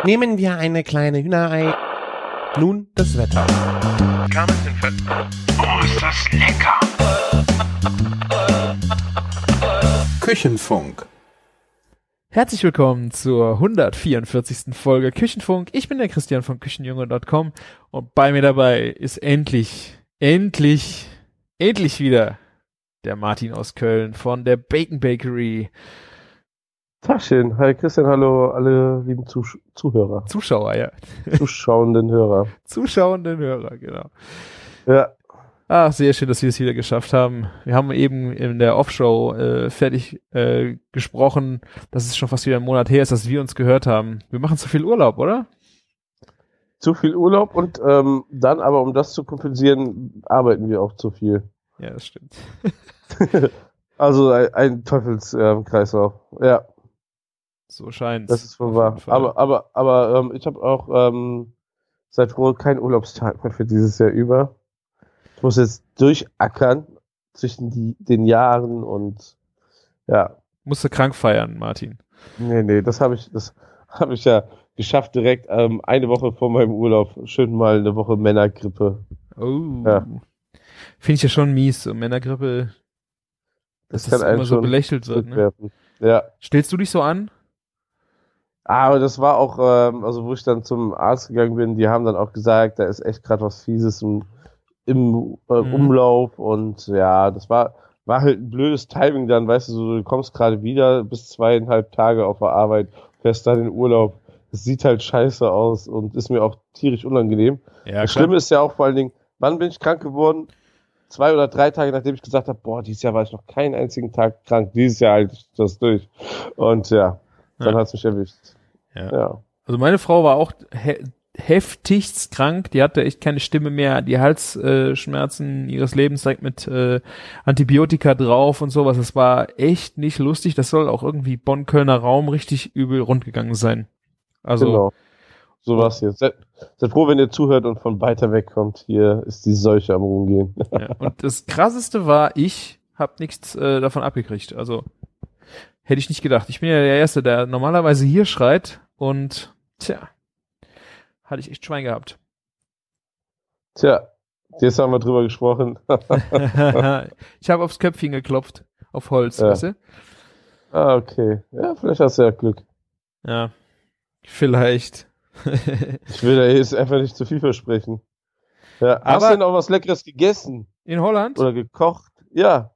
Nehmen wir eine kleine Hühnerei. Nun das Wetter. Oh, ist das lecker! Küchenfunk. Herzlich willkommen zur 144. Folge Küchenfunk. Ich bin der Christian von Küchenjunge.com und bei mir dabei ist endlich wieder der Martin aus Köln von der Bacon Bakery. Tagchen, hi Christian, hallo alle lieben Zuhörer. Zuschauer, ja. Zuschauenden Hörer. Zuschauenden Hörer, genau. Ja. Ah, sehr schön, dass wir es wieder geschafft haben. Wir haben eben in der Off-Show fertig gesprochen, dass es schon fast wieder ein Monat her ist, dass wir uns gehört haben. Wir machen zu viel Urlaub, oder? Zu viel Urlaub und dann aber, um das zu kompensieren, arbeiten wir auch zu viel. Ja, das stimmt. Also ein Teufelskreislauf, ja. So scheint's. Das ist wohl wahr. Aber ich habe auch seit wohl keinen Urlaubstag mehr für dieses Jahr über. Ich muss jetzt durchackern zwischen den Jahren und ja. Musst du krank feiern, Martin? Nee, das habe ich ja geschafft direkt eine Woche vor meinem Urlaub. Schön mal eine Woche Männergrippe. Oh. Ja. Finde ich ja schon mies, so Männergrippe, dass das immer so belächelt wird. Ne? Ja. Stellst du dich so an? Aber das war auch, also wo ich dann zum Arzt gegangen bin, die haben dann auch gesagt, da ist echt gerade was Fieses im Umlauf und ja, das war halt ein blödes Timing dann, weißt du, so, du kommst gerade wieder, bis 2,5 Tage auf der Arbeit, fährst dann in Urlaub. Das sieht halt scheiße aus und ist mir auch tierisch unangenehm. Ja, das Schlimme ist ja auch vor allen Dingen, wann bin ich krank geworden? 2 oder 3 Tage, nachdem ich gesagt habe, boah, dieses Jahr war ich noch keinen einzigen Tag krank, dieses Jahr halte ich das durch. Und ja, dann hat's mich erwischt. Ja. Also meine Frau war auch heftigst krank, die hatte echt keine Stimme mehr, die Halsschmerzen ihres Lebens direkt mit Antibiotika drauf und sowas. Das war echt nicht lustig, das soll auch irgendwie Bonn-Kölner Raum richtig übel rundgegangen sein. Also genau. So war's hier. Seid froh, wenn ihr zuhört und von weiter weg kommt. Hier ist die Seuche am Rumgehen. Ja, und das Krasseste war, ich habe nichts davon abgekriegt. Also hätte ich nicht gedacht. Ich bin ja der Erste, der normalerweise hier schreit und hatte ich echt Schwein gehabt. Tja, jetzt haben wir drüber gesprochen. Ich habe aufs Köpfchen geklopft. Auf Holz, weißt du? Ah, okay. Ja, vielleicht hast du ja Glück. Ja, vielleicht. Ich will da jetzt einfach nicht zu viel versprechen. Ja, hast du denn auch was Leckeres gegessen? In Holland? Oder gekocht? Ja.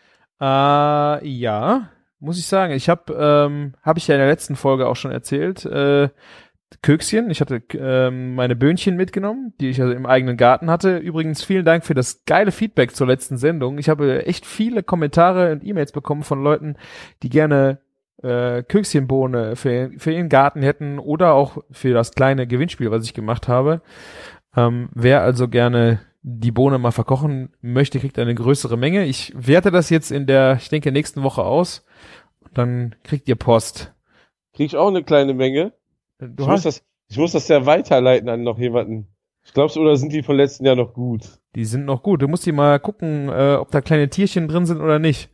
Ja, muss ich sagen. Ich habe ich ja in der letzten Folge auch schon erzählt, Kökschen. Ich hatte meine Böhnchen mitgenommen, die ich also im eigenen Garten hatte. Übrigens vielen Dank für das geile Feedback zur letzten Sendung. Ich habe echt viele Kommentare und E-Mails bekommen von Leuten, die gerne Kökschenbohne für ihren Garten hätten oder auch für das kleine Gewinnspiel, was ich gemacht habe. Wer also gerne die Bohne mal verkochen möchte, kriegt eine größere Menge. Ich werte das jetzt ich denke, nächsten Woche aus. Und dann kriegt ihr Post. Krieg ich auch eine kleine Menge? Ich muss das ja weiterleiten an noch jemanden. Ich glaub's, oder sind die vom letzten Jahr noch gut? Die sind noch gut. Du musst die mal gucken, ob da kleine Tierchen drin sind oder nicht.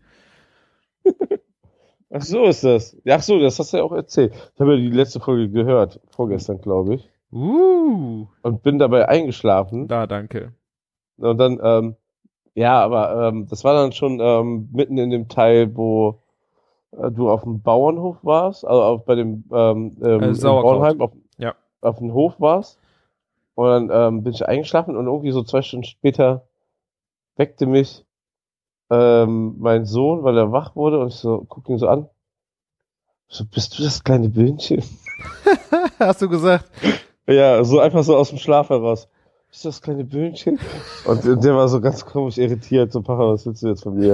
Ach so ist das. Ach so, das hast du ja auch erzählt. Ich habe ja die letzte Folge gehört, vorgestern, glaube ich. Und bin dabei eingeschlafen. Danke. Und dann, das war dann schon mitten in dem Teil, wo du auf dem Bauernhof warst, also auch bei dem Sauerkraut. auf dem Hof warst. Und dann bin ich eingeschlafen und irgendwie so 2 Stunden später weckte mich mein Sohn, weil er wach wurde, und ich so guck ihn so an. So, bist du das kleine Böhnchen? Hast du gesagt? Ja, so einfach so aus dem Schlaf heraus. Bist du das kleine Böhnchen? Und der war so ganz komisch irritiert. So, Papa, was willst du jetzt von mir?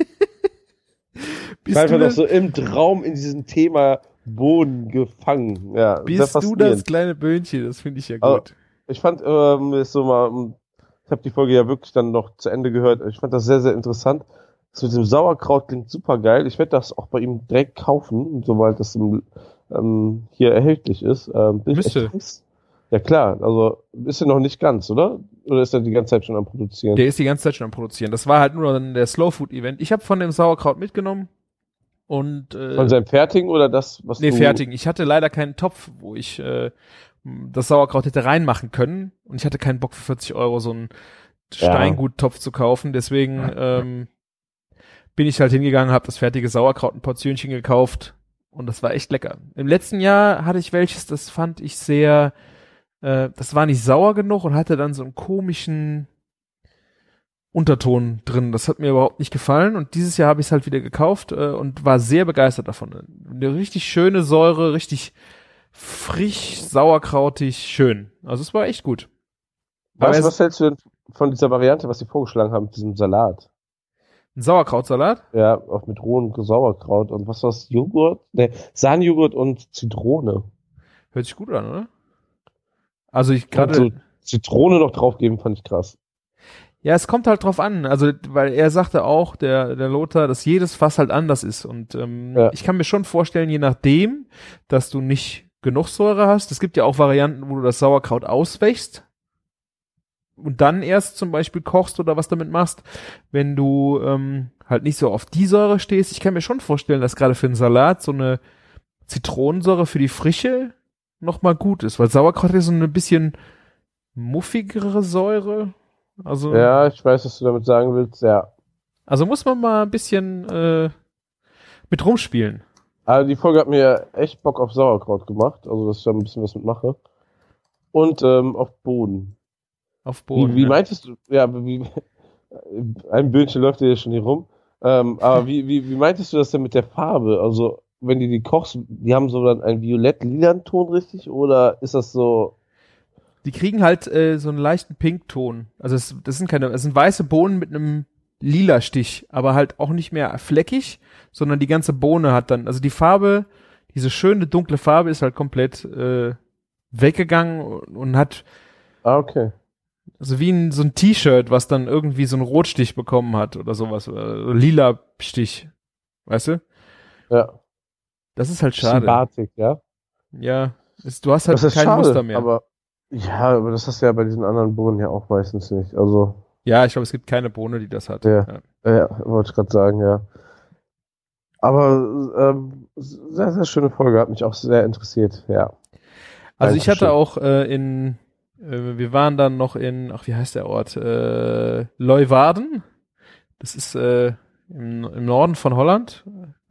Ich war einfach noch so im Traum in diesem Thema Boden gefangen. Ja, bist du das kleine Böhnchen? Das finde ich ja gut. Also, ich fand ich habe die Folge ja wirklich dann noch zu Ende gehört. Ich fand das sehr, sehr interessant. Das mit dem Sauerkraut klingt super geil. Ich werde das auch bei ihm direkt kaufen, sobald das hier erhältlich ist. Müsste. Ja klar, also ist er noch nicht ganz, oder? Oder ist er die ganze Zeit schon am Produzieren? Der ist die ganze Zeit schon am Produzieren. Das war halt nur der Slow Food Event. Ich habe von dem Sauerkraut mitgenommen Und Von seinem Fertigen oder das, was du... fertigen. Ich hatte leider keinen Topf, wo ich das Sauerkraut hätte reinmachen können. Und ich hatte keinen Bock für 40 Euro so einen Steinguttopf zu kaufen. Deswegen bin ich halt hingegangen, habe das fertige Sauerkraut, ein Portionchen gekauft. Und das war echt lecker. Im letzten Jahr hatte ich welches, das fand ich sehr, das war nicht sauer genug und hatte dann so einen komischen Unterton drin. Das hat mir überhaupt nicht gefallen. Und dieses Jahr habe ich es halt wieder gekauft und war sehr begeistert davon. Eine richtig schöne Säure, richtig frisch, sauerkrautig, schön. Also es war echt gut. Was hältst du denn von dieser Variante, was sie vorgeschlagen haben, mit diesem Salat? Ein Sauerkrautsalat? Ja, auch mit rohem Sauerkraut und was war's? Joghurt? Ne, Sahnenjoghurt und Zitrone. Hört sich gut an, oder? Also ich Und gerade... so Zitrone noch draufgeben, fand ich krass. Ja, es kommt halt drauf an. Also, weil er sagte auch, der Lothar, dass jedes Fass halt anders ist. Und ich kann mir schon vorstellen, je nachdem, dass du nicht genug Säure hast. Es gibt ja auch Varianten, wo du das Sauerkraut auswächst und dann erst zum Beispiel kochst oder was damit machst, wenn du halt nicht so auf die Säure stehst. Ich kann mir schon vorstellen, dass gerade für einen Salat so eine Zitronensäure für die Frische nochmal gut ist, weil Sauerkraut hat ja so eine bisschen muffigere Säure. Also, Ja, ich weiß, was du damit sagen willst, ja. Also muss man mal ein bisschen mit rumspielen. Also die Folge hat mir echt Bock auf Sauerkraut gemacht, also dass ich da ein bisschen was mitmache. Und auf Boden. Auf Boden. Wie meintest du, ein Böhnchen läuft ja schon hier rum, aber wie meintest du das denn mit der Farbe? Also, wenn die kochst, die haben so dann einen violett-lilanen Ton, richtig? Oder ist das so... Die kriegen halt so einen leichten Pinkton. Also es sind weiße Bohnen mit einem lila Stich, aber halt auch nicht mehr fleckig, sondern die ganze Bohne hat dann, also die Farbe, diese schöne dunkle Farbe ist halt komplett weggegangen und hat okay. also wie so ein T-Shirt, was dann irgendwie so einen Rotstich bekommen hat oder sowas, oder lila Stich, weißt du? Ja. Das ist halt schade. Batik, ja? Ja, du hast halt kein schade, Muster mehr. Aber das hast du ja bei diesen anderen Bohnen ja auch meistens nicht. Also. Ja, ich glaube, es gibt keine Bohne, die das hat. Ja, wollte ich gerade sagen, ja. Aber sehr, sehr schöne Folge, hat mich auch sehr interessiert, ja. Also ich hatte auch wir waren dann noch in, wie heißt der Ort? Leeuwarden. Das ist im Norden von Holland.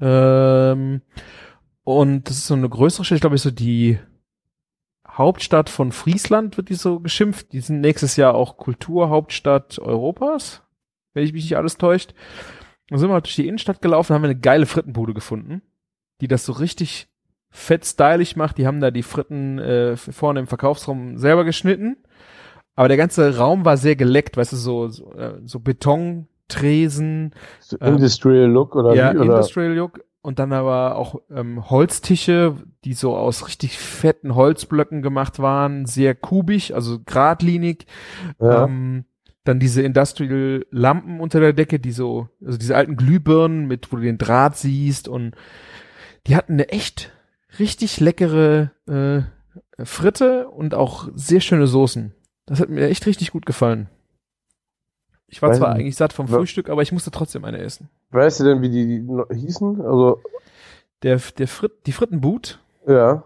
Und das ist so eine größere Stadt, ich glaube, so die Hauptstadt von Friesland wird die so geschimpft. Die sind nächstes Jahr auch Kulturhauptstadt Europas, wenn ich mich nicht alles täuscht. Dann sind wir halt durch die Innenstadt gelaufen, haben wir eine geile Frittenbude gefunden, die das so richtig fett stylisch macht. Die haben da die Fritten vorne im Verkaufsraum selber geschnitten. Aber der ganze Raum war sehr geleckt, weißt du, so Betontresen. So Industrial Look oder ja, wie? Oder? Industrial Look. Und dann aber auch Holztische, die so aus richtig fetten Holzblöcken gemacht waren, sehr kubig, also geradlinig. Ja. Dann diese Industrial Lampen unter der Decke, also diese alten Glühbirnen wo du den Draht siehst, und die hatten eine echt richtig leckere Fritte und auch sehr schöne Soßen. Das hat mir echt richtig gut gefallen. Ich war zwar eigentlich satt vom Frühstück, aber ich musste trotzdem eine essen. Weißt du denn, wie die hießen? Also die Frittenbude. Ja.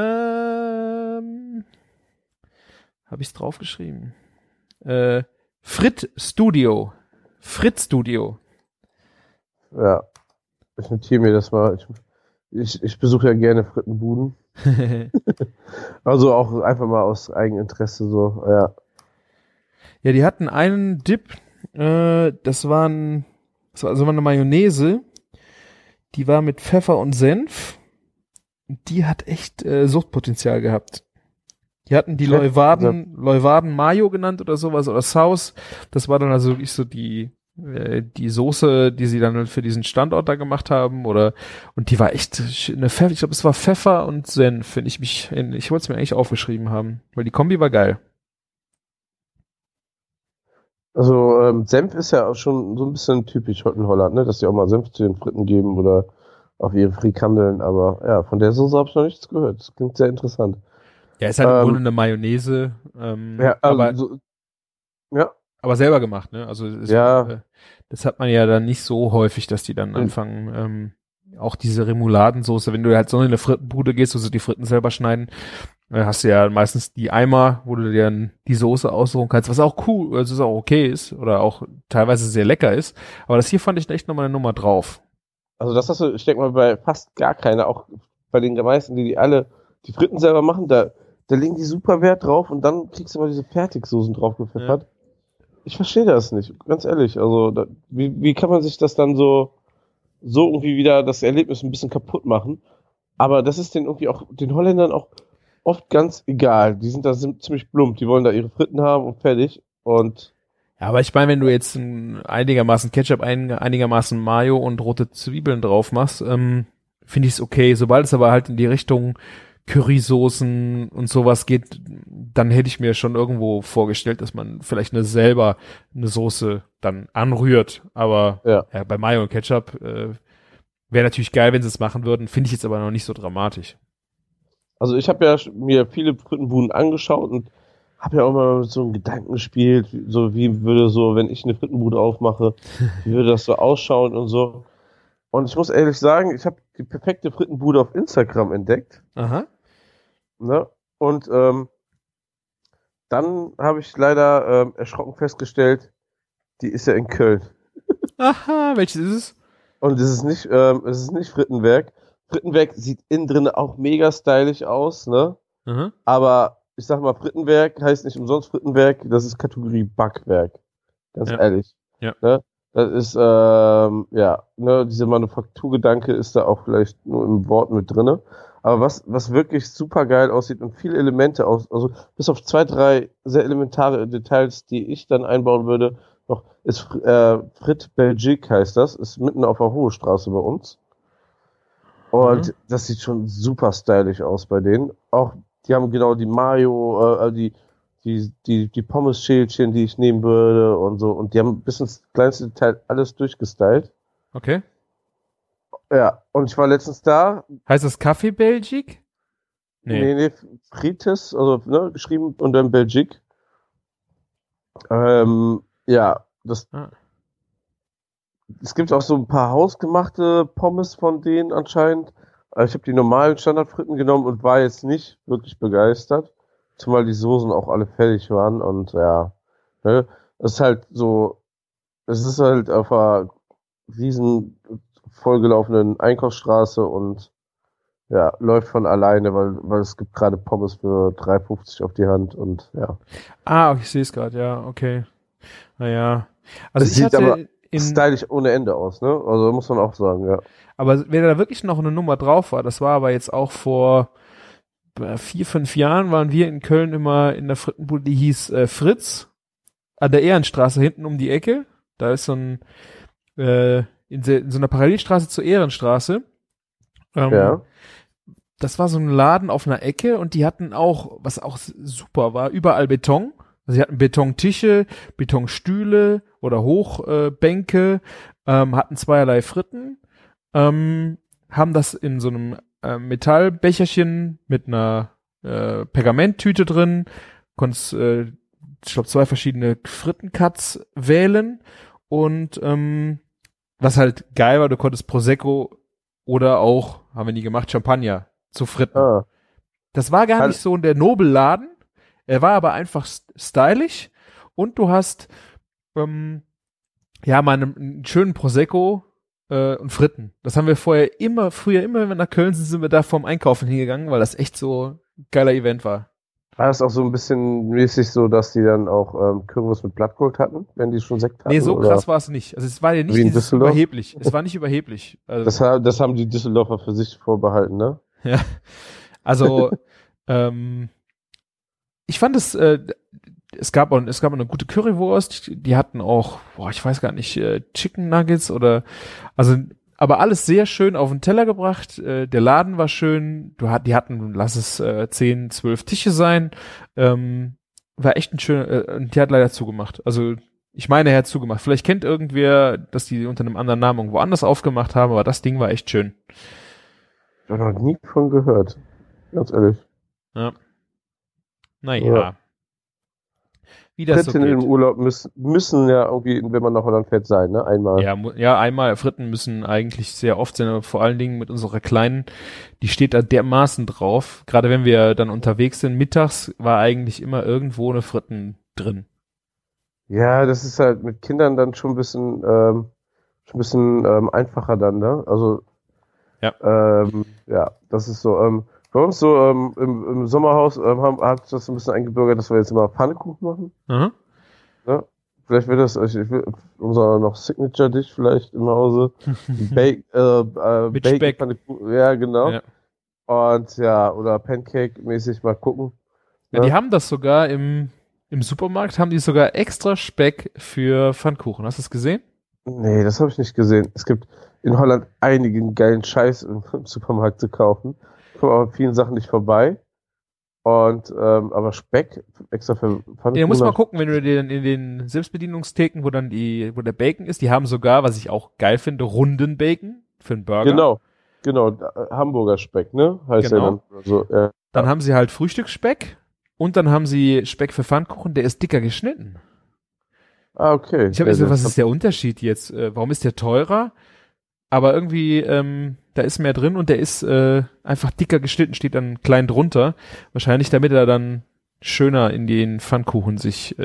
Habe ich's draufgeschrieben. Fritz Studio. Ja. Ich notiere mir das mal. Ich besuche ja gerne Frittenbuden. Also auch einfach mal aus Eigeninteresse so, ja. Ja, die hatten einen Dip, das war eine Mayonnaise, die war mit Pfeffer und Senf. Die hat echt Suchtpotenzial gehabt. Die hatten die Leeuwarden Mayo genannt oder sowas, oder Sauce. Das war dann also wirklich so die Soße, die sie dann für diesen Standort da gemacht haben, und die war echt eine ich glaube, es war Pfeffer und Senf, ich wollte es mir eigentlich aufgeschrieben haben, weil die Kombi war geil. Also Senf ist ja auch schon so ein bisschen typisch in Holland, ne, dass die auch mal Senf zu den Fritten geben oder auf ihre Frikandeln, aber ja, von der Soße habe ich noch nichts gehört. Das klingt sehr interessant. Ja, ist halt im Grunde eine Mayonnaise, ja, also, aber selber gemacht, ne? Also das hat man ja dann nicht so häufig, dass die dann anfangen auch diese Remouladensoße, wenn du halt so in eine Frittenbude gehst, wo sie die Fritten selber schneiden, hast du ja meistens die Eimer, wo du dir dann die Soße aussuchen kannst, was auch cool, also was auch okay ist oder auch teilweise sehr lecker ist. Aber das hier fand ich echt nochmal eine Nummer drauf. Also das hast du, ich denke mal, bei fast gar keiner, auch bei den meisten, die alle die Fritten selber machen, da legen die super Wert drauf und dann kriegst du mal diese Fertigsoßen drauf gepfeffert. Ja. Ich verstehe das nicht, ganz ehrlich. Also wie kann man sich das dann so irgendwie wieder das Erlebnis ein bisschen kaputt machen? Aber das ist den Holländern auch oft ganz egal. Die sind da ziemlich plump, die wollen da ihre Fritten haben und fertig. Und ja, aber ich meine, wenn du jetzt einigermaßen Ketchup, einigermaßen Mayo und rote Zwiebeln drauf machst, finde ich es okay. Sobald es aber halt in die Richtung Currysoßen und sowas geht, dann hätte ich mir schon irgendwo vorgestellt, dass man vielleicht selber eine Soße dann anrührt. Aber ja, bei Mayo und Ketchup wäre natürlich geil, wenn sie es machen würden. Finde ich jetzt aber noch nicht so dramatisch. Also ich habe ja mir viele Frittenbuden angeschaut und habe ja auch mal mit so einem Gedanken gespielt, so wie würde so, wenn ich eine Frittenbude aufmache, wie würde das so ausschauen und so. Und ich muss ehrlich sagen, ich habe die perfekte Frittenbude auf Instagram entdeckt. Aha. Ne? Und dann habe ich leider erschrocken festgestellt, die ist ja in Köln. Aha, welches ist es? Und es ist nicht Frittenwerk. Frittenwerk sieht innen drin auch mega stylisch aus, ne? Mhm. Aber ich sag mal, Frittenwerk heißt nicht umsonst Frittenwerk, das ist Kategorie Backwerk. Ganz ehrlich. Ja. Ne? Das ist, dieser Manufakturgedanke ist da auch vielleicht nur im Wort mit drinne. Aber was wirklich super geil aussieht und viele Elemente also bis auf 2, 3 sehr elementare Details, die ich dann einbauen würde, noch ist Frit Belgique heißt das, ist mitten auf der Hohe Straße bei uns. Und das sieht schon super stylisch aus bei denen. Auch, die haben genau die Mayo, die Pommes-Schälchen, die ich nehmen würde und so. Und die haben bis ins kleinste Detail alles durchgestylt. Okay. Ja, und ich war letztens da. Heißt das Café Belgique? Nee, Frites, also geschrieben und dann Belgique. Es gibt auch so ein paar hausgemachte Pommes von denen anscheinend. Ich habe die normalen Standardfritten genommen und war jetzt nicht wirklich begeistert. Zumal die Soßen auch alle fertig waren und ja. Ne, es ist halt auf einer riesen vollgelaufenen Einkaufsstraße und ja, läuft von alleine, weil es gibt gerade Pommes für 3,50 auf die Hand und ja. Ah, ich sehe es gerade, ja, okay. Naja. Also es sieht aber stylisch ohne Ende aus, ne? Also muss man auch sagen, ja. Aber wenn da wirklich noch eine Nummer drauf war, das war aber jetzt auch vor 4, 5 Jahren, waren wir in Köln immer in der Frittenbude, die hieß Fritz, an der Ehrenstraße hinten um die Ecke. Da ist so ein in so einer Parallelstraße zur Ehrenstraße. Das war so ein Laden auf einer Ecke und die hatten auch, was auch super war, überall Beton. Also sie hatten Betontische, Betonstühle oder Hochbänke, hatten zweierlei Fritten, haben das in so einem Metallbecherchen mit einer Pergamenttüte drin, konntest, ich glaube, 2 verschiedene Frittencuts wählen und was halt geil war, du konntest Prosecco oder auch, haben wir nie gemacht, Champagner zu Fritten. Ah. Das war gar nicht so der Nobelladen, er war aber einfach stylisch und du hast mal einen schönen Prosecco und Fritten. Das haben wir früher immer, wenn wir nach Köln sind wir da vorm Einkaufen hingegangen, weil das echt so ein geiler Event war. War das auch so ein bisschen mäßig so, dass die dann auch Currywurst mit Blattgold hatten, wenn die schon Sekt hatten? Nee, so krass war es nicht. Also es war ja nicht überheblich. Es war nicht überheblich. Also, das haben die Düsseldorfer für sich vorbehalten, ne? Ja. Also ich fand es gab eine gute Currywurst, die hatten auch, ich weiß gar nicht, Chicken Nuggets aber alles sehr schön auf den Teller gebracht. Der Laden war schön. Die hatten, lass es 10, 12 Tische sein. War echt ein schöner, die hat leider zugemacht. Also ich meine, er hat zugemacht. Vielleicht kennt irgendwer, dass die unter einem anderen Namen irgendwo anders aufgemacht haben, aber das Ding war echt schön. Ich habe noch nie von gehört. Ganz ehrlich. Ja. Naja. Ja. wie das so Fritten geht. im Urlaub müssen ja irgendwie, wenn man nach Holland fährt, sein, ne? Einmal. Ja, einmal. Fritten müssen eigentlich sehr oft sein, aber vor allen Dingen mit unserer Kleinen, die steht da dermaßen drauf. Gerade wenn wir dann unterwegs sind, mittags war eigentlich immer irgendwo eine Fritten drin. Ja, das ist halt mit Kindern dann schon ein bisschen einfacher dann, ne? Also, Ja. ja, das ist so, bei uns so im Sommerhaus hat das ein bisschen eingebürgert, dass wir jetzt immer Pfannkuchen machen. Mhm. Ne? Vielleicht wird das unser noch Signature-Dish vielleicht im Hause. Mit Bacon, Speck. Pfannkuchen, ja, genau. Ja. Und ja, oder Pancake-mäßig mal gucken. Ja, die haben das sogar im Supermarkt, haben die sogar extra Speck für Pfannkuchen. Hast du es gesehen? Nee, das habe ich nicht gesehen. Es gibt in Holland einigen geilen Scheiß im Supermarkt zu kaufen. Ich komme aber an vielen Sachen nicht vorbei. Und aber Speck extra für Pfannkuchen. Ja, muss mal gucken, wenn du in den Selbstbedienungstheken, wo der Bacon ist, die haben sogar, was ich auch geil finde, runden Bacon für einen Burger. Genau, Hamburger Speck, ne? Heißt Genau. ja dann. Also, ja. Dann haben sie halt Frühstücksspeck und dann haben sie Speck für Pfannkuchen, der ist dicker geschnitten. Ah, okay. Ich habe gesagt, was ist der Unterschied jetzt? Warum ist der teurer? Aber irgendwie, da ist mehr drin und der ist einfach dicker geschnitten, steht dann klein drunter. Wahrscheinlich, damit er dann schöner in den Pfannkuchen sich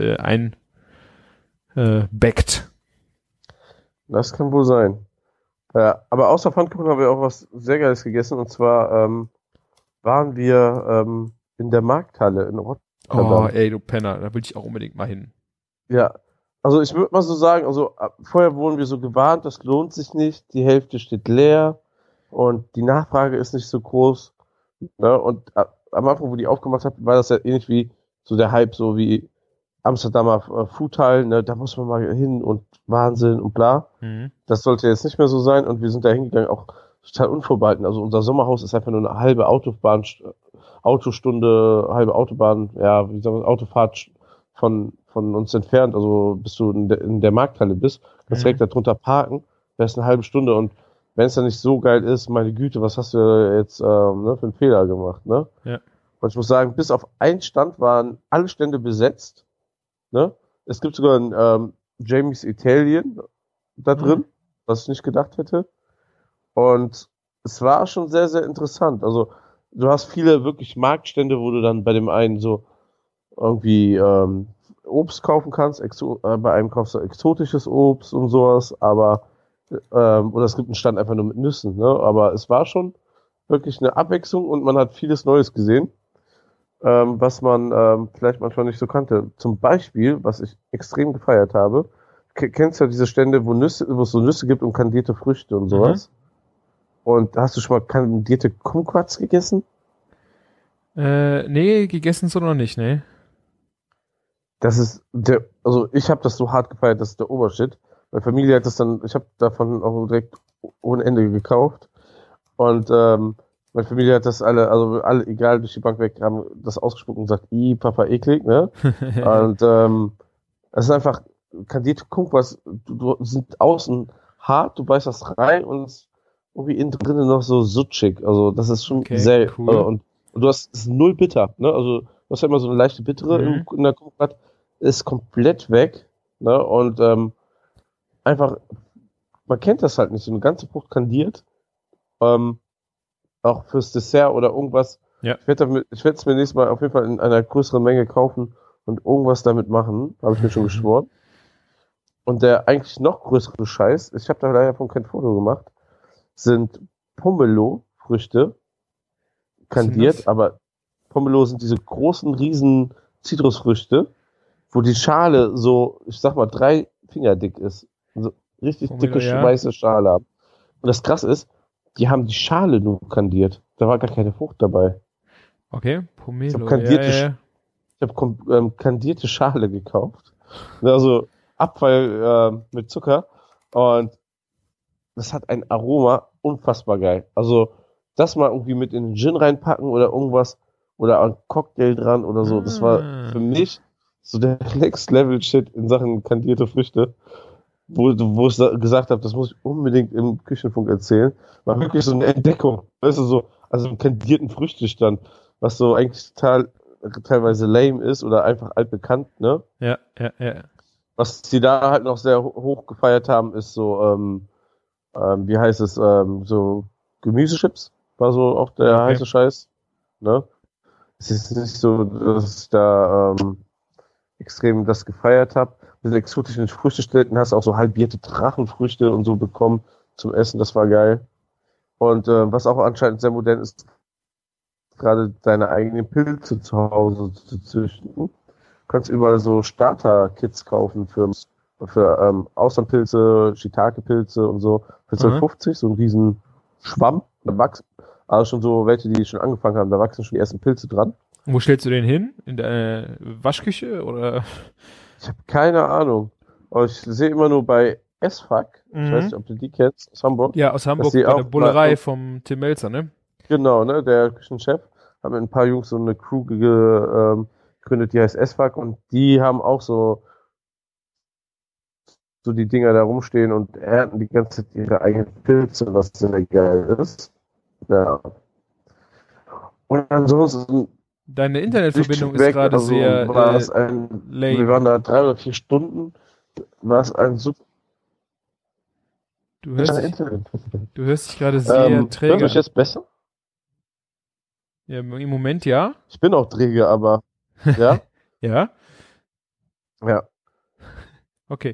backt. Das kann wohl sein. Ja, aber außer Pfannkuchen haben wir auch was sehr Geiles gegessen. Und zwar waren wir in der Markthalle in Rotterdam. Oh, ey, du Penner, da will ich auch unbedingt mal hin. Ja, also ich würde mal so sagen, also vorher wurden wir so gewarnt, das lohnt sich nicht, die Hälfte steht leer und die Nachfrage ist nicht so groß. Ne? Und am Anfang, wo die aufgemacht hat, war das ja ähnlich wie so der Hype, so wie Amsterdamer Foodhall, ne? Da muss man mal hin und Wahnsinn und bla. Mhm. Das sollte jetzt nicht mehr so sein und wir sind da hingegangen, auch total unvorbehalten. Also unser Sommerhaus ist einfach nur eine halbe Autostunde, halbe Autobahn, ja, wie sagen wir, Autofahrt von uns entfernt, also bis du in der Markthalle bist, kannst direkt darunter parken, das ist eine halbe Stunde und wenn es dann nicht so geil ist, meine Güte, was hast du jetzt für einen Fehler gemacht, ne? Ja. Und ich muss sagen, bis auf einen Stand waren alle Stände besetzt, ne? Es gibt sogar ein Jamie's Italien da drin, was ich nicht gedacht hätte. Und es war schon sehr, sehr interessant. Also du hast viele wirklich Marktstände, wo du dann bei dem einen so irgendwie Obst kaufen kannst, bei einem kaufst du exotisches Obst und sowas, aber oder es gibt einen Stand einfach nur mit Nüssen, ne? Aber es war schon wirklich eine Abwechslung und man hat vieles Neues gesehen, was man vielleicht manchmal nicht so kannte. Zum Beispiel, was ich extrem gefeiert habe, kennst du ja diese Stände, wo es so Nüsse gibt und kandierte Früchte und sowas? Und hast du schon mal kandierte Kumquats gegessen? Nee, gegessen so noch nicht, ne? Das ist also ich habe das so hart gefeiert, das ist der Obershit. Meine Familie hat das dann, ich habe davon auch direkt ohne Ende gekauft. Und meine Familie hat das alle, egal durch die Bank weg, haben das ausgespuckt und gesagt, Papa, eklig, ne? Und es ist einfach, kandierte Kumquats, du sind außen hart, du beißt das rein und es ist irgendwie innen drinnen noch so sutschig. Also das ist schon sehr cool. Und du hast, es ist null bitter, ne? Also du hast ja immer so eine leichte Bittere in der Kumquat, ist komplett weg, ne? Und einfach, man kennt das halt nicht, so eine ganze Frucht kandiert, auch fürs Dessert oder irgendwas. Ja. Ich werde es mir nächstes Mal auf jeden Fall in einer größeren Menge kaufen und irgendwas damit machen, habe ich mir schon geschworen. Und der eigentlich noch größere Scheiß, ich habe da leider von kein Foto gemacht, sind Pomelo-Früchte kandiert, aber Pomelo sind diese großen, riesen Zitrusfrüchte, wo die Schale so, ich sag mal, 3 Finger dick ist. So richtig Pomelo, dicke, weiße Schale haben. Und das krass ist, die haben die Schale nur kandiert. Da war gar keine Frucht dabei. Okay, Pomelo. Ich habe kandierte Schale gekauft. Also Abfall mit Zucker. Und das hat ein Aroma unfassbar geil. Also das mal irgendwie mit in den Gin reinpacken oder irgendwas oder ein Cocktail dran oder so. Das war für mich so der Next Level Shit in Sachen kandierte Früchte, wo ich gesagt habe, das muss ich unbedingt im Küchenfunk erzählen. War wirklich so eine Entdeckung. Weißt du, so, also einen kandierten Früchtestand, was so eigentlich total teilweise lame ist oder einfach altbekannt, ne? Ja. Was die da halt noch sehr hoch gefeiert haben, ist so, wie heißt es, so Gemüsechips, war so auch der heiße Scheiß, ne? Es ist nicht so, dass ich da extrem das gefeiert habe. Diese exotischen Früchtestätten hast du auch so halbierte Drachenfrüchte und so bekommen zum Essen, das war geil. Und was auch anscheinend sehr modern ist, gerade deine eigenen Pilze zu Hause zu züchten. Du kannst überall so Starter-Kits kaufen für Austernpilze, Shiitake-Pilze und so. Für 12,50, so ein riesen Schwamm. Da wachsen, also schon so welche, die schon angefangen haben, da wachsen schon die ersten Pilze dran. Und wo stellst du den hin? In der Waschküche oder? Ich habe keine Ahnung. Aber ich sehe immer nur bei S-Fuck, ich weiß nicht, ob du die kennst, aus Hamburg. Ja, aus Hamburg, bei der Bullerei vom Tim Melzer, ne? Genau, ne, der Küchenchef. Haben mit ein paar Jungs so eine Crew gegründet, die heißt S-Fuck, und die haben auch so die Dinger da rumstehen und ernten die ganze Zeit ihre eigenen Pilze, was sehr geil ist. Ja. Und ansonsten deine Internetverbindung ist gerade sehr lame. Wir waren da 3 oder 4 Stunden. War es ein super. Du hörst dich gerade sehr träge. Hört mich jetzt besser? Ja, im Moment ja. Ich bin auch träge, aber ja. Ja. Ja. Okay.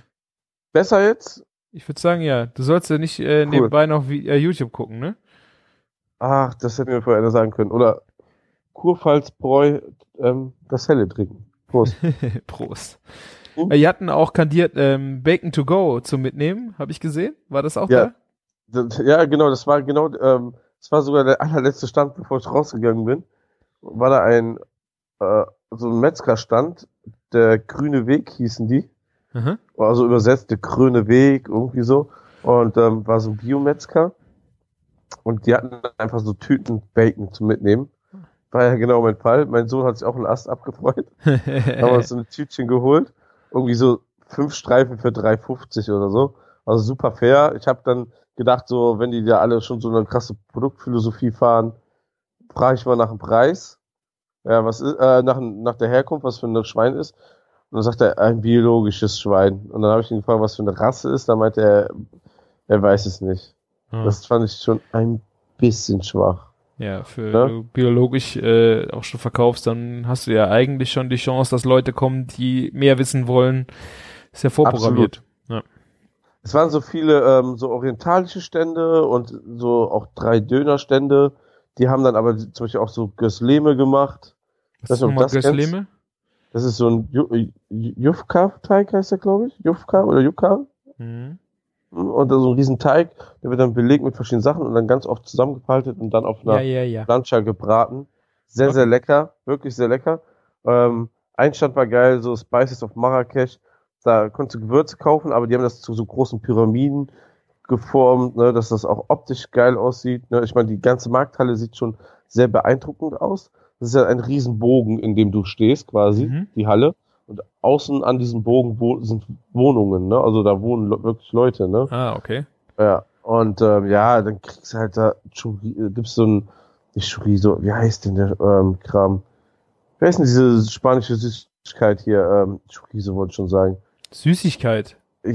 Besser jetzt? Ich würde sagen, ja. Du sollst ja nicht nebenbei noch YouTube gucken, ne? Ach, das hätten wir vorher einer sagen können. Oder Kurpfalzbräu, das Helle trinken. Prost. Prost. Die hatten auch kandiert Bacon to go zum Mitnehmen, habe ich gesehen. War das auch da? Ja, genau. Das war sogar der allerletzte Stand, bevor ich rausgegangen bin. War da so ein Metzgerstand, der Grüne Weg hießen die. Mhm. Also übersetzt der Grüne Weg, irgendwie so. Und war so ein Biometzger. Und die hatten einfach so Tüten Bacon zum Mitnehmen. War ja genau mein Fall. Mein Sohn hat sich auch einen Ast abgefreut. Haben wir uns so ein Tütchen geholt. Irgendwie so 5 Streifen für 3,50 oder so. Also super fair. Ich habe dann gedacht, so, wenn die da alle schon so eine krasse Produktphilosophie fahren, frage ich mal nach dem Preis. Ja, was ist, nach der Herkunft, was für ein Schwein ist. Und dann sagt er, ein biologisches Schwein. Und dann habe ich ihn gefragt, was für eine Rasse ist. Dann meinte er weiß es nicht. Das fand ich schon ein bisschen schwach. Ja, wenn du biologisch auch schon verkaufst, dann hast du ja eigentlich schon die Chance, dass Leute kommen, die mehr wissen wollen. Ist ja vorprogrammiert. Ja. Es waren so viele so orientalische Stände und so auch 3 Dönerstände. Die haben dann aber zum Beispiel auch so Gösleme gemacht. Was ist nochmal Gösleme? Das ist so ein Jufka-Teig, heißt der, glaube ich. Jufka oder Jukka. Mhm. Und so ein riesen Teig, der wird dann belegt mit verschiedenen Sachen und dann ganz oft zusammengefaltet und dann auf einer Plancha gebraten. Sehr, sehr lecker. Wirklich sehr lecker. Ein Stand war geil, so Spices of Marrakesch. Da konntest du Gewürze kaufen, aber die haben das zu so großen Pyramiden geformt, ne, dass das auch optisch geil aussieht. Ne. Ich meine, die ganze Markthalle sieht schon sehr beeindruckend aus. Das ist ja ein Riesenbogen, in dem du stehst, quasi, die Halle. Und außen an diesem Bogen sind Wohnungen, ne? Also da wohnen wirklich Leute, ne? Ah, okay. Ja. Und dann kriegst du halt da gibt's so ein, nicht Chorizo, wie heißt denn der Kram? Wie heißt denn diese spanische Süßigkeit hier? Chorizo wollte ich schon sagen. Süßigkeit?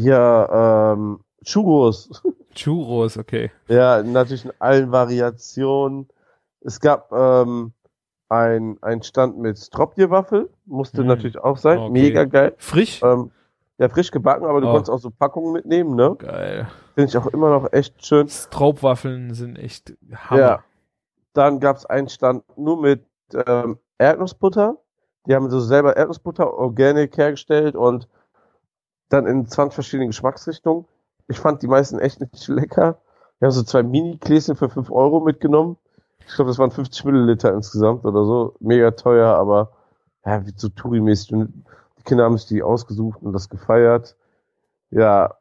Ja, Churros. Churros, okay. Ja, natürlich in allen Variationen. Es gab ein Stand mit Stropje-Waffel, musste natürlich auch sein, okay. Mega geil. Frisch? Ja, frisch gebacken, aber du konntest auch so Packungen mitnehmen, ne? Geil. Finde ich auch immer noch echt schön. Straubwaffeln sind echt Hammer. Ja. Dann gab's einen Stand nur mit Erdnussbutter. Die haben so selber Erdnussbutter organic hergestellt und dann in 20 verschiedenen Geschmacksrichtungen. Ich fand die meisten echt nicht lecker. Wir haben so 2 Mini-Gläschen für 5 Euro mitgenommen. Ich glaube, das waren 50 Milliliter insgesamt oder so. Mega teuer, aber ja, wie so Touri-mäßig. Die Kinder haben sich die ausgesucht und das gefeiert. Ja,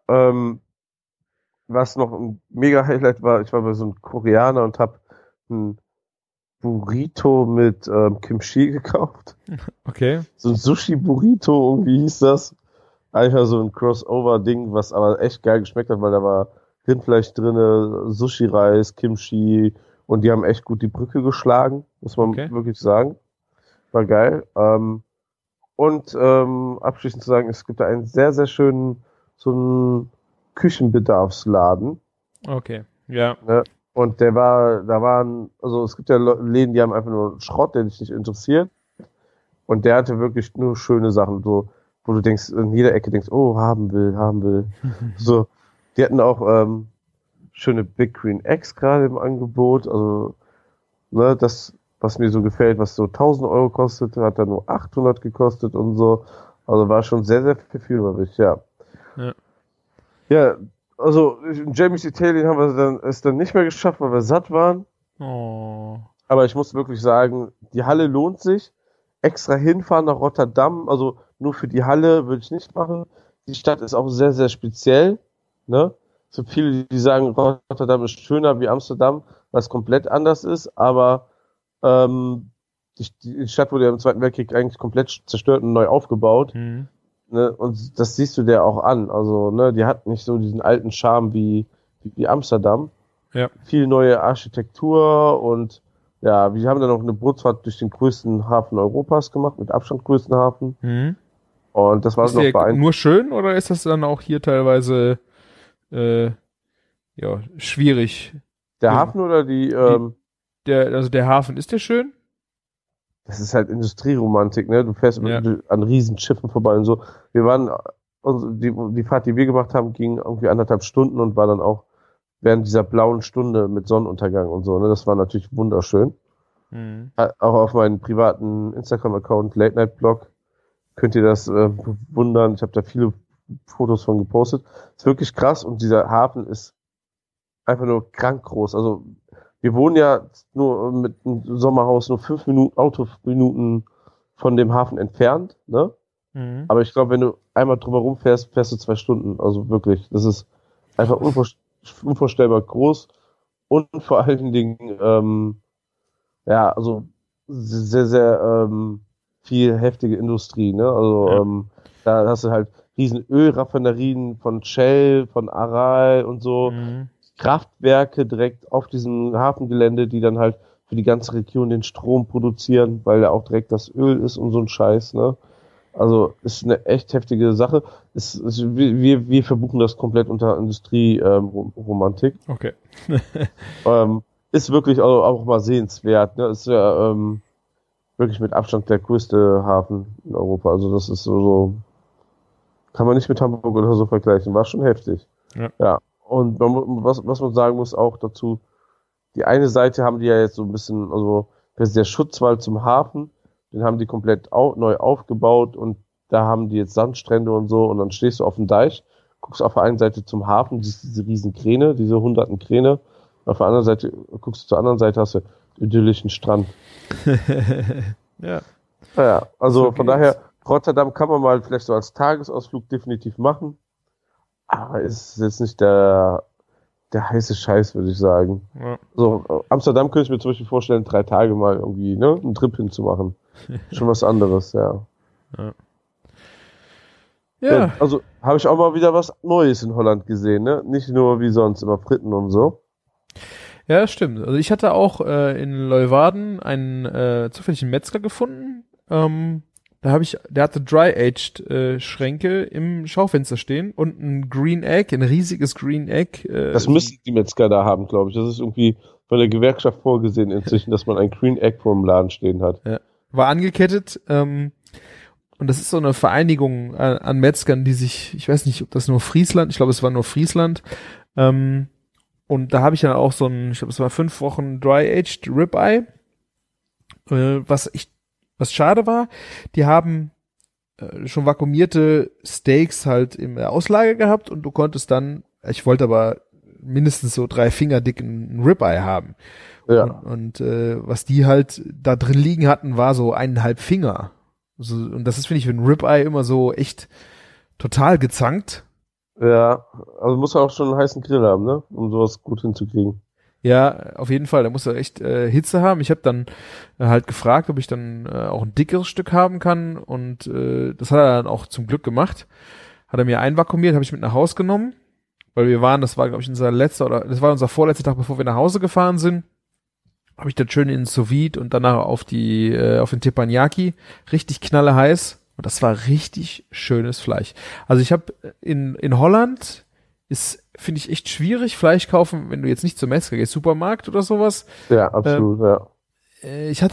was noch ein mega Highlight war, ich war bei so einem Koreaner und habe ein Burrito mit Kimchi gekauft. Okay. So ein Sushi-Burrito, irgendwie hieß das. Einfach so ein Crossover-Ding, was aber echt geil geschmeckt hat, weil da war Rindfleisch drinne, Sushi-Reis, Kimchi und die haben echt gut die Brücke geschlagen, muss man wirklich sagen. war geil. Und abschließend zu sagen, es gibt da einen sehr, sehr schönen, so einen Küchenbedarfsladen. Okay, ja. Ne? Und da waren, also es gibt ja Läden, die haben einfach nur Schrott, der dich nicht interessiert. Und der hatte wirklich nur schöne Sachen, so, wo du denkst, in jeder Ecke denkst, oh, haben will. So, die hatten auch schöne Big Green Eggs gerade im Angebot. Also, ne, das, was mir so gefällt, was so 1.000 Euro kostet, hat dann nur 800 gekostet und so. Also war schon sehr, sehr verführerisch, ja. Ja, also in Jamie's Italien haben wir es dann nicht mehr geschafft, weil wir satt waren. Oh. Aber ich muss wirklich sagen, die Halle lohnt sich. Extra hinfahren nach Rotterdam, also nur für die Halle würde ich nicht machen. Die Stadt ist auch sehr, sehr speziell. Ne? Es gibt viele, die sagen, Rotterdam ist schöner wie Amsterdam, was komplett anders ist, aber die Stadt wurde ja im Zweiten Weltkrieg eigentlich komplett zerstört und neu aufgebaut. Mhm. Ne? Und das siehst du dir auch an. Also, ne, die hat nicht so diesen alten Charme wie Amsterdam. Ja. Viel neue Architektur und ja, wir haben dann noch eine Bootsfahrt durch den größten Hafen Europas gemacht, mit Abstand größten Hafen. Mhm. Und das war Ist noch der beeindruckend. nur schön oder ist das dann auch hier teilweise schwierig? Der Ja. Hafen oder Der Hafen, ist der schön? das ist halt Industrieromantik, ne? Du fährst Ja. an Riesenschiffen vorbei und so. Wir waren, die Fahrt, die wir gemacht haben, ging irgendwie 1,5 Stunden und war dann auch während dieser blauen Stunde mit Sonnenuntergang und so, ne? Das war natürlich wunderschön. Mhm. Auch auf meinem privaten Instagram-Account, Late Night Blog, könnt ihr das bewundern. Ich habe da viele Fotos von gepostet. Ist wirklich krass und dieser Hafen ist einfach nur krank groß. Also wir wohnen ja nur mit einem Sommerhaus nur 5 Autominuten von dem Hafen entfernt, ne? Mhm. Aber ich glaube, wenn du einmal drumherum fährst, fährst du 2 Stunden. Also wirklich, das ist einfach unvorstellbar groß und vor allen Dingen, ja, also sehr, sehr viel heftige Industrie, ne? Also Ja. da hast du halt riesen Ölraffinerien von Shell, von Aral und so. Mhm. Kraftwerke direkt auf diesem Hafengelände, die dann halt für die ganze Region den Strom produzieren, weil da auch direkt das Öl ist und so ein Scheiß, ne? Also ist eine echt heftige Sache. Wir verbuchen das komplett unter Industrieromantik. Okay. Ist wirklich auch mal sehenswert, ne? Ist ja wirklich mit Abstand der größte Hafen in Europa. Also das ist so kann man nicht mit Hamburg oder so vergleichen. War schon heftig. Ja. Und was man sagen muss auch dazu, die eine Seite haben die ja jetzt so ein bisschen, also das ist der Schutzwall zum Hafen, den haben die komplett neu aufgebaut und da haben die jetzt Sandstrände und so und dann stehst du auf dem Deich, guckst auf der einen Seite zum Hafen, siehst diese riesen Kräne, diese hunderten Kräne, auf der anderen Seite guckst du zur anderen Seite, hast du idyllischen Strand. Ja. Ja, also So von geht's. daher, Rotterdam kann man mal vielleicht so als Tagesausflug definitiv machen, aber ist jetzt nicht der heiße Scheiß, würde ich sagen. Ja. So, Amsterdam könnte ich mir zum Beispiel vorstellen, 3 Tage mal irgendwie, ne, einen Trip hinzumachen. Schon was anderes, ja. Ja. Also, habe ich auch mal wieder was Neues in Holland gesehen, ne? Nicht nur wie sonst immer Fritten und so. Ja, stimmt. Also ich hatte auch in Leeuwarden einen zufälligen Metzger gefunden. Der hatte Dry-Aged Schränke im Schaufenster stehen und ein Green Egg, ein riesiges Green Egg. Das müssen die Metzger da haben, glaube ich. Das ist irgendwie von der Gewerkschaft vorgesehen inzwischen, dass man ein Green Egg vor dem Laden stehen hat. war angekettet. Und das ist so eine Vereinigung an Metzgern, die sich, ich weiß nicht, ob das nur Friesland, ich glaube, es war nur Friesland. Und da habe ich dann auch so ein, ich glaube, es war 5 Wochen Dry-Aged Ribeye. Was schade war, die haben schon vakuumierte Steaks halt in der Auslage gehabt und du konntest dann, ich wollte aber mindestens so 3 Finger dicken Ribeye haben. Ja. Und was die halt da drin liegen hatten, war so 1,5 Finger. So, und das ist, finde ich, für ein Ribeye immer so echt total gezankt. Ja, also muss man auch schon einen heißen Grill haben, ne? Um sowas gut hinzukriegen. Ja, auf jeden Fall. Da muss er echt Hitze haben. Ich habe dann halt gefragt, ob ich dann auch ein dickeres Stück haben kann. Und das hat er dann auch zum Glück gemacht. Hat er mir einvakuumiert, habe ich mit nach Hause genommen. Weil das war, glaube ich, das war unser vorletzter Tag, bevor wir nach Hause gefahren sind. habe ich das schön in sous vide und danach auf den Teppanyaki, richtig knalleheiß. Und das war richtig schönes Fleisch. Also ich habe in Holland finde ich echt schwierig, Fleisch kaufen, wenn du jetzt nicht zum Metzger gehst, Supermarkt oder sowas. Ja, absolut, ja. Wir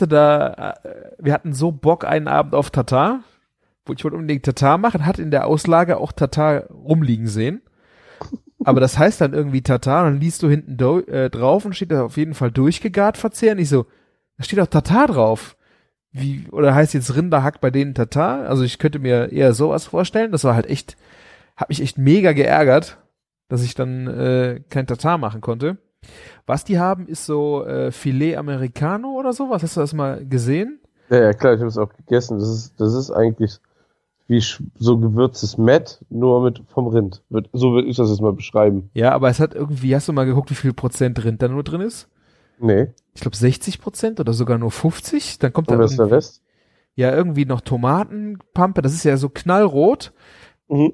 hatten so Bock einen Abend auf Tatar, wo ich wollte unbedingt Tatar machen, hatte in der Auslage auch Tatar rumliegen sehen. Aber das heißt dann irgendwie Tatar, dann liest du hinten drauf und steht da auf jeden Fall durchgegart verzehren. Ich so, da steht auch Tatar drauf. Oder heißt jetzt Rinderhack bei denen Tatar? Also ich könnte mir eher sowas vorstellen. Das war halt hat mich echt mega geärgert, dass ich dann kein Tatar machen konnte. Was die haben, ist so Filet Americano oder sowas. Hast du das mal gesehen? Ja, klar, ich habe es auch gegessen. Das ist eigentlich wie so gewürztes Mett, nur vom Rind. So würde ich das jetzt mal beschreiben. Ja, aber es hat irgendwie, hast du mal geguckt, wie viel Prozent Rind da nur drin ist? Nee. Ich glaube 60% oder sogar nur 50%. Dann kommt da was ist der Rest? Ja, irgendwie noch Tomatenpampe. Das ist ja so knallrot. Mhm.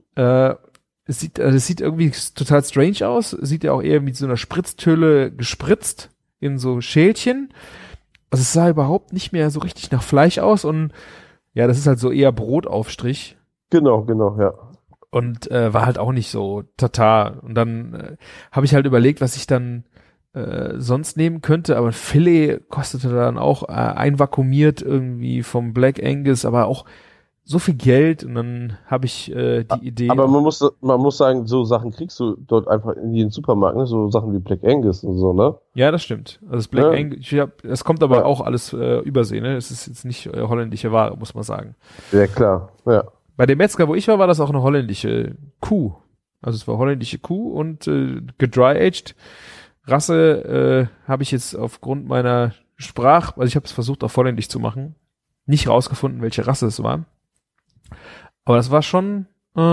Es sieht irgendwie total strange aus. Sieht ja auch eher mit so einer Spritztülle gespritzt in so Schälchen. Also es sah überhaupt nicht mehr so richtig nach Fleisch aus und ja, das ist halt so eher Brotaufstrich. Genau, ja. Und war halt auch nicht so Tatar. Und dann habe ich halt überlegt, was ich dann sonst nehmen könnte, aber Filet kostete dann auch einvakuumiert irgendwie vom Black Angus, aber auch so viel Geld und dann habe ich die Idee. Aber man muss sagen, so Sachen kriegst du dort einfach in jedem Supermarkt, ne? So Sachen wie Black Angus und so, ne? Ja, das stimmt. Also das Black Angus, es kommt aber auch alles übersee, ne? Es ist jetzt nicht holländische Ware, muss man sagen. Ja, klar, ja. Bei dem Metzger, wo ich war das auch eine holländische Kuh. Also es war holländische Kuh und gedry-aged. Rasse habe ich jetzt aufgrund meiner also ich habe es versucht auf Holländisch zu machen, nicht rausgefunden, welche Rasse es war. Aber das war schon,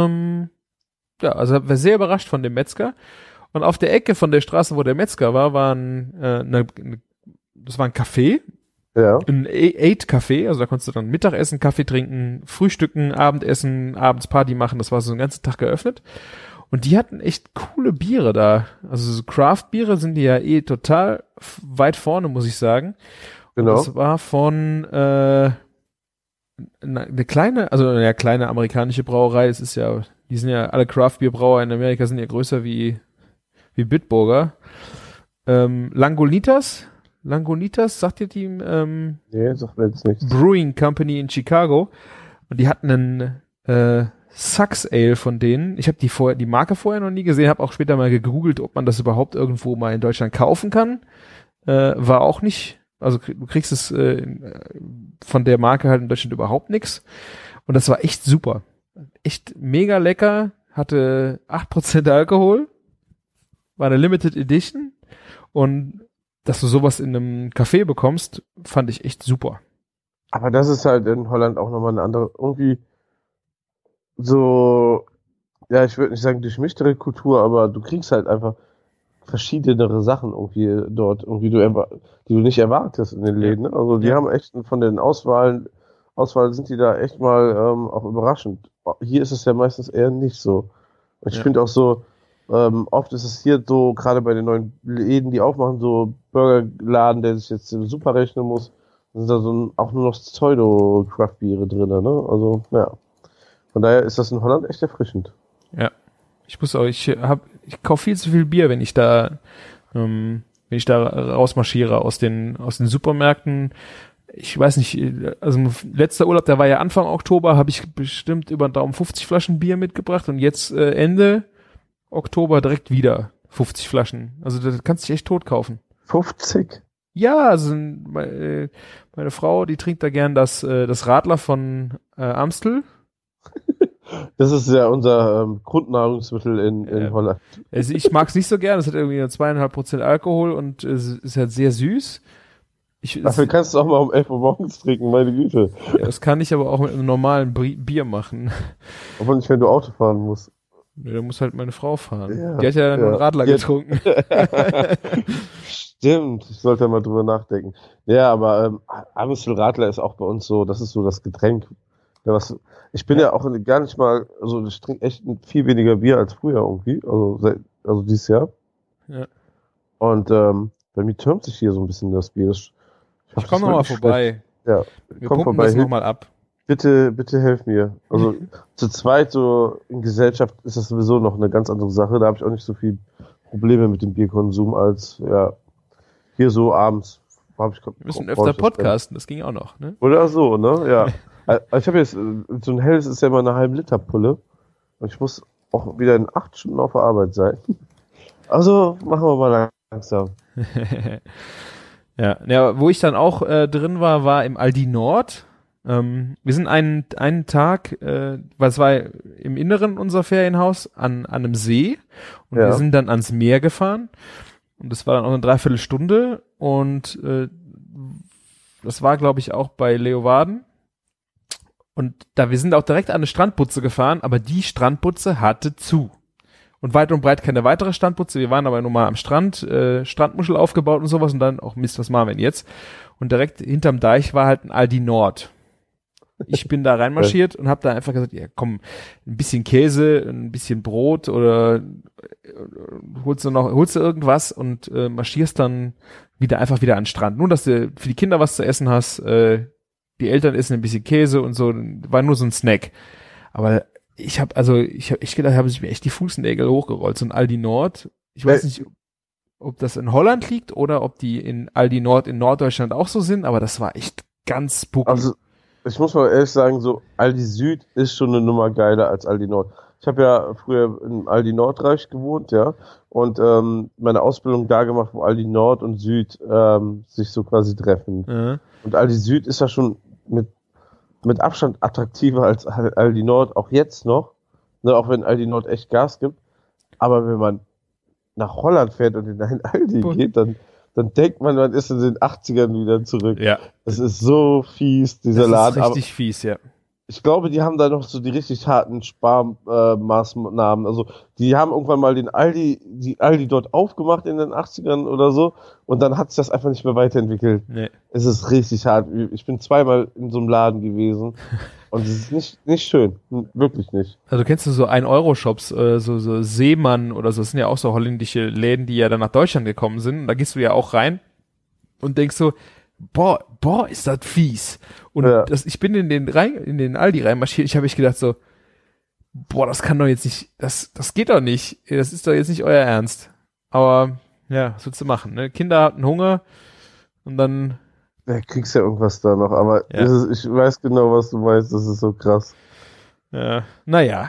also war sehr überrascht von dem Metzger. Und auf der Ecke von der Straße, wo der Metzger war, das war ein Café. Ja. Ein Eight-Café, also da konntest du dann Mittagessen, Kaffee trinken, frühstücken, Abendessen, abends Party machen. Das war so den ganzen Tag geöffnet. Und die hatten echt coole Biere da. Also so Craft-Biere sind die ja total weit vorne, muss ich sagen. Genau. Und das war von eine kleine amerikanische Brauerei. Die sind ja alle Craft-Bier-Brauer in Amerika sind ja größer wie Bitburger. Langolitas, sagt ihr die? Nee, sagt mir jetzt nichts. Brewing Company in Chicago. Und die hatten einen Sucks Ale von denen. Ich habe die Marke vorher noch nie gesehen, habe auch später mal gegoogelt, ob man das überhaupt irgendwo mal in Deutschland kaufen kann. War auch nicht, also du kriegst es von der Marke halt in Deutschland überhaupt nichts. Und das war echt super. Echt mega lecker, hatte 8% Alkohol, war eine Limited Edition und dass du sowas in einem Café bekommst, fand ich echt super. Aber das ist halt in Holland auch nochmal eine andere, irgendwie so, ja, ich würde nicht sagen durchmischtere Kultur, aber du kriegst halt einfach verschiedenere Sachen irgendwie dort, irgendwie die du nicht erwartest in den Läden. Ne? Also die haben echt von den Auswahl sind die da echt mal auch überraschend. Hier ist es ja meistens eher nicht so. Und ich finde auch so, oft ist es hier so, gerade bei den neuen Läden, die aufmachen, so Burgerladen, der sich jetzt super rechnen muss, sind da so auch nur noch Pseudo-Craft-Biere drin, ne? Also, ja. Von daher ist das in Holland echt erfrischend. Ja. Ich kaufe viel zu viel Bier, wenn ich da rausmarschiere aus den Supermärkten. Ich weiß nicht, also letzter Urlaub, der war ja Anfang Oktober, habe ich bestimmt über den Daumen 50 Flaschen Bier mitgebracht und jetzt Ende Oktober direkt wieder 50 Flaschen. Also das kannst du dich echt tot kaufen. 50? Ja, also meine Frau, die trinkt da gern das Radler von Amstel. Das ist ja unser Grundnahrungsmittel in Holland. Also ich mag es nicht so gern, es hat irgendwie nur 2,5% Alkohol und es ist halt sehr süß. Dafür kannst du auch mal um 11 Uhr morgens trinken, meine Güte. Ja, das kann ich aber auch mit einem normalen Bier machen. Aber nicht, wenn du Auto fahren musst. Ja, da muss halt meine Frau fahren. Ja, die hat ja nur einen Radler getrunken. Stimmt, ich sollte mal drüber nachdenken. Ja, aber Amstel Radler ist auch bei uns so, das ist so das Getränk. Ja, ich bin ja auch gar nicht mal, also ich trinke echt viel weniger Bier als früher irgendwie, also dieses Jahr. Ja. Und bei mir türmt sich hier so ein bisschen das Bier. Ich komme nochmal vorbei. Ja, Wir komm pumpen vorbei. das nochmal ab. Bitte helf mir. Also zu zweit so in Gesellschaft ist das sowieso noch eine ganz andere Sache. Da habe ich auch nicht so viel Probleme mit dem Bierkonsum als hier so abends. Wir müssen öfter podcasten, das ging auch noch, ne? Oder so, ne? Ja. Ich habe jetzt, so ein helles ist ja immer eine halbe Liter Pulle. Und ich muss auch wieder in 8 Stunden auf der Arbeit sein. Also machen wir mal langsam. Ja, wo ich dann auch drin war im Aldi Nord. Wir sind einen Tag, was war im Inneren unser Ferienhaus, an einem See. Und wir sind dann ans Meer gefahren. Und das war dann auch eine Dreiviertelstunde. Und das war, glaube ich, auch bei Leeuwarden. Und wir sind auch direkt an eine Strandbutze gefahren, aber die Strandbutze hatte zu. Und weit und breit keine weitere Strandbutze. Wir waren aber nur mal am Strand, Strandmuschel aufgebaut und sowas und dann auch Mist, was machen wir denn jetzt? Und direkt hinterm Deich war halt ein Aldi Nord. Ich bin da reinmarschiert und habe da einfach gesagt, ja komm, ein bisschen Käse, ein bisschen Brot oder holst du irgendwas und marschierst dann einfach wieder an den Strand. Nur, dass du für die Kinder was zu essen hast, die Eltern essen ein bisschen Käse und so, war nur so ein Snack. Aber ich habe gedacht, haben sich mir echt die Fußnägel hochgerollt. So ein Aldi Nord. Ich weiß nicht, ob das in Holland liegt oder ob die in Aldi Nord in Norddeutschland auch so sind, aber das war echt ganz spooky. Also, ich muss mal ehrlich sagen, so Aldi Süd ist schon eine Nummer geiler als Aldi Nord. Ich habe ja früher im Aldi Nordreich gewohnt, ja, und meine Ausbildung da gemacht, wo Aldi Nord und Süd sich so quasi treffen. Mhm. Und Aldi Süd ist ja schon mit Abstand attraktiver als Aldi Nord, auch jetzt noch, ne, auch wenn Aldi Nord echt Gas gibt. Aber wenn man nach Holland fährt und in einen Aldi geht, dann denkt man ist in den 80ern wieder zurück. Ja. Das ist so fies, dieser Laden. Das ist richtig fies, ja. Ich glaube, die haben da noch so die richtig harten Sparmaßnahmen. Also, die haben irgendwann mal die Aldi dort aufgemacht in den 80ern oder so. Und dann hat sich das einfach nicht mehr weiterentwickelt. Nee. Es ist richtig hart. Ich bin zweimal in so einem Laden gewesen. Und es ist nicht schön. Wirklich nicht. Also, kennst du so 1-Euro-Shops, so Seemann oder so? Das sind ja auch so holländische Läden, die ja dann nach Deutschland gekommen sind. Und da gehst du ja auch rein und denkst so, boah, ist das fies. Und ich bin in den Aldi reinmarschiert, ich habe gedacht so, boah, das kann doch jetzt nicht, das geht doch nicht, das ist doch jetzt nicht euer Ernst. Aber, ja, was willst du machen, ne? Kinder hatten Hunger und dann... Ja, kriegst ja irgendwas da noch, aber ich weiß genau, was du meinst, das ist so krass. Ja, naja.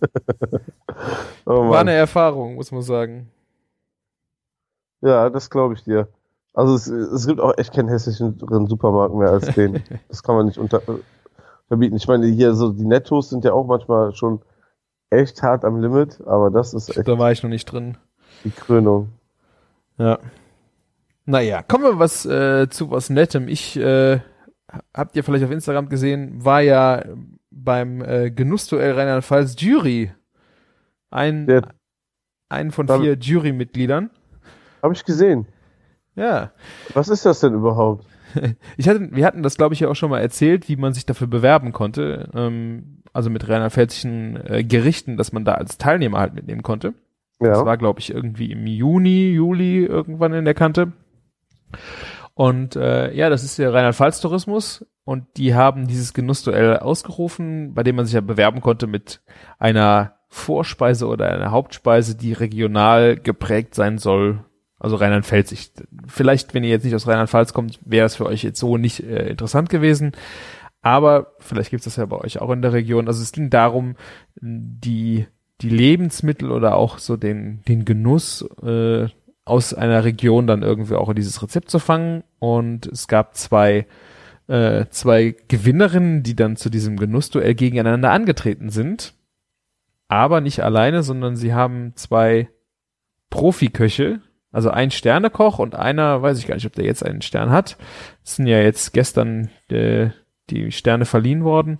War eine Erfahrung, muss man sagen. Ja, das glaube ich dir. Also es gibt auch echt keinen hässlicheren Supermarkt mehr als den. Das kann man nicht verbieten. Ich meine, hier so die Nettos sind ja auch manchmal schon echt hart am Limit, aber das ist echt... Da war ich noch nicht drin. Die Krönung. Ja. Naja, kommen wir zu was Nettem. Habt ihr vielleicht auf Instagram gesehen, war ja beim Genussduell Rheinland-Pfalz Jury. Einen von 4 Jurymitgliedern. Habe ich gesehen. Ja. Was ist das denn überhaupt? Wir hatten das, glaube ich, ja auch schon mal erzählt, wie man sich dafür bewerben konnte. Also mit rheinland-pfälzischen Gerichten, dass man da als Teilnehmer halt mitnehmen konnte. Ja. Das war, glaube ich, irgendwie im Juli irgendwann in der Kante. Und das ist der Rheinland-Pfalz-Tourismus. Und die haben dieses Genussduell ausgerufen, bei dem man sich ja bewerben konnte mit einer Vorspeise oder einer Hauptspeise, die regional geprägt sein soll. Also Rheinland-Pfälz. Vielleicht, wenn ihr jetzt nicht aus Rheinland-Pfalz kommt, wäre es für euch jetzt so nicht interessant gewesen. Aber vielleicht gibt es das ja bei euch auch in der Region. Also es ging darum, die Lebensmittel oder auch so den Genuss aus einer Region dann irgendwie auch in dieses Rezept zu fangen. Und es gab zwei Gewinnerinnen, die dann zu diesem Genussduell gegeneinander angetreten sind. Aber nicht alleine, sondern sie haben 2 Profiköche, also ein Sternekoch und einer, weiß ich gar nicht, ob der jetzt einen Stern hat. Es sind ja jetzt gestern die Sterne verliehen worden.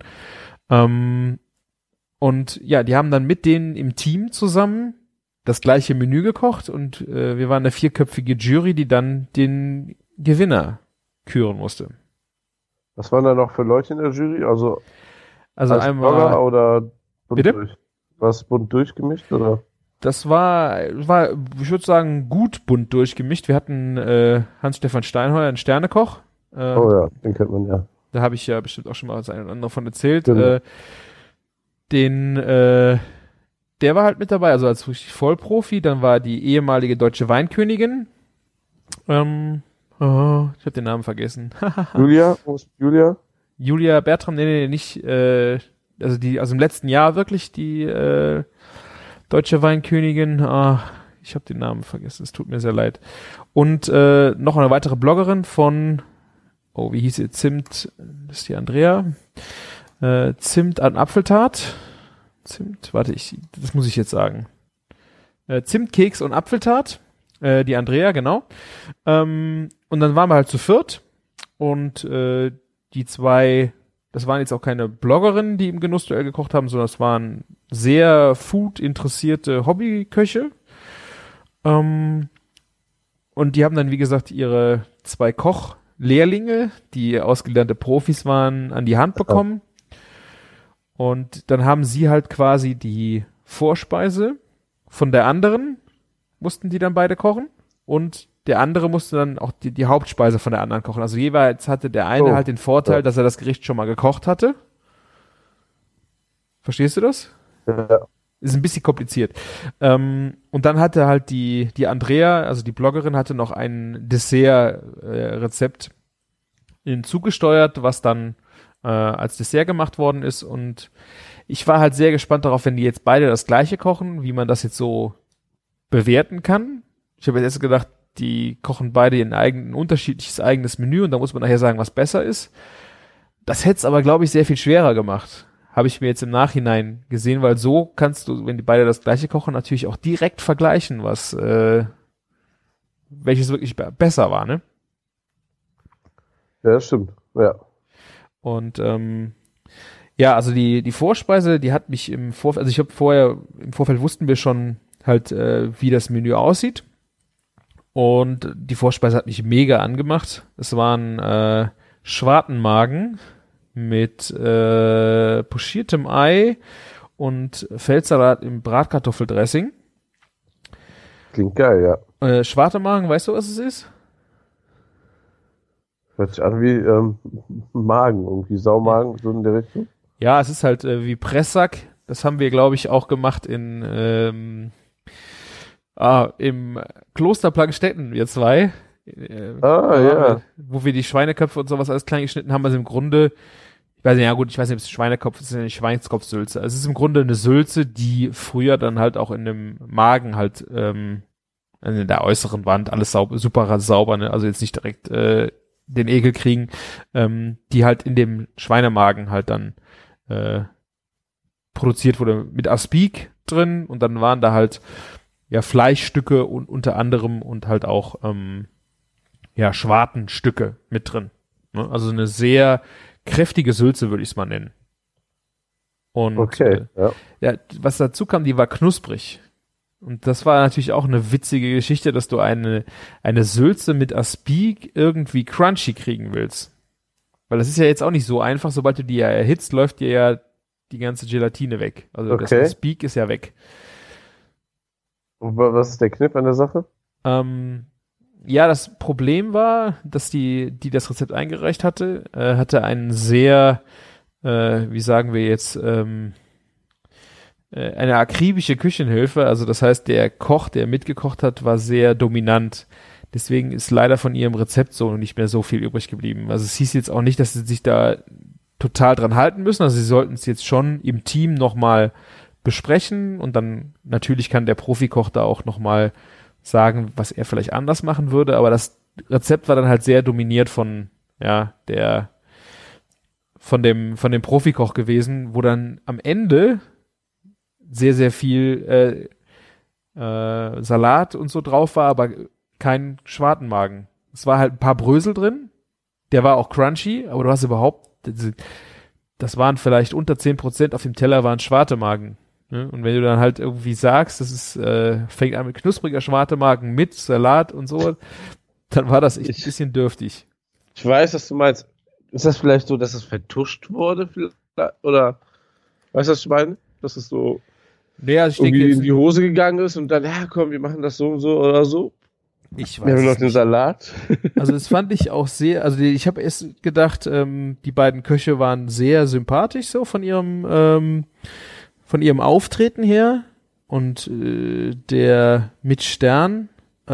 Und ja, die haben dann mit denen im Team zusammen das gleiche Menü gekocht und wir waren eine 4-köpfige Jury, die dann den Gewinner küren musste. Was waren da noch für Leute in der Jury? Also einmal... Burger oder bunt bitte? Durch? War es bunt durchgemischt oder? Das war, ich würde sagen, gut bunt durchgemischt. Wir hatten Hans-Stefan Steinheuer, einen Sternekoch, Oh ja, den kennt man ja. Da habe ich ja bestimmt auch schon mal das eine oder andere von erzählt. Genau. Der war halt mit dabei, also als richtig Vollprofi. Dann war die ehemalige deutsche Weinkönigin. Ich habe den Namen vergessen. Julia? Wo ist Julia? Julia Bertram, nee, nicht, also im letzten Jahr wirklich die deutsche Weinkönigin. Ich habe den Namen vergessen, es tut mir sehr leid. Und noch eine weitere Bloggerin von, wie hieß sie? Zimt, das ist die Andrea. Zimt an Apfeltart. Das muss ich jetzt sagen. Zimtkeks und Apfeltart. Die Andrea, genau. Und dann waren wir halt zu viert. Und die zwei, das waren jetzt auch keine Bloggerinnen, die im Genussduell gekocht haben, sondern es waren sehr food-interessierte Hobbyköche. Und die haben dann, wie gesagt, ihre 2 Kochlehrlinge, die ausgelernte Profis waren, an die Hand bekommen. Und dann haben sie halt quasi die Vorspeise von der anderen, mussten die dann beide kochen. Und der andere musste dann auch die Hauptspeise von der anderen kochen. Also jeweils hatte der eine halt den Vorteil, dass er das Gericht schon mal gekocht hatte. Verstehst du das? Ja. Ist ein bisschen kompliziert. Und dann hatte halt die Andrea, also die Bloggerin, hatte noch ein Dessert-Rezept hinzugesteuert, was dann als Dessert gemacht worden ist. Und ich war halt sehr gespannt darauf, wenn die jetzt beide das Gleiche kochen, wie man das jetzt so bewerten kann. Ich habe jetzt erst gedacht, die kochen beide ein unterschiedliches eigenes Menü und da muss man nachher sagen, was besser ist. Das hätte es aber, glaube ich, sehr viel schwerer gemacht. Habe ich mir jetzt im Nachhinein gesehen, weil so kannst du, wenn die beide das Gleiche kochen, natürlich auch direkt vergleichen, welches wirklich besser war, ne? Ja, das stimmt, ja. Und also die Vorspeise, die hat mich im Vorfeld, also im Vorfeld wussten wir schon halt, wie das Menü aussieht. Und die Vorspeise hat mich mega angemacht. Es waren Schwartenmagen mit pochiertem Ei und Feldsalat im Bratkartoffeldressing. Klingt geil, ja. Schwartenmagen, weißt du, was es ist? Hört sich an wie Magen, irgendwie Saumagen, so in der Richtung. Ja, es ist halt wie Pressack. Das haben wir, glaube ich, auch gemacht im Kloster Plagenstetten, wir zwei. Ja. Wo wir die Schweineköpfe und sowas alles klein geschnitten haben. Also im Grunde, ich weiß nicht, ob es Schweinekopf ist, eine Schweinskopfsülze. Also es ist im Grunde eine Sülze, die früher dann halt auch in dem Magen halt, in der äußeren Wand, alles super sauber, ne? Also jetzt nicht direkt den Ekel kriegen, die halt in dem Schweinemagen halt dann produziert wurde mit Aspik drin und dann waren da halt Fleischstücke und unter anderem und halt auch Schwartenstücke mit drin. Ne? Also eine sehr kräftige Sülze, würde ich es mal nennen. Und okay, was dazu kam, die war knusprig. Und das war natürlich auch eine witzige Geschichte, dass du eine Sülze mit Aspik irgendwie crunchy kriegen willst. Weil das ist ja jetzt auch nicht so einfach, sobald du die ja erhitzt, läuft dir ja die ganze Gelatine weg. Also das Aspik ist ja weg. Und was ist der Kniff an der Sache? Das Problem war, dass die das Rezept eingereicht hatte einen sehr, wie sagen wir jetzt, eine akribische Küchenhilfe. Also das heißt, der Koch, der mitgekocht hat, war sehr dominant. Deswegen ist leider von ihrem Rezept so nicht mehr so viel übrig geblieben. Also es hieß jetzt auch nicht, dass sie sich da total dran halten müssen. Also sie sollten es jetzt schon im Team nochmal besprechen und dann natürlich kann der Profikoch da auch nochmal sagen, was er vielleicht anders machen würde. Aber das Rezept war dann halt sehr dominiert von dem Profikoch gewesen, wo dann am Ende sehr, sehr viel Salat und so drauf war, aber kein Schwartenmagen. Es war halt ein paar Brösel drin, der war auch crunchy, aber du hast überhaupt, das waren vielleicht unter 10% auf dem Teller waren Schwartemagen. Ne? Und wenn du dann halt irgendwie sagst, das ist, fängt an mit knuspriger Schwartemagen mit Salat und so, dann war das echt ein bisschen dürftig. Ich weiß, was du meinst. Ist das vielleicht so, dass es vertuscht wurde? Oder, weißt du, was ich meine? Dass es so naja, ich irgendwie denke in die Hose gegangen ist und dann, ja komm, wir machen das so und so oder so? Ich Wir haben noch weiß den nicht. Salat. Also das fand ich auch sehr, also ich habe erst gedacht, die beiden Köche waren sehr sympathisch so von ihrem Auftreten her und der mit Stern,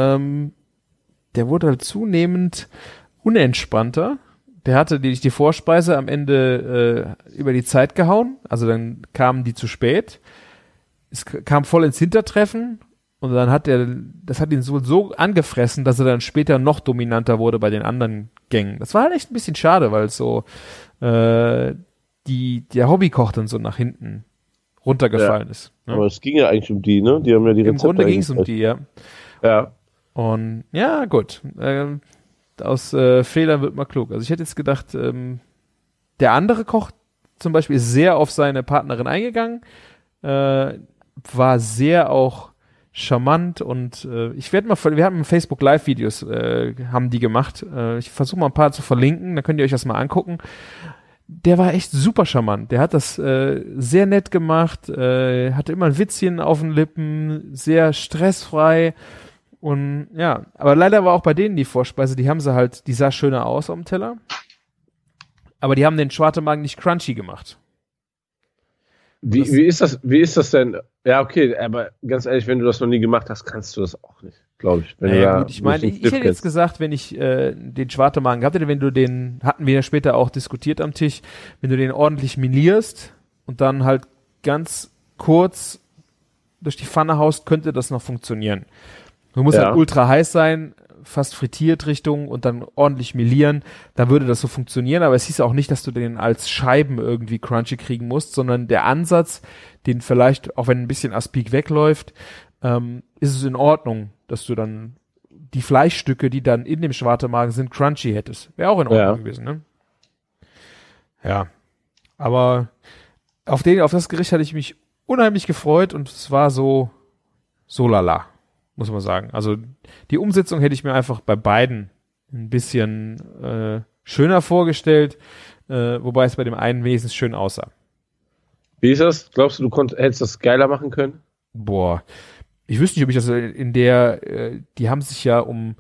der wurde halt zunehmend unentspannter. Der hatte die Vorspeise am Ende über die Zeit gehauen, also dann kamen die zu spät. Es kam voll ins Hintertreffen und dann das hat ihn so angefressen, dass er dann später noch dominanter wurde bei den anderen Gängen. Das war halt echt ein bisschen schade, weil es so der Hobbykoch dann so nach hinten runtergefallen ist. Ne? Aber es ging ja eigentlich um die, ne? Die haben ja die Im Rezepte Grunde ging es um eigentlich- die, ja. Ja. Und ja, gut. Aus Fehlern wird man klug. Also ich hätte jetzt gedacht, der andere Koch zum Beispiel ist sehr auf seine Partnerin eingegangen, war sehr auch charmant und wir haben Facebook Live-Videos, haben die gemacht. Ich versuche mal ein paar zu verlinken, dann könnt ihr euch das mal angucken. Der war echt super charmant. Der hat das sehr nett gemacht, hatte immer ein Witzchen auf den Lippen, sehr stressfrei. Und ja, aber leider war auch bei denen die Vorspeise, die sah schöner aus auf dem Teller. Aber die haben den Schwartemagen nicht crunchy gemacht. Wie ist das denn? Ja, okay, aber ganz ehrlich, wenn du das noch nie gemacht hast, kannst du das auch nicht, glaube ich. Wenn du Naja, da gut, ich meine, nicht ich Stift hätte jetzt kennst. gesagt, wenn ich den Schwartemagen gehabt hätte, hatten wir ja später auch diskutiert am Tisch, wenn du den ordentlich milierst und dann halt ganz kurz durch die Pfanne haust, könnte das noch funktionieren. Du musst Ja. halt ultra heiß sein, fast frittiert Richtung und dann ordentlich melieren, dann würde das so funktionieren, aber es hieß auch nicht, dass du den als Scheiben irgendwie crunchy kriegen musst, sondern der Ansatz, den vielleicht, auch wenn ein bisschen Aspik wegläuft, ist es in Ordnung, dass du dann die Fleischstücke, die dann in dem Schwartemagen sind, crunchy hättest. Wäre auch in Ordnung gewesen, ne? Ja. Aber auf das Gericht hatte ich mich unheimlich gefreut und es war so lala, muss man sagen. Also die Umsetzung hätte ich mir einfach bei beiden ein bisschen schöner vorgestellt, wobei es bei dem einen wenigstens schön aussah. Wie ist das? Glaubst du, hättest das geiler machen können? Boah, ich wüsste nicht, ob ich das die haben sich ja um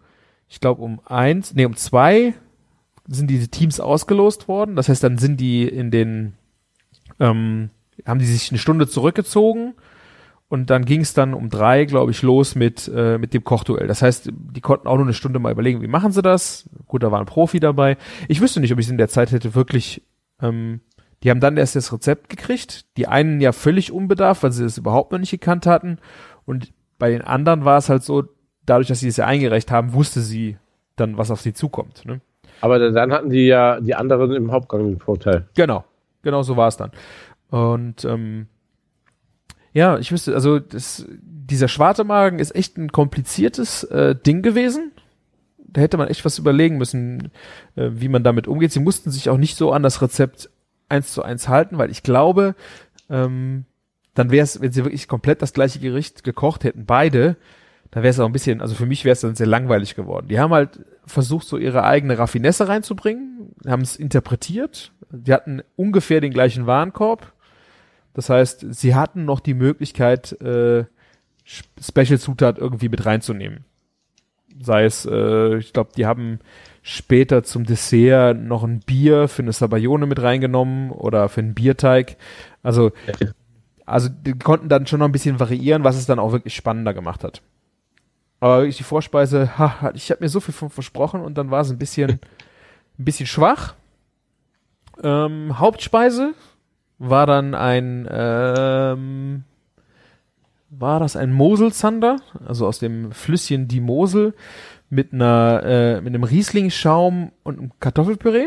2 sind diese Teams ausgelost worden. Das heißt, dann sind die haben die sich eine Stunde zurückgezogen und dann ging es dann um 3, glaube ich, los mit dem Kochduell. Das heißt, die konnten auch nur eine Stunde mal überlegen, wie machen sie das? Gut, da war ein Profi dabei. Ich wüsste nicht, ob ich es in der Zeit hätte wirklich, die haben dann erst das Rezept gekriegt. Die einen ja völlig unbedarft, weil sie das überhaupt noch nicht gekannt hatten. Und bei den anderen war es halt so, dadurch, dass sie es ja eingereicht haben, wusste sie dann, was auf sie zukommt. Ne? Aber dann hatten die ja die anderen im Hauptgang den Vorteil. Genau so war es dann. Und ja, ich wüsste, also dieser Schwartemagen ist echt ein kompliziertes Ding gewesen. Da hätte man echt was überlegen müssen, wie man damit umgeht. Sie mussten sich auch nicht so an das Rezept 1:1 halten, weil ich glaube, dann wäre es, wenn sie wirklich komplett das gleiche Gericht gekocht hätten, beide, dann wäre es auch ein bisschen, also für mich wäre es dann sehr langweilig geworden. Die haben halt versucht, so ihre eigene Raffinesse reinzubringen, haben es interpretiert. Die hatten ungefähr den gleichen Warenkorb. Das heißt, sie hatten noch die Möglichkeit, Special-Zutat irgendwie mit reinzunehmen. Sei es, ich glaube, die haben später zum Dessert noch ein Bier für eine Sabayone mit reingenommen oder für einen Bierteig. Also die konnten dann schon noch ein bisschen variieren, was es dann auch wirklich spannender gemacht hat. Aber wirklich die Vorspeise, ich habe mir so viel von versprochen und dann war es ein bisschen schwach. Hauptspeise war dann ein Moselzander, also aus dem Flüsschen die Mosel mit einem Rieslingschaum und einem Kartoffelpüree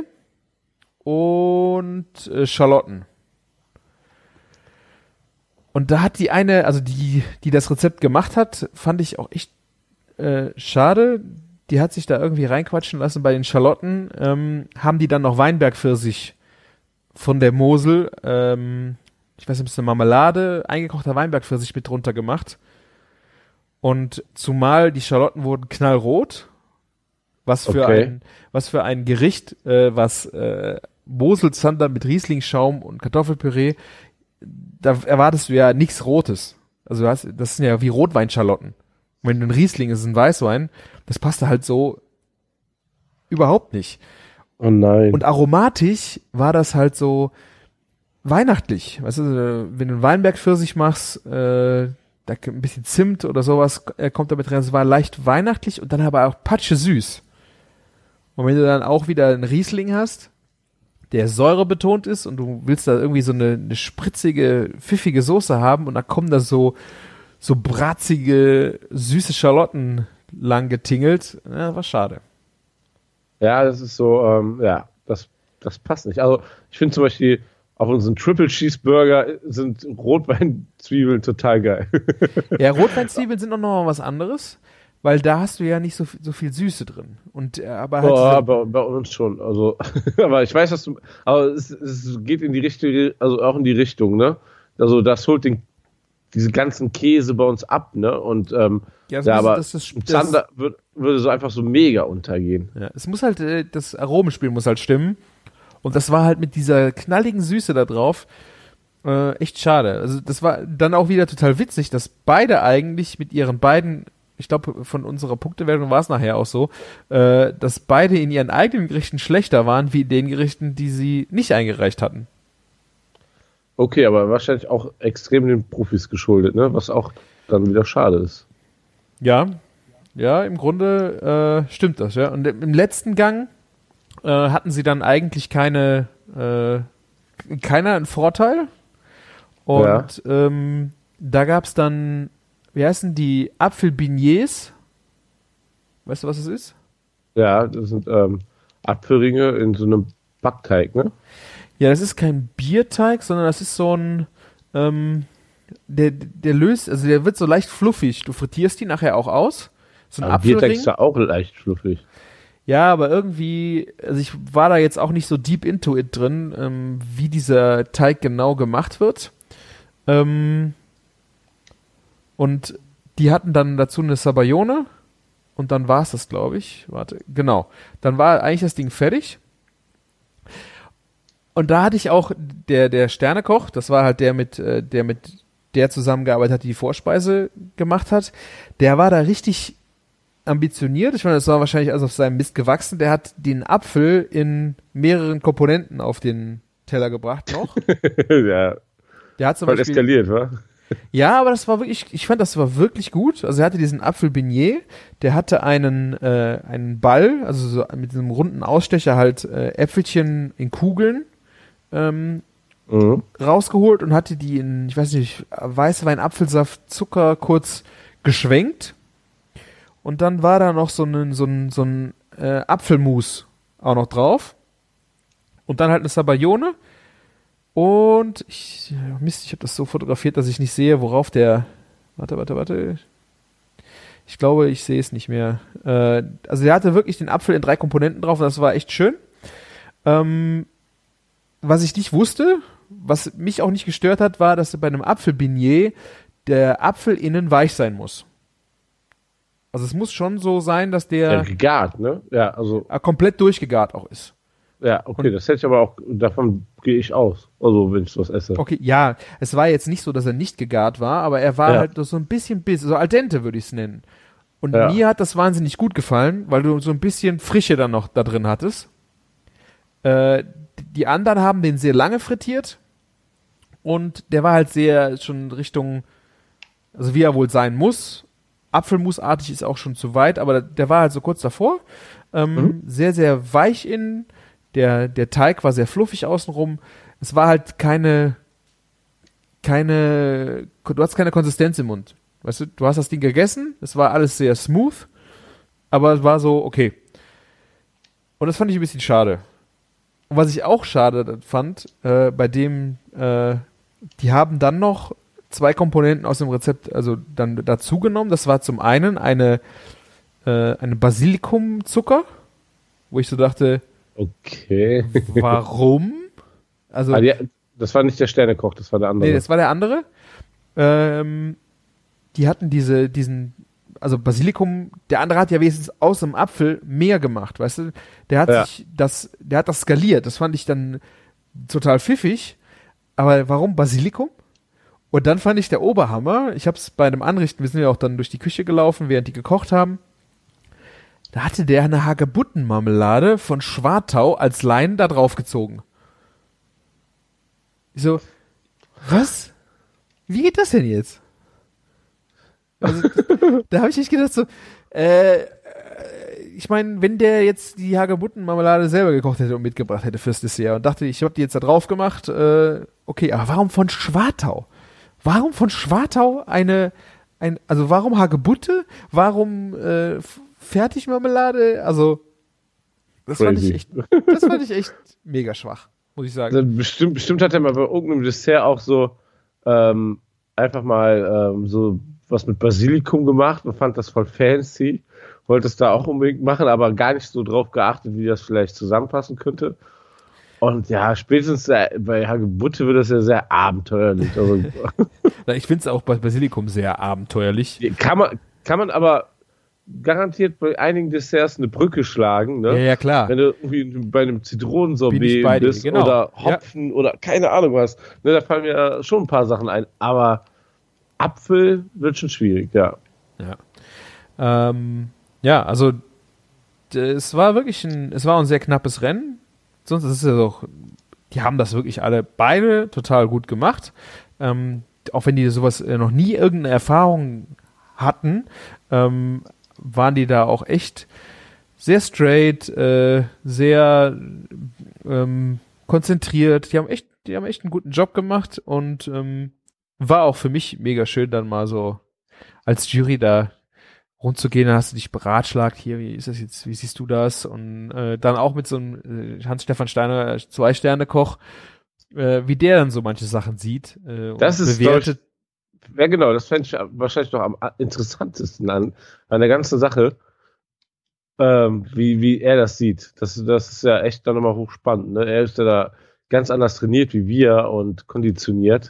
und Schalotten. Und da hat die eine, also die das Rezept gemacht hat, fand ich auch echt schade. Die hat sich da irgendwie reinquatschen lassen bei den Schalotten. Haben die dann noch Weinbergpfirsich von der Mosel, ich weiß nicht, ein bisschen Marmelade, eingekochter Weinbergpfirsich mit drunter gemacht. Und zumal die Schalotten wurden knallrot, was für ein Gericht, was Moselzander mit Rieslingschaum und Kartoffelpüree, da erwartest du ja nichts Rotes. Also das sind ja wie Rotweinschalotten. Und wenn du ein Riesling ist, ein Weißwein, das passt da halt so überhaupt nicht. Oh nein. Und aromatisch war das halt so weihnachtlich. Weißt du, wenn du einen Weinberg-Pfirsich machst, da ein bisschen Zimt oder sowas kommt damit rein. Es war leicht weihnachtlich und dann aber auch patsche süß. Und wenn du dann auch wieder einen Riesling hast, der säurebetont ist und du willst da irgendwie so eine spritzige, pfiffige Soße haben und da kommen da so bratzige, süße Schalotten lang getingelt. Ja, war schade. Ja, das ist so, das passt nicht. Also ich finde zum Beispiel auf unseren Triple Cheeseburger sind Rotweinzwiebeln total geil. Ja, Rotweinzwiebeln sind auch noch mal was anderes, weil da hast du ja nicht so viel Süße drin. Und aber halt bei uns schon. Also, aber ich weiß, aber es geht in die Richtung, also auch in die Richtung, ne? Also das holt diese ganzen Käse bei uns ab, ne? Und aber Zander würde so einfach so mega untergehen. Ja, es muss halt, das Aromenspiel muss halt stimmen. Und das war halt mit dieser knalligen Süße da drauf echt schade. Also das war dann auch wieder total witzig, dass beide eigentlich mit ihren beiden, ich glaube von unserer Punktewertung war es nachher auch so, dass beide in ihren eigenen Gerichten schlechter waren wie in den Gerichten, die sie nicht eingereicht hatten. Okay, aber wahrscheinlich auch extrem den Profis geschuldet, ne? Was auch dann wieder schade ist. Ja, im Grunde stimmt das, ja. Und im letzten Gang hatten sie dann eigentlich keiner einen Vorteil. Und da gab es dann, wie heißen die, Apfelbeignets. Weißt du, was es ist? Ja, das sind Apfelringe in so einem Backteig, ne? Ja, das ist kein Bierteig, sondern das ist so ein, der wird so leicht fluffig. Du frittierst die nachher auch aus. So ein Apfelring. Bierteig ist ja auch leicht fluffig. Ja, aber irgendwie, also ich war da jetzt auch nicht so deep into it drin, wie dieser Teig genau gemacht wird. Und die hatten dann dazu eine Sabayone und dann war es das, glaube ich. Warte, genau. Dann war eigentlich das Ding fertig. Und da hatte ich auch der Sternekoch, das war halt der mit der zusammengearbeitet hat, die Vorspeise gemacht hat. Der war da richtig ambitioniert. Ich meine, das war wahrscheinlich also auf seinem Mist gewachsen. Der hat den Apfel in mehreren Komponenten auf den Teller gebracht noch. Ja. Der hat zum voll Beispiel, eskaliert, wa? ja, aber das war wirklich, ich fand, das war wirklich gut. Also er hatte diesen Apfelbeignet, der hatte einen Ball, also so mit diesem runden Ausstecher halt Äpfelchen in Kugeln rausgeholt und hatte die in, ich weiß nicht, Weißwein, Apfelsaft, Zucker kurz geschwenkt. Und dann war da noch so ein Apfelmus auch noch drauf. Und dann halt eine Sabayone. Und ich habe das so fotografiert, dass ich nicht sehe, worauf der. Warte. Ich glaube, ich sehe es nicht mehr. Also der hatte wirklich den Apfel in 3 Komponenten drauf und das war echt schön. Was ich nicht wusste, was mich auch nicht gestört hat, war, dass bei einem Apfelbeignet der Apfel innen weich sein muss. Also es muss schon so sein, dass der gegart, ne? Ja, also komplett durchgegart auch ist. ja, okay, das hätte ich aber auch, davon gehe ich aus. Also wenn ich was esse. Okay, ja, es war jetzt nicht so, dass er nicht gegart war, aber er war halt so ein bisschen so al dente würde ich es nennen. Und mir hat das wahnsinnig gut gefallen, weil du so ein bisschen Frische dann noch da drin hattest. Die anderen haben den sehr lange frittiert und der war halt sehr schon Richtung, also wie er wohl sein muss. Apfelmusartig ist auch schon zu weit, aber der war halt so kurz davor. Sehr, sehr weich innen. Der Teig war sehr fluffig außenrum. Es war halt du hast keine Konsistenz im Mund. Weißt du hast das Ding gegessen, es war alles sehr smooth, aber es war so, okay. Und das fand ich ein bisschen schade. Und was ich auch schade fand, bei dem, die haben dann noch 2 Komponenten aus dem Rezept, also dann dazu genommen. Das war zum einen eine Basilikumzucker, wo ich so dachte, okay. Warum? Also das war nicht der Sternekoch, das war der andere. Nee, das war der andere. Die hatten also Basilikum, der andere hat ja wenigstens aus dem Apfel mehr gemacht, weißt du? Der hat das skaliert, das fand ich dann total pfiffig. Aber warum Basilikum? Und dann fand ich der Oberhammer, ich habe es bei einem Anrichten, wir sind ja auch dann durch die Küche gelaufen, während die gekocht haben, da hatte der eine Hagebuttenmarmelade von Schwartau als Leinen da drauf gezogen. Ich so, was? Wie geht das denn jetzt? Also, da habe ich echt gedacht so, ich meine, wenn der jetzt die Hagebuttenmarmelade selber gekocht hätte und mitgebracht hätte fürs Dessert und dachte, ich habe die jetzt da drauf gemacht, okay, aber warum von Schwartau? Warum von Schwartau also warum Hagebutte? Warum Fertigmarmelade? Also das fand ich echt mega schwach, muss ich sagen. Also bestimmt hat er mal bei irgendeinem Dessert auch so einfach mal so was mit Basilikum gemacht und fand das voll fancy. Wollte es da auch unbedingt machen, aber gar nicht so drauf geachtet, wie das vielleicht zusammenpassen könnte. Und ja, spätestens bei Hagebutte wird das ja sehr abenteuerlich. Also, ich finde es auch bei Basilikum sehr abenteuerlich. Kann man aber garantiert bei einigen Desserts eine Brücke schlagen, ne? Ja, klar. Wenn du irgendwie bei einem Zitronensorbet bist genau. Oder Hopfen oder keine Ahnung was, ne, da fallen mir schon ein paar Sachen ein, aber Apfel wird schon schwierig, ja. Ja, also es war ein sehr knappes Rennen. Sonst ist es ja doch, die haben das wirklich beide total gut gemacht. Auch wenn die sowas noch nie irgendeine Erfahrung hatten, waren die da auch echt sehr straight, sehr konzentriert. Die haben echt einen guten Job gemacht und war auch für mich mega schön, dann mal so als Jury da rund zu gehen. Dann hast du dich beratschlagt, hier, wie ist das jetzt, wie siehst du das? Und dann auch mit so einem Hans-Stefan Steiner 2-Sterne-Koch, wie der dann so manche Sachen sieht das und ist bewertet. Ja, genau, das fände ich wahrscheinlich noch am interessantesten an der ganzen Sache, wie er das sieht. Das ist ja echt dann nochmal hochspannend. Ne? Er ist ja da ganz anders trainiert wie wir und konditioniert.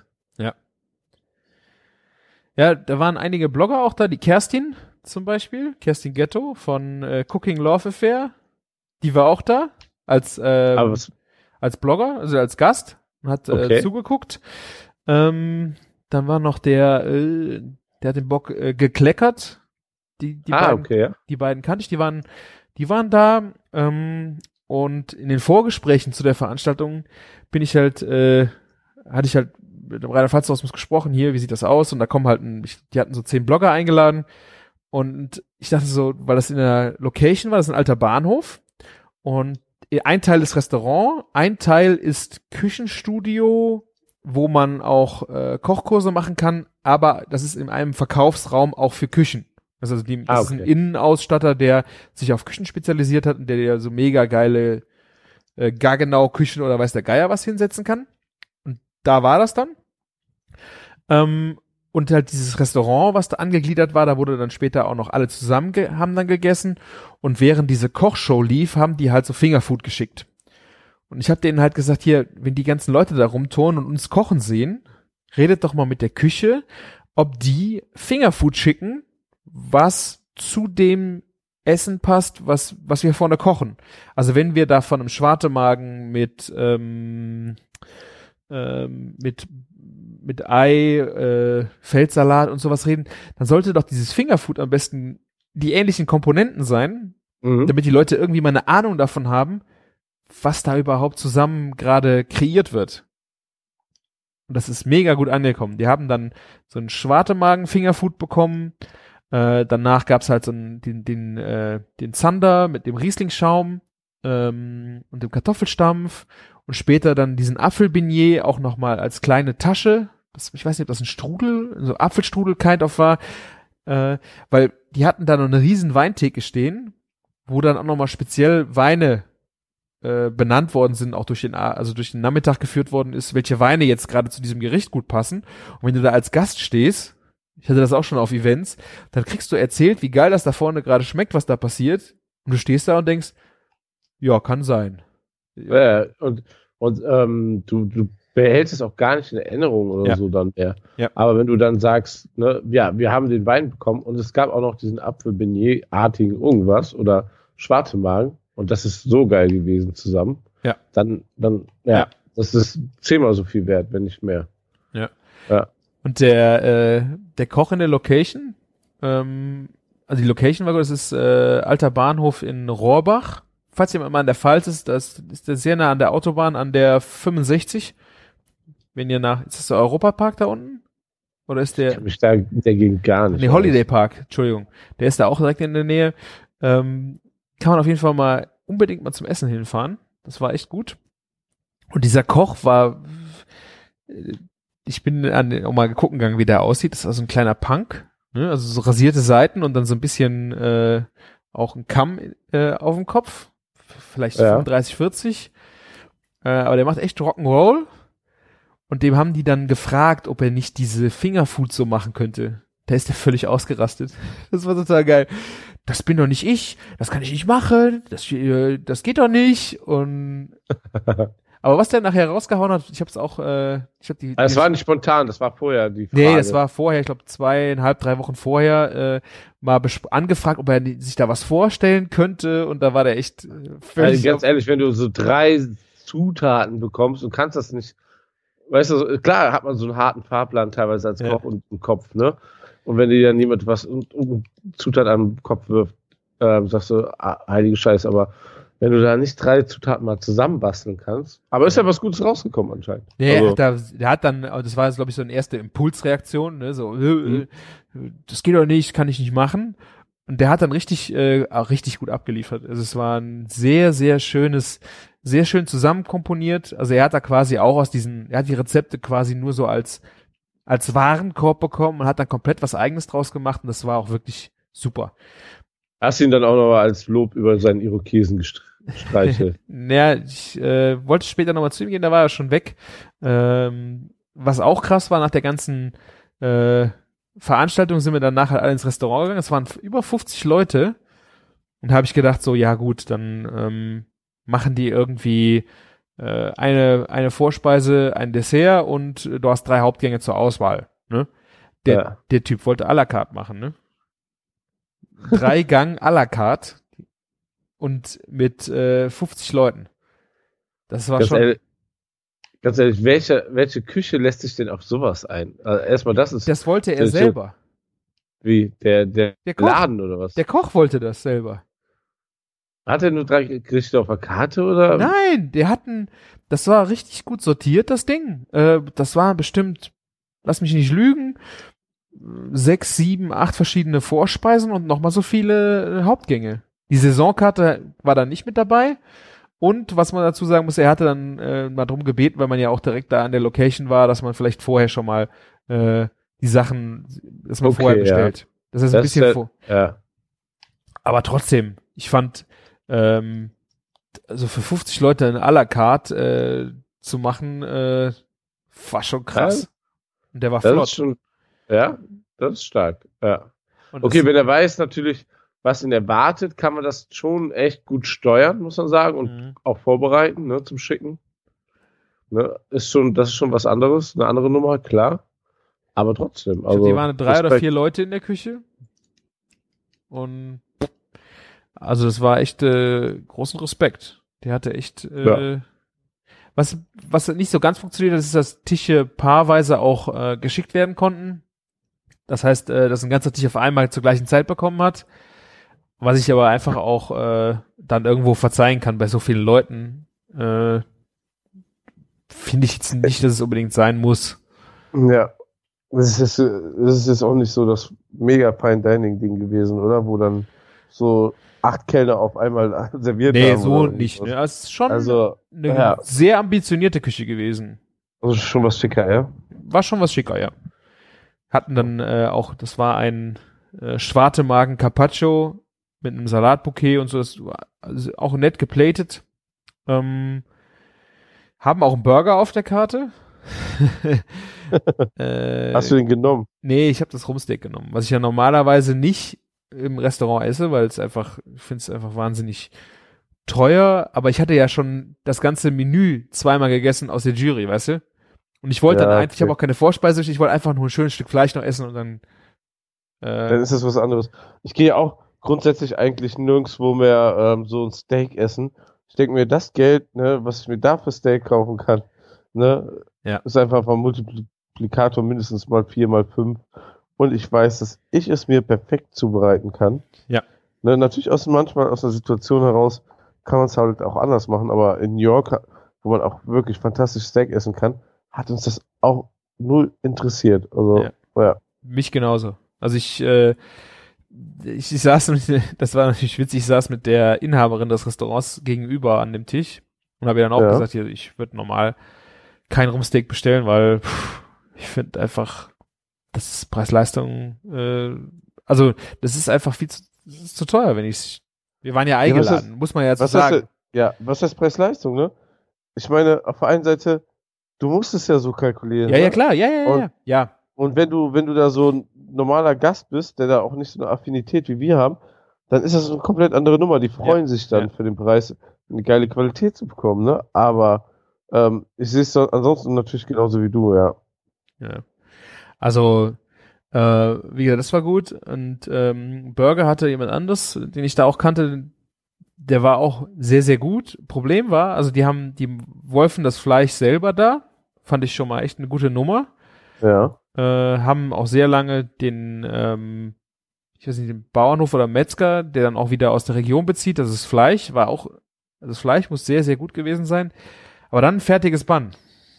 Ja, da waren einige Blogger auch da, die Kerstin zum Beispiel, Kerstin Ghetto von Cooking Love Affair, die war auch da als Blogger, also als Gast und hat zugeguckt. Dann war noch der hat den Bock gekleckert. Die beiden kannte ich, die waren da und in den Vorgesprächen zu der Veranstaltung hatte ich halt mit dem Rainer Fatzhaus gesprochen, hier, wie sieht das aus? Und da kommen halt, die hatten so 10 Blogger eingeladen und ich dachte so, weil das in der Location war, das ist ein alter Bahnhof und ein Teil ist Restaurant, ein Teil ist Küchenstudio, wo man auch Kochkurse machen kann, aber das ist in einem Verkaufsraum auch für Küchen. Das ist ein Innenausstatter, der sich auf Küchen spezialisiert hat und der so mega geile Gaggenau-Küchen oder weiß der Geier was hinsetzen kann. Und da war das dann. Und halt dieses Restaurant, was da angegliedert war, da wurde dann später auch noch alle zusammen haben dann gegessen. Und während diese Kochshow lief, haben die halt so Fingerfood geschickt. Und ich habe denen halt gesagt, hier, wenn die ganzen Leute da rumturnen und uns kochen sehen, redet doch mal mit der Küche, ob die Fingerfood schicken, was zu dem Essen passt, was wir vorne kochen. Also wenn wir da von einem Schwartemagen mit Ei, Feldsalat und sowas reden, dann sollte doch dieses Fingerfood am besten die ähnlichen Komponenten sein, damit die Leute irgendwie mal eine Ahnung davon haben, was da überhaupt zusammen gerade kreiert wird. Und das ist mega gut angekommen. Die haben dann so einen Schwartemagen-Fingerfood bekommen. Danach gab's halt so den Zander mit dem Rieslingschaum und dem Kartoffelstampf und später dann diesen Apfelbeignet auch nochmal als kleine Tasche. Ich weiß nicht, ob das ein Strudel, so Apfelstrudel kind of war, weil die hatten da noch eine riesen Weintheke stehen, wo dann auch nochmal speziell Weine benannt worden sind, auch durch den Nachmittag geführt worden ist, welche Weine jetzt gerade zu diesem Gericht gut passen. Und wenn du da als Gast stehst, ich hatte das auch schon auf Events, dann kriegst du erzählt, wie geil das da vorne gerade schmeckt, was da passiert. Und du stehst da und denkst, ja, kann sein. Ja, und du behältst es auch gar nicht in Erinnerung oder so dann mehr. Ja. Aber wenn du dann sagst, ne, ja, wir haben den Wein bekommen und es gab auch noch diesen Apfel-Beignet-artigen irgendwas oder Schwartemagen und das ist so geil gewesen zusammen. Ja. Dann, das ist 10-mal so viel wert, wenn nicht mehr. Ja. Und der Koch in der Location, also die Location war gut, das ist alter Bahnhof in Rohrbach. Falls jemand mal in der Pfalz ist, das ist der sehr nah an der Autobahn, an der 65. Wenn ihr ist das der Europapark da unten? Oder ist der? Ich kenn mich da dagegen gar nicht. Nee, Holiday Park, Entschuldigung. Der ist da auch direkt in der Nähe. Kann man auf jeden Fall mal unbedingt mal zum Essen hinfahren. Das war echt gut. Und dieser Koch war, ich bin auch mal gucken gegangen, wie der aussieht. Das ist also ein kleiner Punk, ne? Also so rasierte Seiten und dann so ein bisschen auch ein Kamm auf dem Kopf. Vielleicht 35, 40. Aber der macht echt Rock'n'Roll. Und dem haben die dann gefragt, ob er nicht diese Fingerfood so machen könnte. Da ist der völlig ausgerastet. Das war total geil. Das bin doch nicht ich. Das kann ich nicht machen. Das geht doch nicht. Und aber was der nachher rausgehauen hat, ich habe es auch, Das war nicht spontan, das war vorher die Frage. Nee, das war vorher, ich glaube 2,5, 3 Wochen vorher, mal angefragt, ob er sich da was vorstellen könnte, und da war der echt völlig... Also ganz ehrlich, wenn du so 3 Zutaten bekommst und kannst das nicht, weißt du, klar hat man so einen harten Fahrplan teilweise als Koch und im Kopf, ne? Und wenn dir dann jemand was Zutat an den Kopf wirft, sagst du, heilige Scheiße, aber wenn du da nicht 3 Zutaten mal zusammenbasteln kannst. Aber ist ja was Gutes rausgekommen anscheinend. Nee, also. der hat dann, das war jetzt glaube ich so eine erste Impulsreaktion, ne, so, das geht doch nicht, kann ich nicht machen. Und der hat dann auch richtig gut abgeliefert. Also es war ein sehr, sehr schönes, sehr schön zusammenkomponiert. Also er hat da quasi auch er hat die Rezepte quasi nur so als Warenkorb bekommen und hat dann komplett was Eigenes draus gemacht, und das war auch wirklich super. Hast du ihn dann auch noch als Lob über seinen Irokesen gestreichelt? Naja, ich wollte später nochmal zu ihm gehen, da war er schon weg. Was auch krass war, nach der ganzen Veranstaltung sind wir dann nachher alle ins Restaurant gegangen. Es waren über 50 Leute. Und da habe ich gedacht, so, ja gut, dann machen die irgendwie eine Vorspeise, ein Dessert, und du hast 3 Hauptgänge zur Auswahl. Ne? Der Typ wollte à la carte machen, ne? 3 Gang à la carte und mit 50 Leuten. Das war Ganz ehrlich, welche Küche lässt sich denn auf sowas ein? Also erstmal das wollte er selber. Wie? Der Koch, Laden oder was? Der Koch wollte das selber. Hat er nur 3 Gerichte auf der Karte oder? Nein, das war richtig gut sortiert, das Ding. Das war bestimmt, lass mich nicht lügen, 6, 7, 8 verschiedene Vorspeisen und nochmal so viele Hauptgänge. Die Saisonkarte war da nicht mit dabei. Und was man dazu sagen muss, er hatte dann mal drum gebeten, weil man ja auch direkt da an der Location war, dass man vielleicht vorher schon mal die Sachen, dass man vorher bestellt. Ja. Das ist ein bisschen ja. Aber trotzdem, ich fand, also für 50 Leute eine à la carte zu machen, war schon krass. Ja, und der war flott. Das ist stark. Ja. Okay, wenn er weiß natürlich, was ihn erwartet, kann man das schon echt gut steuern, muss man sagen, und auch vorbereiten, ne, zum Schicken. Ne, das ist schon was anderes, eine andere Nummer, klar. Aber trotzdem. Also, die waren 3 oder 4 Leute in der Küche. Und also das war echt großen Respekt. Der hatte echt was nicht so ganz funktioniert hat, ist, dass Tische paarweise auch geschickt werden konnten. Das heißt, dass ein ganzer Tisch auf einmal zur gleichen Zeit bekommen hat. Was ich aber einfach auch dann irgendwo verzeihen kann bei so vielen Leuten. Finde ich jetzt nicht, dass es unbedingt sein muss. Ja. Das ist jetzt auch nicht so das mega Fine Dining Ding gewesen, oder? Wo dann so 8 Kellner auf einmal serviert haben. Nee, so nicht. Ne? Es ist schon eine sehr ambitionierte Küche gewesen. Also schon was schicker, ja? War schon was schicker, ja. Hatten dann auch, das war ein Schwartemagen Carpaccio mit einem Salatbouquet und so, das war also auch nett geplatet. Haben auch einen Burger auf der Karte. Hast du den genommen? Nee, ich habe das Rumsteak genommen, was ich ja normalerweise nicht im Restaurant esse, weil ich finde es einfach wahnsinnig teuer, aber ich hatte ja schon das ganze Menü zweimal gegessen aus der Jury, weißt du? Und ich wollte dann ich habe auch keine Vorspeise, ich wollte einfach nur ein schönes Stück Fleisch noch essen und dann ist das was anderes. Ich gehe auch grundsätzlich eigentlich nirgendwo mehr so ein Steak essen. Ich denke mir, das Geld, ne, was ich mir da für Steak kaufen kann, ne, ist einfach vermultipliziert Multiplikator mindestens mal 4 mal 5 und ich weiß, dass ich es mir perfekt zubereiten kann. Ja. Ne, natürlich manchmal aus einer Situation heraus kann man es halt auch anders machen, aber in New York, wo man auch wirklich fantastisch Steak essen kann, hat uns das auch null interessiert. Also, ja. Mich genauso. Also ich saß, das war natürlich witzig, ich saß mit der Inhaberin des Restaurants gegenüber an dem Tisch und habe ihr dann auch gesagt, hier, ich würde normal kein Rumpsteak bestellen, weil ich finde einfach, das ist Preis-Leistung, also das ist einfach das ist zu teuer, wir waren ja eingeladen, muss man ja so sagen. Was heißt Preis-Leistung, ne? Ich meine, auf der einen Seite, du musst es ja so kalkulieren. Ja, klar, ja. Und wenn du da so ein normaler Gast bist, der da auch nicht so eine Affinität wie wir haben, dann ist das eine komplett andere Nummer. Die freuen sich dann für den Preis, eine geile Qualität zu bekommen, ne? Aber ich sehe es ansonsten natürlich genauso wie du, ja. Ja. Also, wie gesagt, das war gut. Und Burger hatte jemand anderes, den ich da auch kannte, der war auch sehr, sehr gut. Problem war, also die wolfen das Fleisch selber da. Fand ich schon mal echt eine gute Nummer. Ja. Haben auch sehr lange den Bauernhof oder Metzger, der dann auch wieder aus der Region bezieht. Das Fleisch muss sehr, sehr gut gewesen sein. Aber dann ein fertiges Bun.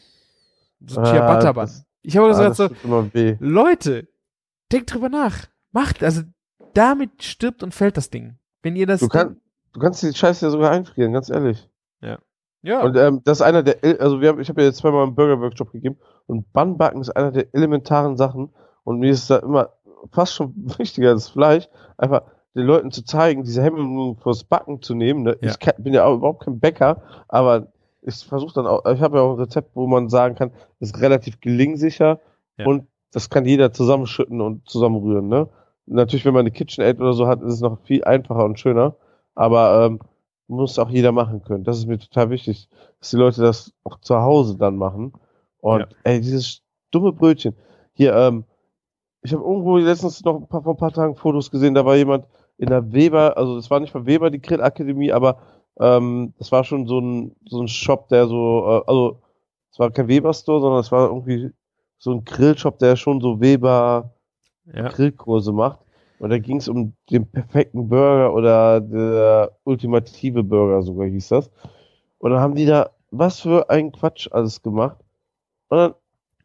So Ciabatta-Bun. Ich habe gesagt so, Leute, denkt drüber nach. Also damit stirbt und fällt das Ding. Wenn ihr das... Du kannst die Scheiße ja sogar einfrieren, ganz ehrlich. Ja. Und das ist einer der, also ich habe ja jetzt zweimal einen Burger-Workshop gegeben und Bun-Backen ist einer der elementaren Sachen und mir ist da immer fast schon wichtiger, das Fleisch, einfach den Leuten zu zeigen, diese Hemmungen fürs Backen zu nehmen. Ne? Ja. Ich bin ja auch überhaupt kein Bäcker, aber ich versuche dann auch, ich habe ja auch ein Rezept, wo man sagen kann, das ist relativ gelingsicher und das kann jeder zusammenschütten und zusammenrühren. Ne? Natürlich, wenn man eine KitchenAid oder so hat, ist es noch viel einfacher und schöner, aber muss auch jeder machen können. Das ist mir total wichtig, dass die Leute das auch zu Hause dann machen. Und dieses dumme Brötchen. Hier, ich habe irgendwo letztens noch vor ein paar Tagen Fotos gesehen, da war jemand in der Weber, also das war nicht von Weber, die Grillakademie, aber das war schon so ein Shop, der so, also es war kein Weber-Store, sondern es war irgendwie so ein Grillshop, der schon so Weber Grillkurse macht. Und da ging es um den perfekten Burger oder der ultimative Burger sogar hieß das. Und dann haben die da was für einen Quatsch alles gemacht. Und dann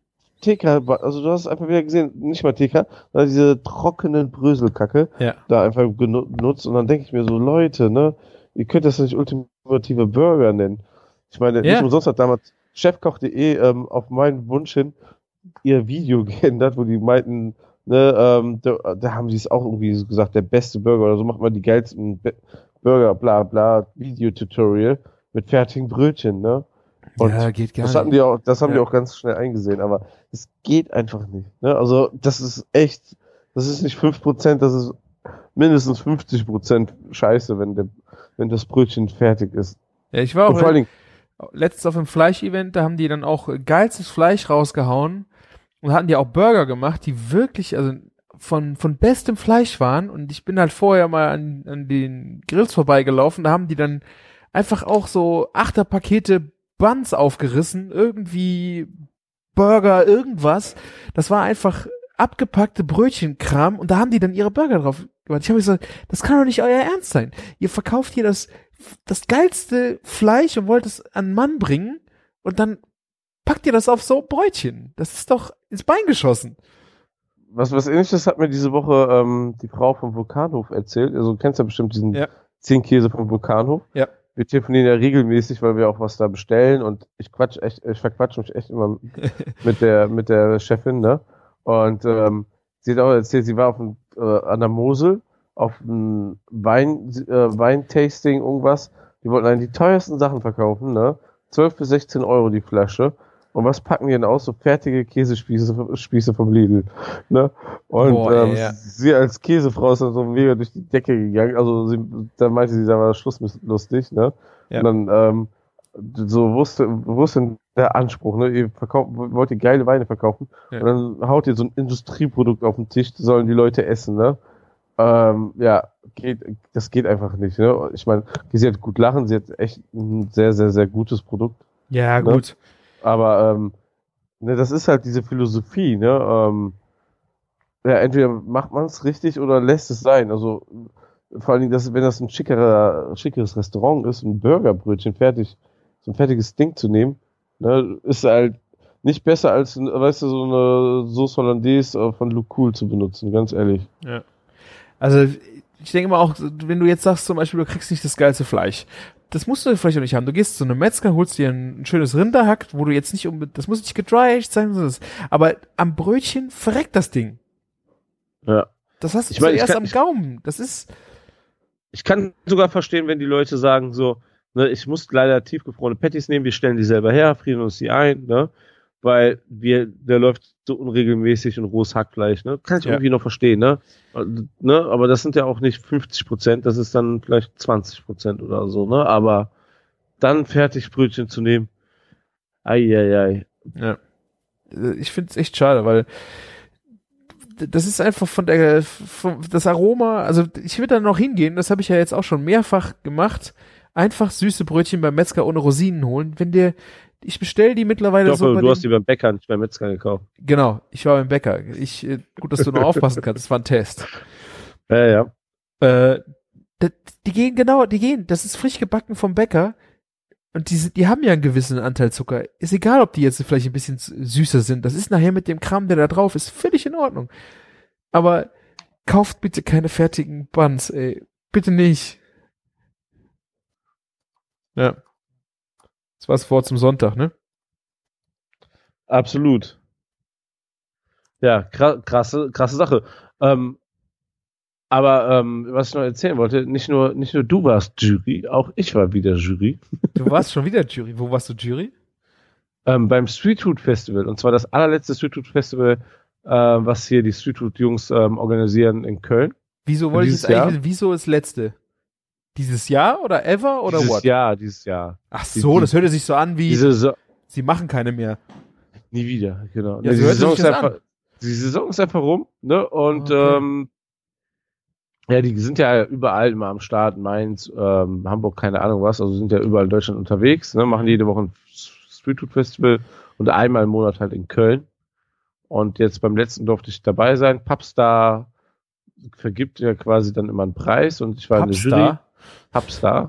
TK, also du hast es einfach wieder gesehen, nicht mal TK, sondern diese trockenen Bröselkacke da einfach genutzt. Und dann denke ich mir so, Leute, ne, ihr könnt das nicht ultimative Burger nennen. Ich meine, nicht umsonst hat damals chefkoch.de auf meinen Wunsch hin ihr Video geändert, wo die meinten, ne, da haben sie es auch irgendwie gesagt, der beste Burger oder so, macht man die geilsten Burger, bla bla, Video-Tutorial mit fertigen Brötchen, ne? Und geht gar nicht. Das haben die auch ganz schnell eingesehen, aber es geht einfach nicht, ne? Also, das ist nicht 5%, das ist mindestens 50% Scheiße, wenn das Brötchen fertig ist. Ja, ich war auch vor allen Dingen, letztens auf einem Fleisch-Event, da haben die dann auch geilstes Fleisch rausgehauen und hatten die auch Burger gemacht, die wirklich, also von bestem Fleisch waren. Und ich bin halt vorher mal an den Grills vorbeigelaufen, da haben die dann einfach auch so 8er Pakete Buns aufgerissen, irgendwie Burger, irgendwas. Das war einfach abgepackte Brötchenkram und da haben die dann ihre Burger drauf gemacht. Ich habe gesagt, das kann doch nicht euer Ernst sein. Ihr verkauft hier das geilste Fleisch und wollt es an den Mann bringen und dann packt ihr das auf so Brötchen. Das ist doch ins Bein geschossen. Was Ähnliches hat mir diese Woche die Frau vom Vulkanhof erzählt. Also du kennst ja bestimmt diesen 10 Käse vom Vulkanhof. Ja. Wir telefonieren ja regelmäßig, weil wir auch was da bestellen und ich verquatsche mich echt immer mit der Chefin, ne? Und sie hat auch erzählt, sie war an der Mosel auf ein Weintasting irgendwas. Die wollten eigentlich die teuersten Sachen verkaufen, ne? 12 bis 16 Euro die Flasche. Und was packen die denn aus? So fertige Käsespieße vom Lidl, ne? Und sie als Käsefrau ist dann so mega durch die Decke gegangen. Also da meinte sie, da war schlusslustig, ne? Ja. Und dann wo ist denn der Anspruch, ne? Ihr wollt ihr geile Weine verkaufen und dann haut ihr so ein Industrieprodukt auf den Tisch, das sollen die Leute essen, ne? Das geht einfach nicht, ne? Ich meine, sie hat gut lachen, sie hat echt ein sehr, sehr, sehr gutes Produkt. Ja, gut. Ne? Aber Ne, das ist halt diese Philosophie, ne? Ja, entweder macht man es richtig oder lässt es sein. Also vor allen Dingen, wenn das ein schickeres Restaurant ist, ein Burgerbrötchen fertig, so ein fertiges Ding zu nehmen, ne, ist halt nicht besser als, weißt du, so eine Sauce Hollandaise von Luke Cool zu benutzen, ganz ehrlich. Ja. Also ich denke mal auch, wenn du jetzt sagst zum Beispiel, du kriegst nicht das geilste Fleisch, das musst du vielleicht auch nicht haben. Du gehst zu einem Metzger, holst dir ein schönes Rinderhack, wo du jetzt nicht das muss nicht gedryaged sein, aber am Brötchen verreckt das Ding. Ja. Das hast du zuerst am Gaumen. Das ist. Ich kann sogar verstehen, wenn die Leute sagen so, ne, ich muss leider tiefgefrorene Patties nehmen, wir stellen die selber her, frieren uns die ein, ne, weil der läuft so unregelmäßig und rohes Hackfleisch, ne, kann ich irgendwie noch verstehen, ne, aber das sind ja auch nicht 50%, das ist dann vielleicht 20% oder so, ne, aber dann Fertigbrötchen zu nehmen, ei. Ja. Ich find's echt schade, weil das ist einfach das Aroma, also ich würde da noch hingehen, das habe ich ja jetzt auch schon mehrfach gemacht, einfach süße Brötchen beim Metzger ohne Rosinen holen. Ich bestelle die mittlerweile ich hoffe, du hast die beim Bäcker, nicht beim Metzger gekauft. Genau, ich war beim Bäcker. Gut, dass du noch aufpassen kannst, das war ein Test. Ja. Die gehen, das ist frisch gebacken vom Bäcker. Und die haben ja einen gewissen Anteil Zucker. Ist egal, ob die jetzt vielleicht ein bisschen süßer sind. Das ist nachher mit dem Kram, der da drauf ist, völlig in Ordnung. Aber kauft bitte keine fertigen Buns, ey. Bitte nicht. Ja. Das war's vor zum Sonntag, ne? Absolut. Ja, krasse Sache. Aber was ich noch erzählen wollte, nicht nur du warst Jury, auch ich war wieder Jury. Du warst schon wieder Jury. Wo warst du Jury? Beim Street Food Festival. Und zwar das allerletzte Street Food Festival, was hier die Street Food Jungs organisieren in Köln. Wieso wollte ich jetzt eigentlich wissen, wieso das letzte? Dieses Jahr oder ever oder what? Dieses Jahr. Ach so, das hörte sich so an wie, sie machen keine mehr. Nie wieder, genau. Ja, die Saison ist einfach rum, ne? Und okay. Ja, die sind ja überall immer am Start, Mainz, Hamburg, keine Ahnung was, also sind ja überall in Deutschland unterwegs, ne? Machen jede Woche ein Street Food Festival und einmal im Monat halt in Köln. Und jetzt beim letzten durfte ich dabei sein. Popstar vergibt ja quasi dann immer einen Preis und ich war in der Jury. Popstar.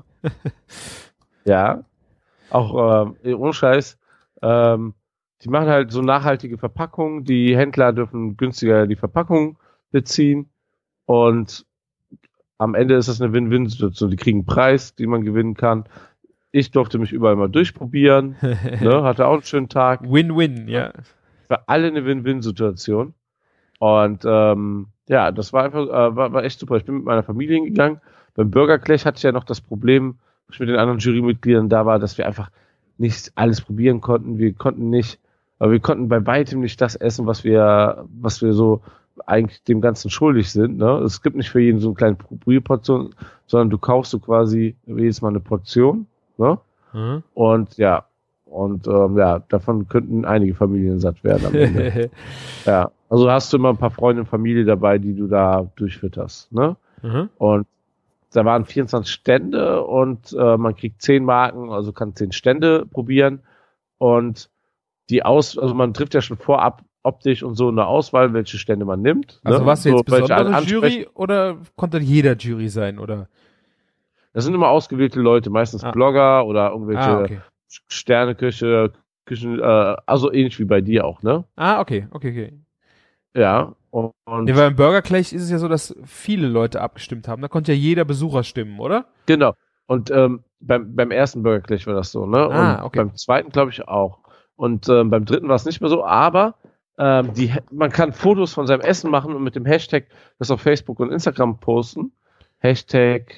Ja. Auch ohne Scheiß. Die machen halt so nachhaltige Verpackungen. Die Händler dürfen günstiger die Verpackung beziehen. Und am Ende ist das eine Win-Win-Situation. Die kriegen einen Preis, den man gewinnen kann. Ich durfte mich überall mal durchprobieren. Ne, hatte auch einen schönen Tag. Win-Win, ja. Für alle eine Win-Win-Situation. Und ja, das war einfach, war echt super. Ich bin mit meiner Familie hingegangen. Beim Burger Clash hatte ich ja noch das Problem, was ich mit den anderen Jurymitgliedern da war, dass wir einfach nicht alles probieren konnten. Wir konnten bei weitem nicht das essen, was wir so eigentlich dem Ganzen schuldig sind. Ne? Es gibt nicht für jeden so eine kleine Probierportion, sondern du kaufst so quasi jedes Mal eine Portion. Ne? Mhm. Und ja, davon könnten einige Familien satt werden am Ende. Ja, also hast du immer ein paar Freunde und Familie dabei, die du da durchfütterst. Ne? Mhm. Und da waren 24 Stände und man kriegt 10 Marken, also kann 10 Stände probieren. Und also man trifft ja schon vorab optisch und so eine Auswahl, welche Stände man nimmt. Also ne? warst du jetzt besondere Jury oder konnte jeder Jury sein, oder? Das sind immer ausgewählte Leute, meistens Blogger oder irgendwelche Sterneköche, Küchen, also ähnlich wie bei dir auch, ne? Okay. Ja. Und ja, weil im Burger Clash ist es ja so, dass viele Leute abgestimmt haben. Da konnte ja jeder Besucher stimmen, oder? Genau. Und beim ersten Burger Clash war das so, ne? Und beim zweiten glaube ich auch. Und beim dritten war es nicht mehr so, aber man kann Fotos von seinem Essen machen und mit dem Hashtag das auf Facebook und Instagram posten. Hashtag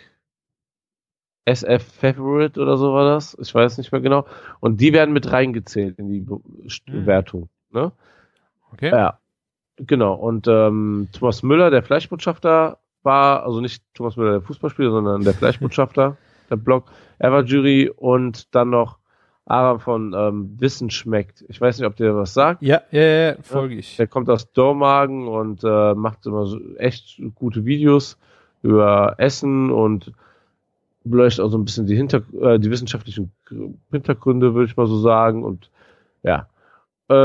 SFFavorite oder so war das. Ich weiß nicht mehr genau. Und die werden mit reingezählt in die Wertung. Ne? Okay. Ja, genau. Und Thomas Müller, der Fleischbotschafter, war, also nicht Thomas Müller, der Fußballspieler, sondern der Fleischbotschafter, der Blog. Er war Jury und dann noch Aram von Wissen schmeckt. Ich weiß nicht, ob der was sagt. Ja, folge ich. Der kommt aus Dormagen und macht immer so echt gute Videos über Essen und beleuchtet auch so ein bisschen die wissenschaftlichen Hintergründe, würde ich mal so sagen. Und ja,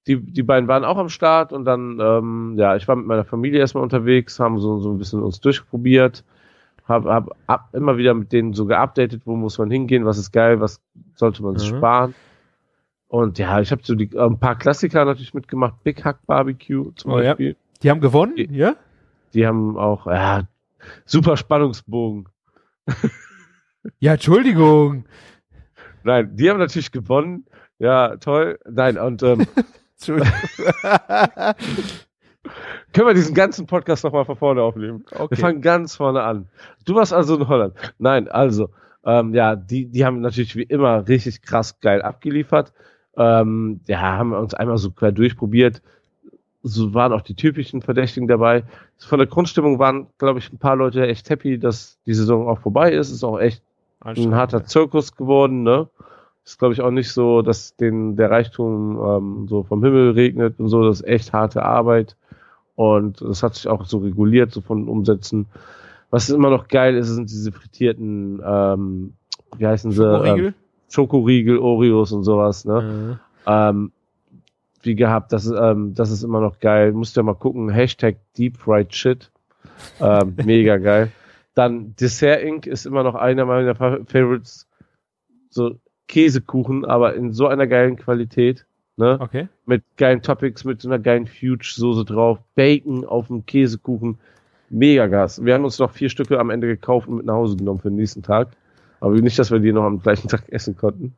die beiden waren auch am Start und dann, ich war mit meiner Familie erstmal unterwegs, haben so ein bisschen uns durchprobiert, hab immer wieder mit denen so geupdatet, wo muss man hingehen, was ist geil, was sollte man sich sparen. Und ja, ich habe so ein paar Klassiker natürlich mitgemacht, Big Hack Barbecue zum Beispiel. Ja. Die haben gewonnen, ja? Die haben auch, super Spannungsbogen. Ja, Entschuldigung. Nein, die haben natürlich gewonnen. Ja, toll. Nein, und Entschuldigung. können wir diesen ganzen Podcast nochmal von vorne aufnehmen? Okay. Wir fangen ganz vorne an. Du warst also in Holland. Nein, also, die haben natürlich wie immer richtig krass geil abgeliefert. Haben wir uns einmal so quer durchprobiert. So waren auch die typischen Verdächtigen dabei. Von der Grundstimmung waren, glaube ich, ein paar Leute echt happy, dass die Saison auch vorbei ist. Ist auch echt ein harter Zirkus geworden, ne? Ist, glaube ich, auch nicht so, dass der Reichtum so vom Himmel regnet und so. Das ist echt harte Arbeit. Und das hat sich auch so reguliert, so von Umsätzen. Was immer noch geil ist, sind diese frittierten, wie heißen sie? Schokoriegel, Oreos und sowas, ne? Wie gehabt, das ist immer noch geil. Musst ja mal gucken, Hashtag Deep Fried Shit. Mega geil. Dann Dessert Inc. ist immer noch einer meiner Favorites. So Käsekuchen, aber in so einer geilen Qualität. Ne? Okay. Mit geilen Toppings, mit so einer geilen Fuge-Soße drauf. Bacon auf dem Käsekuchen. Mega Gas. Wir haben uns noch 4 Stücke am Ende gekauft und mit nach Hause genommen für den nächsten Tag. Aber nicht, dass wir die noch am gleichen Tag essen konnten.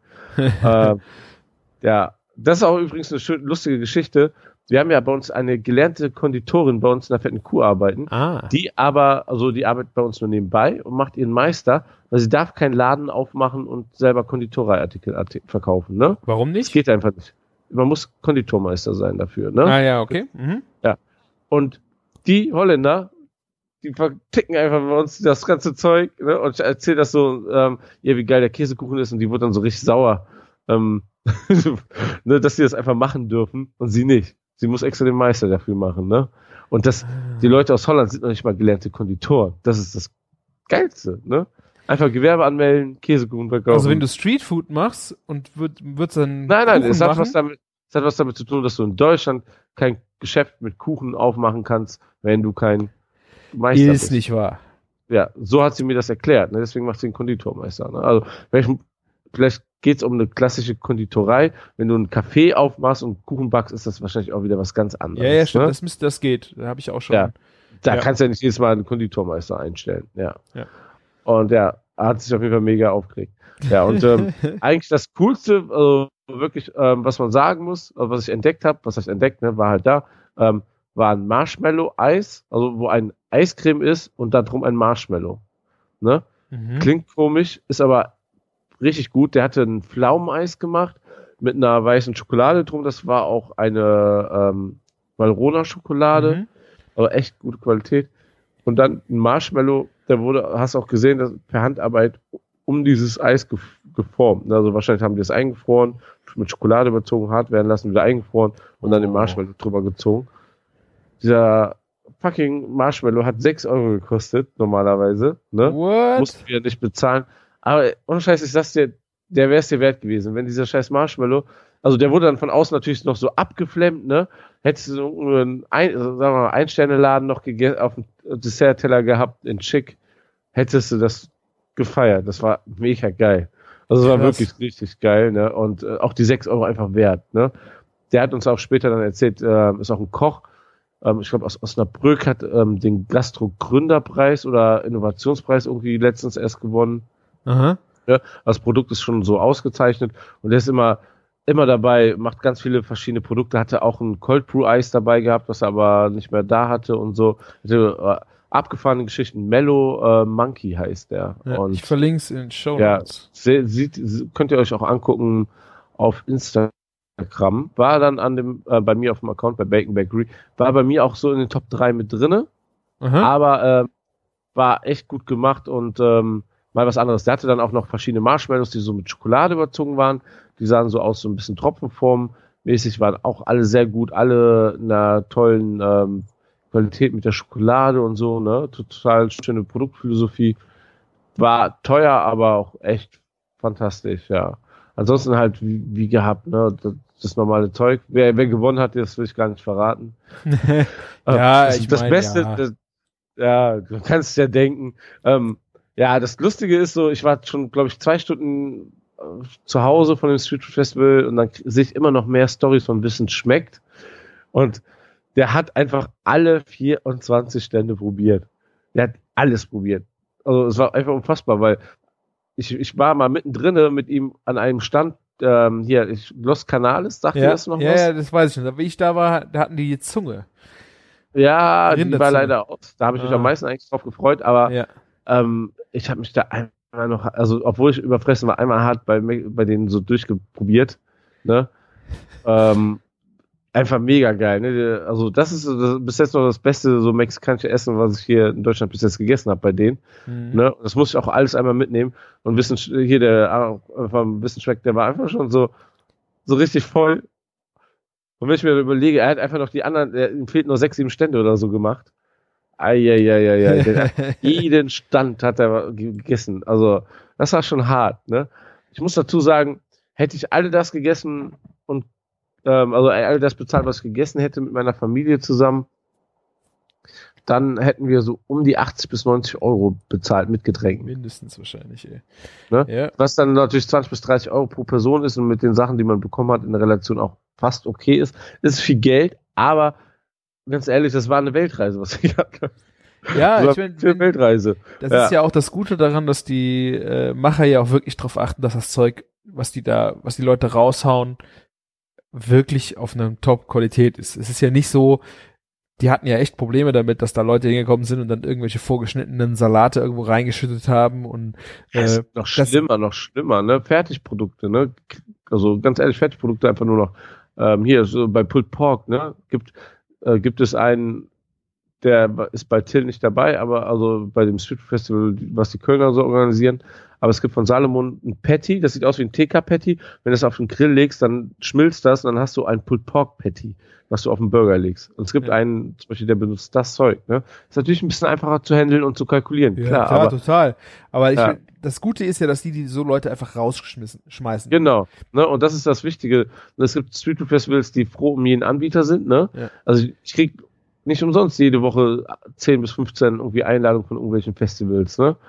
Das ist auch übrigens eine schöne, lustige Geschichte. Wir haben ja bei uns eine gelernte Konditorin bei uns in der Fetten Kuh arbeiten. Die arbeitet bei uns nur nebenbei und macht ihren Meister, weil sie darf keinen Laden aufmachen und selber Konditoreiartikel verkaufen, ne? Warum nicht? Das geht einfach nicht. Man muss Konditormeister sein dafür, ne? Ah ja, okay. Mhm. Ja. Und die Holländer, die verticken einfach bei uns das ganze Zeug, ne? Und ich erzähle das so, wie geil der Käsekuchen ist und die wird dann so richtig sauer, ne, dass sie das einfach machen dürfen und sie nicht. Sie muss extra den Meister dafür machen, ne? Und die Leute aus Holland sind noch nicht mal gelernte Konditoren. Das ist das Geilste, ne? Einfach Gewerbe anmelden, Käsekuchen verkaufen. Also wenn du Streetfood machst und wird's dann Nein, Kuchen es hat machen? was damit zu tun, dass du in Deutschland kein Geschäft mit Kuchen aufmachen kannst, wenn du kein Meister bist. Ist nicht wahr. Ja, so hat sie mir das erklärt, ne? Deswegen macht sie einen Konditormeister, ne? Also vielleicht geht's um eine klassische Konditorei. Wenn du einen Kaffee aufmachst und Kuchen backst, ist das wahrscheinlich auch wieder was ganz anderes. Ja, stimmt, ne? das geht. Da habe ich auch schon. Ja, da kannst du ja nicht jedes Mal einen Konditormeister einstellen. Ja. Und hat sich auf jeden Fall mega aufgeregt. Ja, und eigentlich das Coolste, also wirklich, was man sagen muss, was ich entdeckt habe, war halt da, war ein Marshmallow-Eis, also wo ein Eiscreme ist und da drum ein Marshmallow. Ne? Mhm. Klingt komisch, ist aber richtig gut. Der hatte ein Pflaumeneis gemacht mit einer weißen Schokolade drum. Das war auch eine Valrhona-Schokolade, aber echt gute Qualität. Und dann ein Marshmallow, hast auch gesehen, dass per Handarbeit um dieses Eis geformt. Also wahrscheinlich haben die es eingefroren, mit Schokolade überzogen, hart werden lassen, wieder eingefroren und dann den Marshmallow drüber gezogen. Dieser fucking Marshmallow hat 6 Euro gekostet, normalerweise. Ne? What? Mussten wir nicht bezahlen. Aber ohne Scheiß, ich sag's dir, der wäre es dir wert gewesen, wenn dieser scheiß Marshmallow, also der wurde dann von außen natürlich noch so abgeflammt, ne? Hättest du so einen Ein-Sterne-Laden noch auf dem Dessert-Teller gehabt in Schick, hättest du das gefeiert. Das war mega geil. Also es war wirklich richtig geil, ne? Und auch die 6 Euro einfach wert, ne? Der hat uns auch später dann erzählt, ist auch ein Koch, ich glaube aus Osnabrück, hat den Gastro-Gründerpreis oder Innovationspreis irgendwie letztens erst gewonnen. Aha. Ja, das Produkt ist schon so ausgezeichnet und der ist immer dabei, macht ganz viele verschiedene Produkte, hatte auch ein Cold Brew Eis dabei gehabt, was er aber nicht mehr da hatte und so. Hatte, abgefahrene Geschichten. Mellow Monkey heißt der. Ja, und ich verlinke es in den Show Notes. Ja, könnt ihr euch auch angucken auf Instagram. War dann bei mir auf dem Account bei Bacon Bakery, war bei mir auch so in den Top 3 mit drinne, aber war echt gut gemacht und mal was anderes. Der hatte dann auch noch verschiedene Marshmallows, die so mit Schokolade überzogen waren. Die sahen so aus, so ein bisschen Tropfenform-mäßig, waren auch alle sehr gut, alle in einer tollen Qualität mit der Schokolade und so, ne? Total schöne Produktphilosophie. War teuer, aber auch echt fantastisch, ja. ansonsten halt wie gehabt, ne, das normale Zeug. Wer gewonnen hat, das will ich gar nicht verraten. Ja, das Beste, ja, du kannst ja denken. Ja, das Lustige ist so, ich war schon, glaube ich, 2 Stunden zu Hause von dem Street Food Festival und dann sehe ich immer noch mehr Storys von Wissen schmeckt. Und der hat einfach alle 24 Stände probiert. Der hat alles probiert. Also es war einfach unfassbar, weil ich war mal mittendrin mit ihm an einem Stand, hier, Los Canales, sagt ihr das noch was? Ja, das weiß ich nicht. Wie ich da war, da hatten die Zunge. Ja, die war leider aus. Da habe ich mich am meisten eigentlich drauf gefreut, aber ich habe mich da einmal noch, also obwohl ich überfressen war, einmal hart bei denen so durchgeprobiert. Ne? Einfach mega geil. Ne? Also das ist bis jetzt noch das beste so mexikanische Essen, was ich hier in Deutschland bis jetzt gegessen habe bei denen. Ne? Das muss ich auch alles einmal mitnehmen. Und hier der vom Wissensschmeck, der war einfach schon so richtig voll. Und wenn ich mir überlege, er hat einfach noch die anderen, ihm fehlt nur 6, 7 Stände oder so gemacht. Jeden Stand hat er gegessen. Also, das war schon hart, ne? Ich muss dazu sagen, hätte ich alle das gegessen und, also all das bezahlt, was ich gegessen hätte mit meiner Familie zusammen, dann hätten wir so um die 80 bis 90 Euro bezahlt mit Getränken. Mindestens wahrscheinlich, ey. Ne? Ja. Was dann natürlich 20 bis 30 Euro pro Person ist und mit den Sachen, die man bekommen hat, in der Relation auch fast okay ist. Ist viel Geld, aber ganz ehrlich, das war eine Weltreise, was ich gehabt habe. Ja, ich meine, Weltreise. Das ist ja auch das Gute daran, dass die Macher ja auch wirklich darauf achten, dass das Zeug, was die Leute raushauen, wirklich auf einer Top-Qualität ist. Es ist ja nicht so, die hatten ja echt Probleme damit, dass da Leute hingekommen sind und dann irgendwelche vorgeschnittenen Salate irgendwo reingeschüttet haben und noch schlimmer, ne? Fertigprodukte, ne? Also ganz ehrlich, Fertigprodukte einfach nur noch hier so bei Pulled Pork, ne? Gibt es einen, der ist bei Till nicht dabei, aber also bei dem Street Festival, was die Kölner so organisieren, aber es gibt von Salomon ein Patty, das sieht aus wie ein TK-Patty. Wenn du es auf den Grill legst, dann schmilzt das und dann hast du ein Pulled Pork Patty, was du auf den Burger legst. Und es gibt einen, zum Beispiel, der benutzt das Zeug. Ne? Ist natürlich ein bisschen einfacher zu handeln und zu kalkulieren. Ja, klar, aber total. Aber das Gute ist ja, dass die so Leute einfach rausschmeißen. Genau. Ne? Und das ist das Wichtige. Und es gibt Street Food Festivals, die froh um jeden Anbieter sind. Ne? Ja. Also ich krieg nicht umsonst jede Woche 10 bis 15 irgendwie Einladungen von irgendwelchen Festivals. Ne?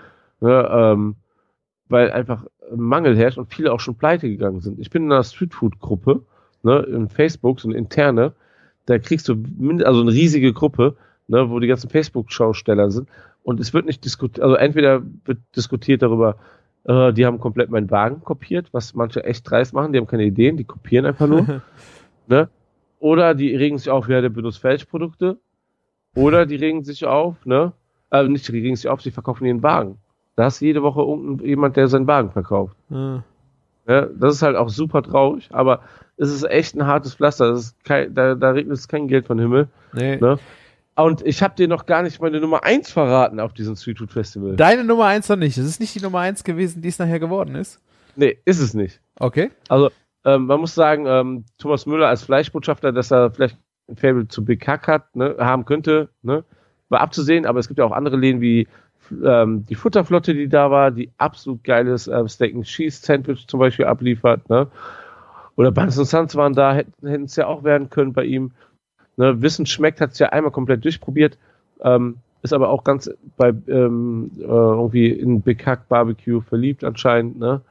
Weil einfach Mangel herrscht und viele auch schon pleite gegangen sind. Ich bin in einer Streetfood-Gruppe, ne, in Facebook, so eine interne, da kriegst du also eine riesige Gruppe, ne, wo die ganzen Facebook-Schausteller sind und es wird nicht diskutiert, also entweder wird diskutiert darüber, die haben komplett meinen Wagen kopiert, was manche echt dreist machen, die haben keine Ideen, die kopieren einfach nur, ne, oder die regen sich auf, ja, der benutzt Fälschprodukte, oder die regen sich auf, ne, nicht die regen sich auf, sie verkaufen ihren Wagen. Da hast du jede Woche jemand, der seinen Wagen verkauft. Ja, das ist halt auch super traurig, aber es ist echt ein hartes Pflaster. Das ist da regnet es kein Geld vom Himmel. Nee. Ne? Und ich habe dir noch gar nicht meine Nummer 1 verraten auf diesem Street Food Festival. Deine Nummer 1 noch nicht. Das ist nicht die Nummer 1 gewesen, die es nachher geworden ist? Nee, ist es nicht. Okay. Also, man muss sagen, Thomas Müller als Fleischbotschafter, dass er vielleicht ein Faible zu Big Hack hat, ne, haben könnte, ne, war abzusehen, aber es gibt ja auch andere Läden wie die Futterflotte, die da war, die absolut geiles Steak and Cheese Sandwich zum Beispiel abliefert, ne? Oder Buns & Sons waren da, hätten es ja auch werden können bei ihm. Ne? Wissen schmeckt, hat es ja einmal komplett durchprobiert, ist aber auch ganz bei irgendwie in Big Hack Barbecue verliebt anscheinend, ne?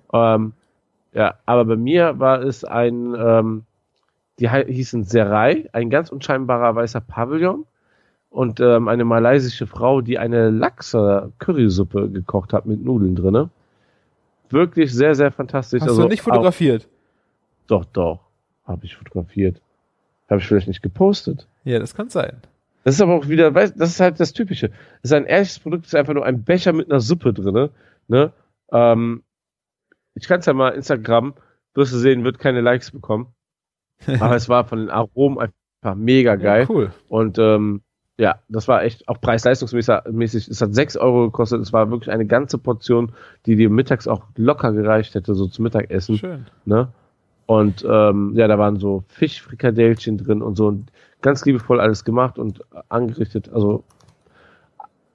Ja, aber bei mir war es die hießen Serai, ein ganz unscheinbarer weißer Pavillon. Und eine malaysische Frau, die eine Lachs-Currysuppe gekocht hat mit Nudeln drinne. Wirklich sehr, sehr fantastisch. Hast du nicht fotografiert? Doch. Habe ich fotografiert. Habe ich vielleicht nicht gepostet. Ja, das kann sein. Das ist aber auch wieder, das ist halt das Typische. Das ist ein ehrliches Produkt, das ist einfach nur ein Becher mit einer Suppe drinne. Ne? Ich kann es ja mal Instagram, wirst du sehen, wird keine Likes bekommen. Aber es war von den Aromen einfach mega geil. Ja, cool. Und ja, das war echt auch preis-leistungsmäßig. Es hat 6 Euro gekostet. Es war wirklich eine ganze Portion, die dir mittags auch locker gereicht hätte, so zum Mittagessen. Schön. Ne? Und ja, da waren so Fischfrikadellchen drin und so. Und ganz liebevoll alles gemacht und angerichtet. Also,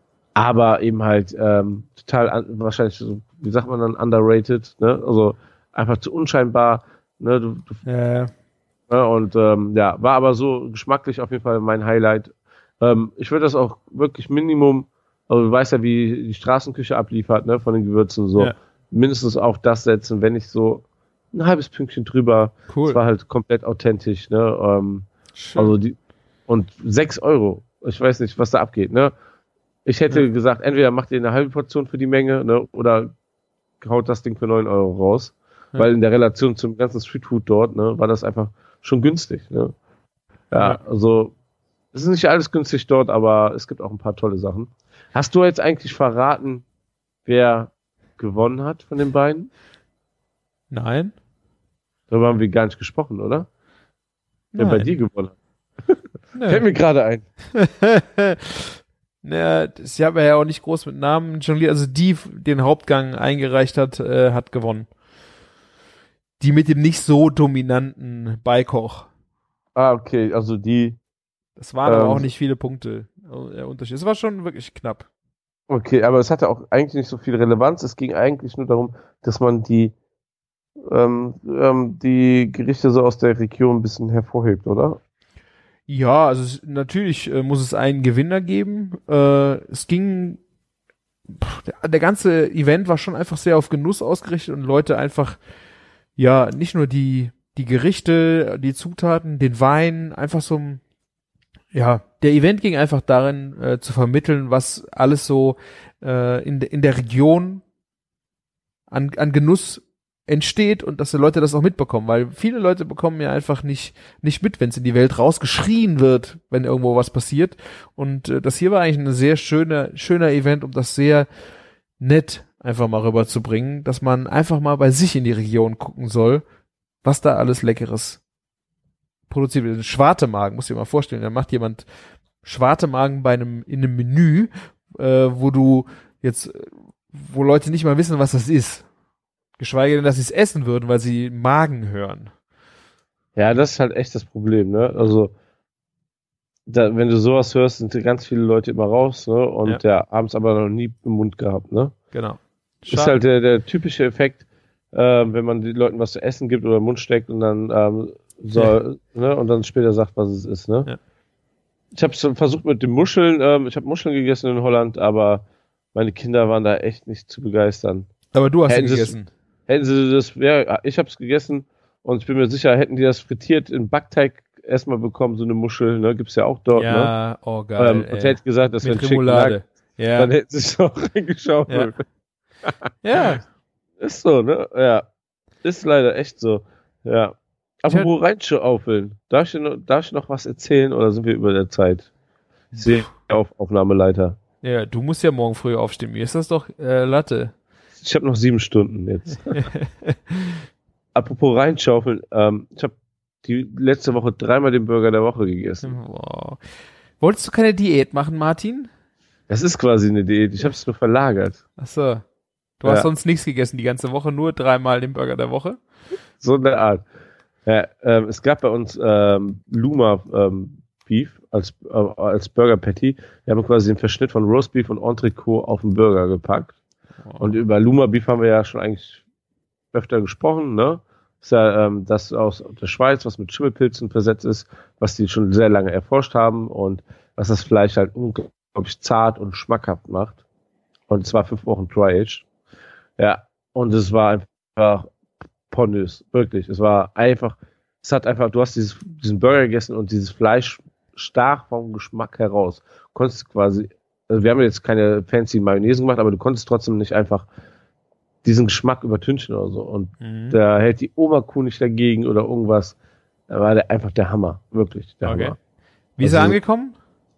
aber eben halt total wahrscheinlich, so, wie sagt man dann, underrated. Ne? Also einfach zu unscheinbar. Ne? Und war aber so geschmacklich auf jeden Fall mein Highlight. Ich würde das auch wirklich Minimum, also du weißt ja, wie die Straßenküche abliefert, ne, von den Gewürzen so, mindestens auf das setzen, wenn nicht so ein halbes Pünktchen drüber. Cool. Das war halt komplett authentisch, ne? Also und 6 Euro. Ich weiß nicht, was da abgeht, ne? Ich hätte gesagt, entweder macht ihr eine halbe Portion für die Menge, ne, oder haut das Ding für 9 Euro raus. Ja. Weil in der Relation zum ganzen Streetfood dort, ne, war das einfach schon günstig, ne? Ja, also, es ist nicht alles günstig dort, aber es gibt auch ein paar tolle Sachen. Hast du jetzt eigentlich verraten, wer gewonnen hat von den beiden? Nein. Darüber haben wir gar nicht gesprochen, oder? Wer bei dir gewonnen hat. Fällt mir gerade ein. Naja, sie haben ja auch nicht groß mit Namen jongliert. Also die den Hauptgang eingereicht hat, hat gewonnen. Die mit dem nicht so dominanten Beikoch. Ah, okay, also die. Das waren aber auch nicht viele Punkte. Unterschied. Es war schon wirklich knapp. Okay, aber es hatte auch eigentlich nicht so viel Relevanz. Es ging eigentlich nur darum, dass man die Gerichte so aus der Region ein bisschen hervorhebt, oder? Ja, also natürlich muss es einen Gewinner geben. Es ging, der ganze Event war schon einfach sehr auf Genuss ausgerichtet und Leute einfach, ja, nicht nur die Gerichte, die Zutaten, den Wein, einfach so, ja, der Event ging einfach darin, zu vermitteln, was alles so in der Region an Genuss entsteht und dass die Leute das auch mitbekommen, weil viele Leute bekommen ja einfach nicht mit, wenn es in die Welt rausgeschrien wird, wenn irgendwo was passiert. Und das hier war eigentlich ein sehr schöner Event, um das sehr nett einfach mal rüberzubringen, dass man einfach mal bei sich in die Region gucken soll, was da alles Leckeres produziert wird. Schwartemagen, musst du dir mal vorstellen, da macht jemand Schwartemagen in einem Menü, wo Leute nicht mal wissen, was das ist. Geschweige denn, dass sie es essen würden, weil sie Magen hören. Ja, das ist halt echt das Problem, ne? Also, wenn du sowas hörst, sind ganz viele Leute immer raus, ne? Und haben es aber noch nie im Mund gehabt, ne? Genau. Schade. Ist halt der typische Effekt, wenn man den Leuten was zu essen gibt oder im Mund steckt und dann ne? Und dann später sagt, was es ist, ne? Ja. Ich habe es versucht mit den Muscheln, ich habe Muscheln gegessen in Holland, aber meine Kinder waren da echt nicht zu begeistern. Aber du hast sie gegessen. Hätten sie das, ich habe es gegessen und ich bin mir sicher, hätten die das frittiert in Backteig erstmal bekommen, so eine Muschel, ne, gibt's ja auch dort, ne? Ja, oh geil. Und hätte gesagt, das wäre ein Chicken Nugget, dann hätten sie es auch reingeschaufelt. Ja. Ist so, ne? Ja. Ist leider echt so. Ja. Apropos reinschaufeln. Darf ich noch was erzählen oder sind wir über der Zeit? Ich sehe auf Aufnahmeleiter. Ja, du musst ja morgen früh aufstehen. Mir ist das doch Latte. Ich habe noch 7 Stunden jetzt. Apropos reinschaufeln, ich habe die letzte Woche 3-mal den Burger der Woche gegessen. Wow. Wolltest du keine Diät machen, Martin? Das ist quasi eine Diät, ich habe es nur verlagert. Ach so. Du hast sonst nichts gegessen die ganze Woche, nur 3-mal den Burger der Woche? So eine Art. Ja, es gab bei uns Luma Beef als Burger Patty. Wir haben quasi den Verschnitt von Roast Beef und Entrecot auf den Burger gepackt. Und über Luma Beef haben wir ja schon eigentlich öfter gesprochen, ne? Das ist ja das aus der Schweiz, was mit Schimmelpilzen versetzt ist, was die schon sehr lange erforscht haben und was das Fleisch halt unglaublich zart und schmackhaft macht. Und es war 5 Wochen Dry-Aged. Ja, und es war einfach pornös, wirklich. Es hat einfach, du hast diesen Burger gegessen und dieses Fleisch stach vom Geschmack heraus. Konntest quasi, also wir haben jetzt keine fancy Mayonnaise gemacht, aber du konntest trotzdem nicht einfach diesen Geschmack übertünchen oder so. Und da hält die Oma-Kuh nicht dagegen oder irgendwas. Da war einfach der Hammer. Wirklich, der Hammer. Wie ist er angekommen?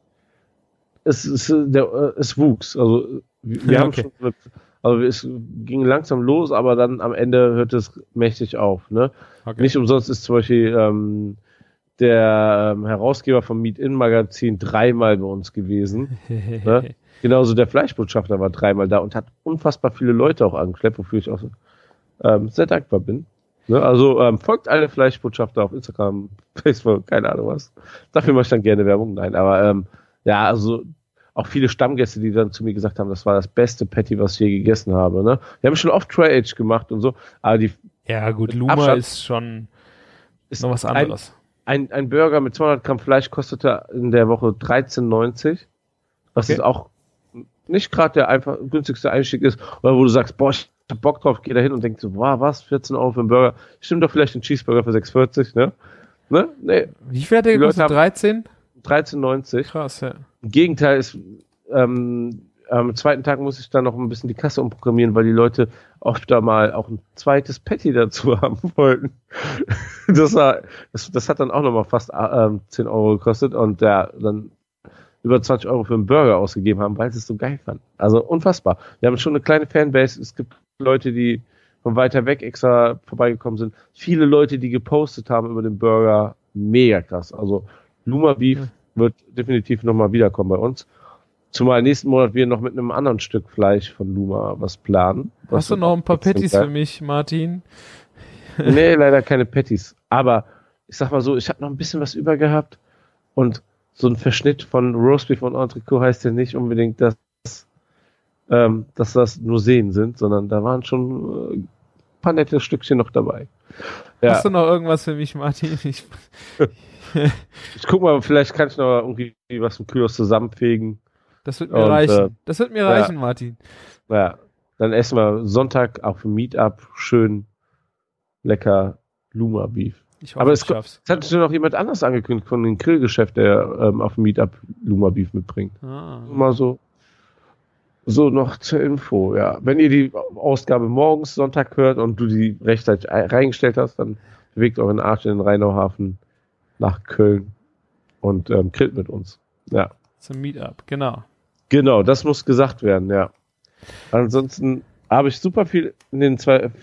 Es wuchs. Also, wir haben schon, also es ging langsam los, aber dann am Ende hört es mächtig auf, ne? Okay. Nicht umsonst ist zum Beispiel, der Herausgeber vom Meet-In-Magazin 3-mal bei uns gewesen. Ne? Genauso der Fleischbotschafter war 3-mal da und hat unfassbar viele Leute auch angeschleppt, wofür ich auch sehr dankbar bin. Ne? Also folgt alle Fleischbotschafter auf Instagram, Facebook, keine Ahnung was. Dafür mache ich dann gerne Werbung. Nein, aber ja, also auch viele Stammgäste, die dann zu mir gesagt haben, das war das beste Patty, was ich je gegessen habe. Ne? Wir haben schon oft Try-Age gemacht und so, aber die Ja, gut, Mit Luma Abstand. ist schon Ist noch was anderes. Ein Burger mit 200 Gramm Fleisch kostete in der Woche 13,90. Was Okay. ist auch nicht gerade der einfach günstigste Einstieg ist, oder wo du sagst, boah, ich hab Bock drauf, geh da hin und denkst so, wow, was, 14 Euro für einen Burger? Stimmt doch vielleicht ein Cheeseburger für 6,40, ne? Ne? Nee, Wie viel hat der Die Leute gekostet? haben- 13? 13,90. Krass, ja. Im Gegenteil ist, am zweiten Tag muss ich dann noch ein bisschen die Kasse umprogrammieren, weil die Leute oft da mal auch ein zweites Patty dazu haben wollten. Das hat dann auch nochmal fast 10 Euro gekostet und dann über 20 Euro für einen Burger ausgegeben haben, weil sie es so geil fanden. Also unfassbar. Wir haben schon eine kleine Fanbase. Es gibt Leute, die von weiter weg extra vorbeigekommen sind. Viele Leute, die gepostet haben über den Burger. Mega krass. Also Luma Beef wird definitiv nochmal wiederkommen bei uns. Zumal nächsten Monat wir noch mit einem anderen Stück Fleisch von Luma was planen. Hast du noch ein paar Patties für mich, Martin? Nee, leider keine Patties. Aber ich sag mal so, ich habe noch ein bisschen was über gehabt und so ein Verschnitt von Roastbeef und Entrecot heißt ja nicht unbedingt, dass das nur Sehnen sind, sondern da waren schon ein paar nette Stückchen noch dabei. Ja. Hast du noch irgendwas für mich, Martin? Ich guck mal, vielleicht kann ich noch irgendwie was im Kühlhaus zusammenfegen. Das wird mir Und, reichen. Das wird mir reichen, Martin. Ja, dann essen wir Sonntag auf dem Meetup schön lecker Luma Beef. Ich hoffe, Aber ich schaff's. es hat schon noch jemand anders angekündigt von dem Grillgeschäft, der auf dem Meetup Luma Beef mitbringt. Ah. Mal so noch zur Info, ja. Wenn ihr die Ausgabe morgens Sonntag hört und du die rechtzeitig reingestellt hast, dann bewegt euren Arsch in den Rheinauhafen nach Köln und grillt mit uns. Ja. Zum Meetup, genau. Genau, das muss gesagt werden, ja. Ansonsten habe ich super viel in den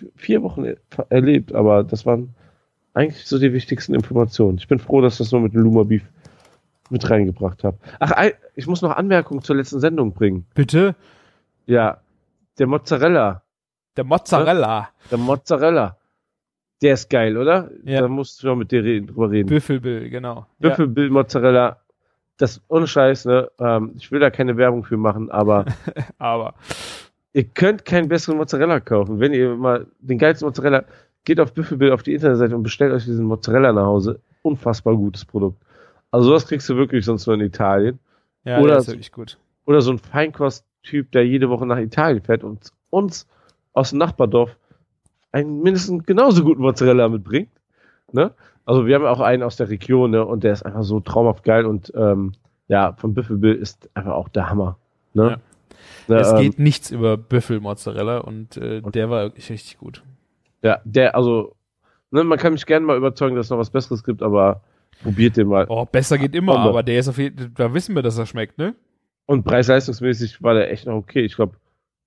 4 Wochen erlebt, aber das waren eigentlich so die wichtigsten Informationen. Ich bin froh, dass ich das nur mit dem Luma Beef mit reingebracht habe. Ach, ich muss noch Anmerkungen zur letzten Sendung bringen. Bitte? Ja, der Mozzarella. Der Mozzarella. Der Mozzarella. Der ist geil, oder? Ja. Da musst du noch mit dir drüber reden. Büffelbill, genau. Büffelbill Mozzarella. Das ohne Scheiß, ne? Ich will da keine Werbung für machen, aber Ja. Aber. ihr könnt keinen besseren Mozzarella kaufen. Wenn ihr mal den geilsten Mozzarella, geht auf Büffelbill auf die Internetseite und bestellt euch diesen Mozzarella nach Hause. Unfassbar gutes Produkt. Also sowas kriegst du wirklich sonst nur in Italien. Ja, Oder der ist so- wirklich gut. Oder so ein Feinkosttyp, der jede Woche nach Italien fährt und uns aus dem Nachbardorf einen mindestens genauso guten Mozzarella mitbringt. Ne? Also wir haben auch einen aus der Region, ne? Und der ist einfach so traumhaft geil und ja, von Büffelbill ist einfach auch der Hammer. Ne? Ja. Ne, Es geht nichts über Büffelmozzarella und der war wirklich richtig gut. Ja, also, ne, man kann mich gerne mal überzeugen, dass es noch was Besseres gibt, aber probiert den mal. Oh, besser geht immer, Bombe. aber der ist auf jeden Fall, da wissen wir, dass er schmeckt, ne? Und preis-leistungsmäßig war der echt noch okay. Ich glaube,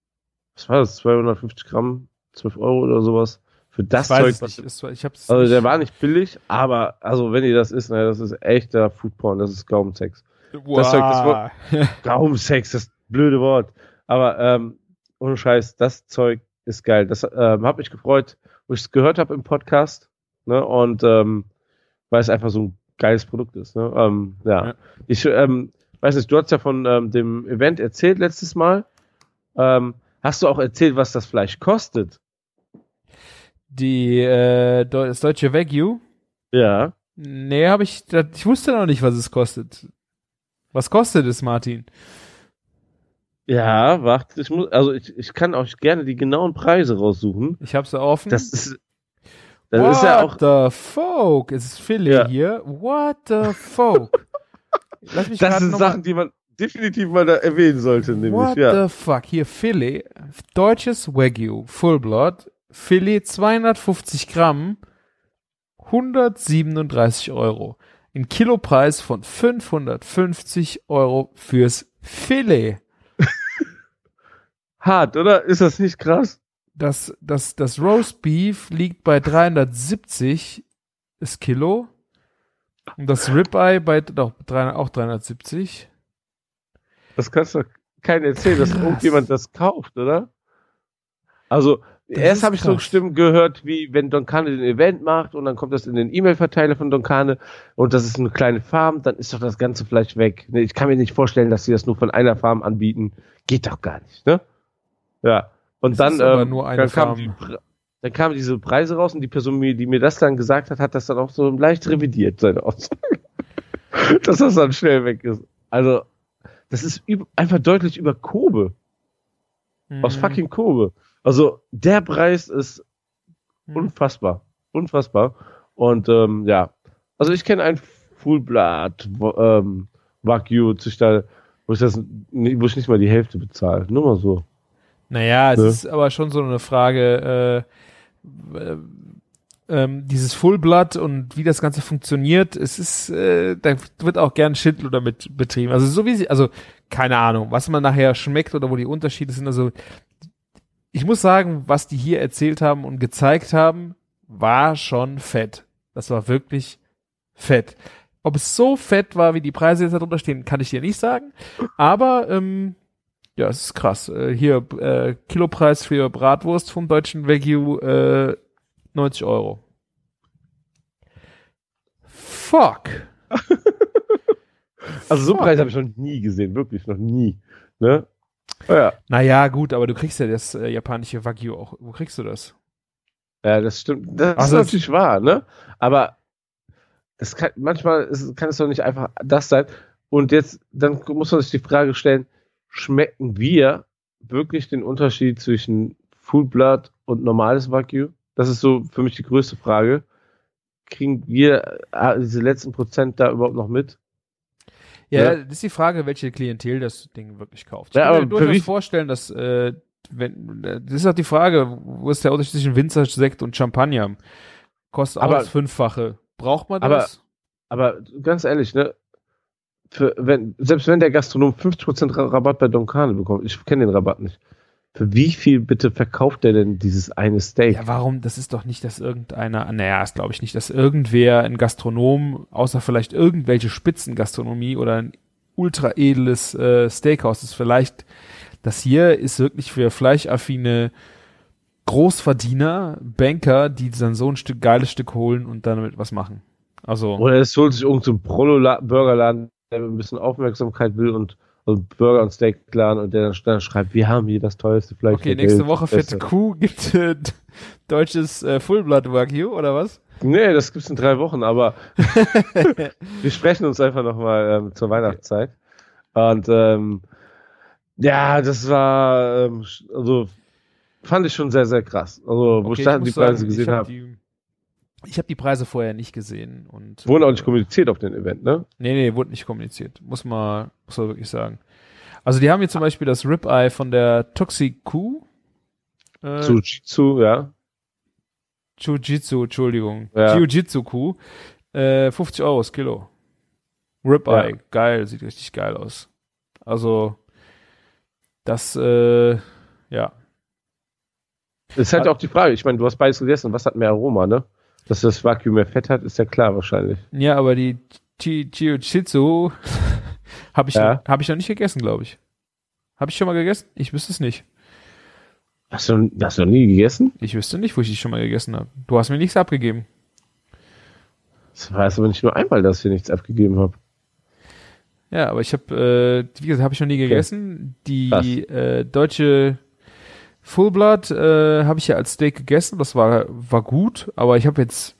was war das? 250 Gramm, 12 Euro oder sowas. Für das Ich weiß Zeug. es Was, nicht. Ich hab's also nicht. der war nicht billig, aber also wenn ihr das isst, ne, das ist echter Foodporn, das ist Gaumensex. Das Zeug, das Gaumensex, das blöde Wort. Aber ohne Scheiß, das Zeug ist geil. Das hat mich gefreut, wo ich es gehört habe im Podcast, ne? Und weil es einfach so ein geiles Produkt ist. Ne? Ja. Ich weiß nicht, du hast ja von dem Event erzählt letztes Mal. Hast du auch erzählt, was das Fleisch kostet? Das deutsche Wagyu? Ja. Nee, ich wusste noch nicht, was es kostet. Was kostet es, Martin? Ja, warte, ich kann euch gerne die genauen Preise raussuchen. Ich hab's offen. Das ist ja auch. What the fuck? Es ist Filet Ja. hier. What the fuck? Lass mich Das grad sind noch mal- Sachen, die man definitiv mal da erwähnen sollte, nämlich. What Ja. the fuck? Hier Filet. Deutsches Wagyu. Full Blood. Filet 250 Gramm. 137 Euro. Ein Kilopreis von 550 Euro fürs Filet. Hart, oder? Ist das nicht krass? Das Roast Beef liegt bei 370 das Kilo. Und das Ribeye auch 370. Das kannst du doch keinem erzählen, dass Krass. irgendjemand das kauft, oder? Also, Das erst ist habe ich so krass. Stimmen gehört, wie wenn Doncane den Event macht und dann kommt das in den E-Mail-Verteiler von Doncane und das ist eine kleine Farm, dann ist doch das ganze Fleisch weg. Ne, ich kann mir nicht vorstellen, dass sie das nur von einer Farm anbieten. Geht doch gar nicht, ne? Ja. Und Es dann, ist aber nur eine dann kam Farm. dann kamen diese Preise raus und die Person, die mir das dann gesagt hat, hat das dann auch so leicht revidiert, seine Aussage. Dass das dann schnell weg ist. Also, das ist einfach deutlich über Kobe. Aus fucking Kobe. Also, der Preis ist unfassbar. Unfassbar. Und, ja. Also, ich kenne einen Full-Blood Wagyu-Züchter, wo ich nicht mal die Hälfte bezahle. Nur mal so. Naja, es ist aber schon so eine Frage, dieses Full-Blood und wie das Ganze funktioniert, es ist, da wird auch gern Schindluder mit betrieben. Also so wie also keine Ahnung, was man nachher schmeckt oder wo die Unterschiede sind. Also ich muss sagen, was die hier erzählt haben und gezeigt haben, war schon fett. Das war wirklich fett. Ob es so fett war, wie die Preise jetzt da drunter stehen, kann ich dir nicht sagen. Aber ja, es ist krass. Hier Kilopreis für Bratwurst vom deutschen Wagyu 90 €. Fuck. Also so einen Preis habe ich noch nie gesehen, wirklich noch nie. Ne? Ja. Naja, gut, aber du kriegst ja das japanische Wagyu auch. Wo kriegst du das? Ja, das stimmt. Das ist natürlich wahr, ne? Aber manchmal kann es doch nicht einfach das sein. Und jetzt, dann muss man sich die Frage stellen, schmecken wir wirklich den Unterschied zwischen Full Blood und normales Wagyu? Das ist so für mich die größte Frage. Kriegen wir diese letzten Prozent da überhaupt noch mit? Ja, das ist die Frage, welche Klientel das Ding wirklich kauft. Ich Ja, kann mir aber durchaus vorstellen, dass das ist auch die Frage, wo ist der Unterschied zwischen Winzersekt und Champagner? Kostet auch das Fünffache. Braucht man das? Aber ganz ehrlich, ne? Selbst wenn der Gastronom 50% Rabatt bei Donkane bekommt, ich kenne den Rabatt nicht. Für wie viel bitte verkauft der denn dieses eine Steak? Ja, warum? Das ist doch nicht, dass irgendeiner, das glaube ich nicht, dass irgendwer, ein Gastronom, außer vielleicht irgendwelche Spitzengastronomie oder ein ultra edles Steakhouse ist, vielleicht, das hier ist wirklich für fleischaffine Großverdiener, Banker, die dann so ein geiles Stück holen und damit was machen. Also. Oder es holt sich irgend so ein Prolo-Burgerladen, der ein bisschen Aufmerksamkeit will und Burger und Steakladen und der dann schreibt, wir haben hier das teuerste Fleisch. Okay, nächste Woche fette Kuh gibt deutsches Full-Blood Wagyu, oder was? Nee, das gibt's in 3 Wochen, aber wir sprechen uns einfach nochmal zur Weihnachtszeit. Und ja, das war also fand ich schon sehr, sehr krass. Also, wo ich da die Preise gesehen habe. Ich habe die Preise vorher nicht gesehen. Und wurden auch nicht kommuniziert auf dem Event, ne? Nee, wurde nicht kommuniziert. Muss man wirklich sagen. Also die haben hier zum Beispiel das Ribeye von der Toxiku. Jiu-Jitsu, ja. Jiu-Jitsu, Entschuldigung. Ja. Jiu-Jitsu-Kuh. 50 € das Kilo. Ribeye, ja. Geil, sieht richtig geil aus. Also, das, ja. Das ist halt auch die Frage. Ich meine, du hast beides gegessen. Was hat mehr Aroma, ne? Dass das Wagyu mehr Fett hat, ist ja klar wahrscheinlich. Ja, aber die Jiu-Jitsu habe ich noch nicht gegessen, glaube ich. Habe ich schon mal gegessen? Ich wüsste es nicht. Hast du noch nie gegessen? Ich wüsste nicht, wo ich die schon mal gegessen habe. Du hast mir nichts abgegeben. Das weiß aber nicht nur einmal, dass ich dir nichts abgegeben habe. Ja, aber ich habe, wie gesagt, habe ich noch nie gegessen. Die deutsche Full Blood habe ich ja als Steak gegessen, das war gut, aber ich habe jetzt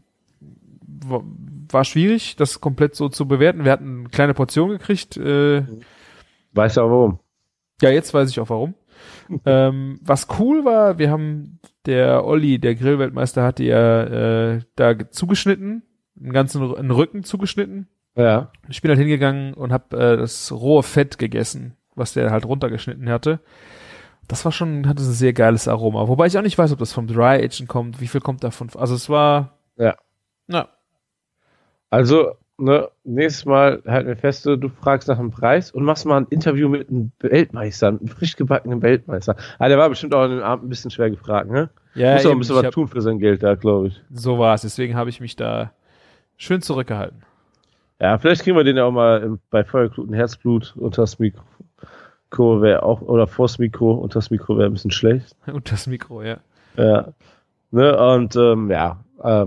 war schwierig, das komplett so zu bewerten. Wir hatten eine kleine Portion gekriegt. Weißt du auch warum? Ja, jetzt weiß ich auch warum. Was cool war, wir haben der Olli, der Grillweltmeister, hatte ja da zugeschnitten, einen Rücken zugeschnitten. Ja. Ich bin halt hingegangen und habe das rohe Fett gegessen, was der halt runtergeschnitten hatte. Das war schon, hatte ein sehr geiles Aroma. Wobei ich auch nicht weiß, ob das vom Dry Agen kommt, wie viel kommt davon. Also es war. Ja. Na. Also, ne, nächstes Mal halten wir fest, du fragst nach dem Preis und machst mal ein Interview mit einem Weltmeister, einem frisch gebackenen Weltmeister. Der war bestimmt auch an dem Abend ein bisschen schwer gefragt, ne? Ja. Muss auch ein bisschen was tun für sein Geld da, glaube ich. So war es. Deswegen habe ich mich da schön zurückgehalten. Ja, vielleicht kriegen wir den ja auch mal bei Feuerkluten Herzblut unter das Mikro. Wäre auch, oder vors Mikro, unter das Mikro wäre ein bisschen schlecht. Unter das Mikro, ja. Ja. Ne, und ja.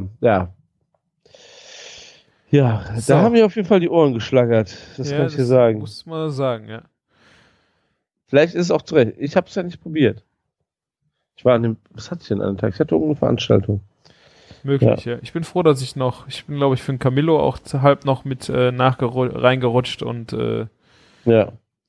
Ja, so. Da haben mir auf jeden Fall die Ohren geschlagert. Das kann ich dir sagen. Muss man sagen, ja. Vielleicht ist es auch zurecht. Ich habe es ja nicht probiert. Ich war was hatte ich denn an dem Tag? Ich hatte irgendeine Veranstaltung. Möglich, ja. Ich bin froh, dass ich bin, glaube ich, für den Camillo auch halb noch mit reingerutscht und Ja.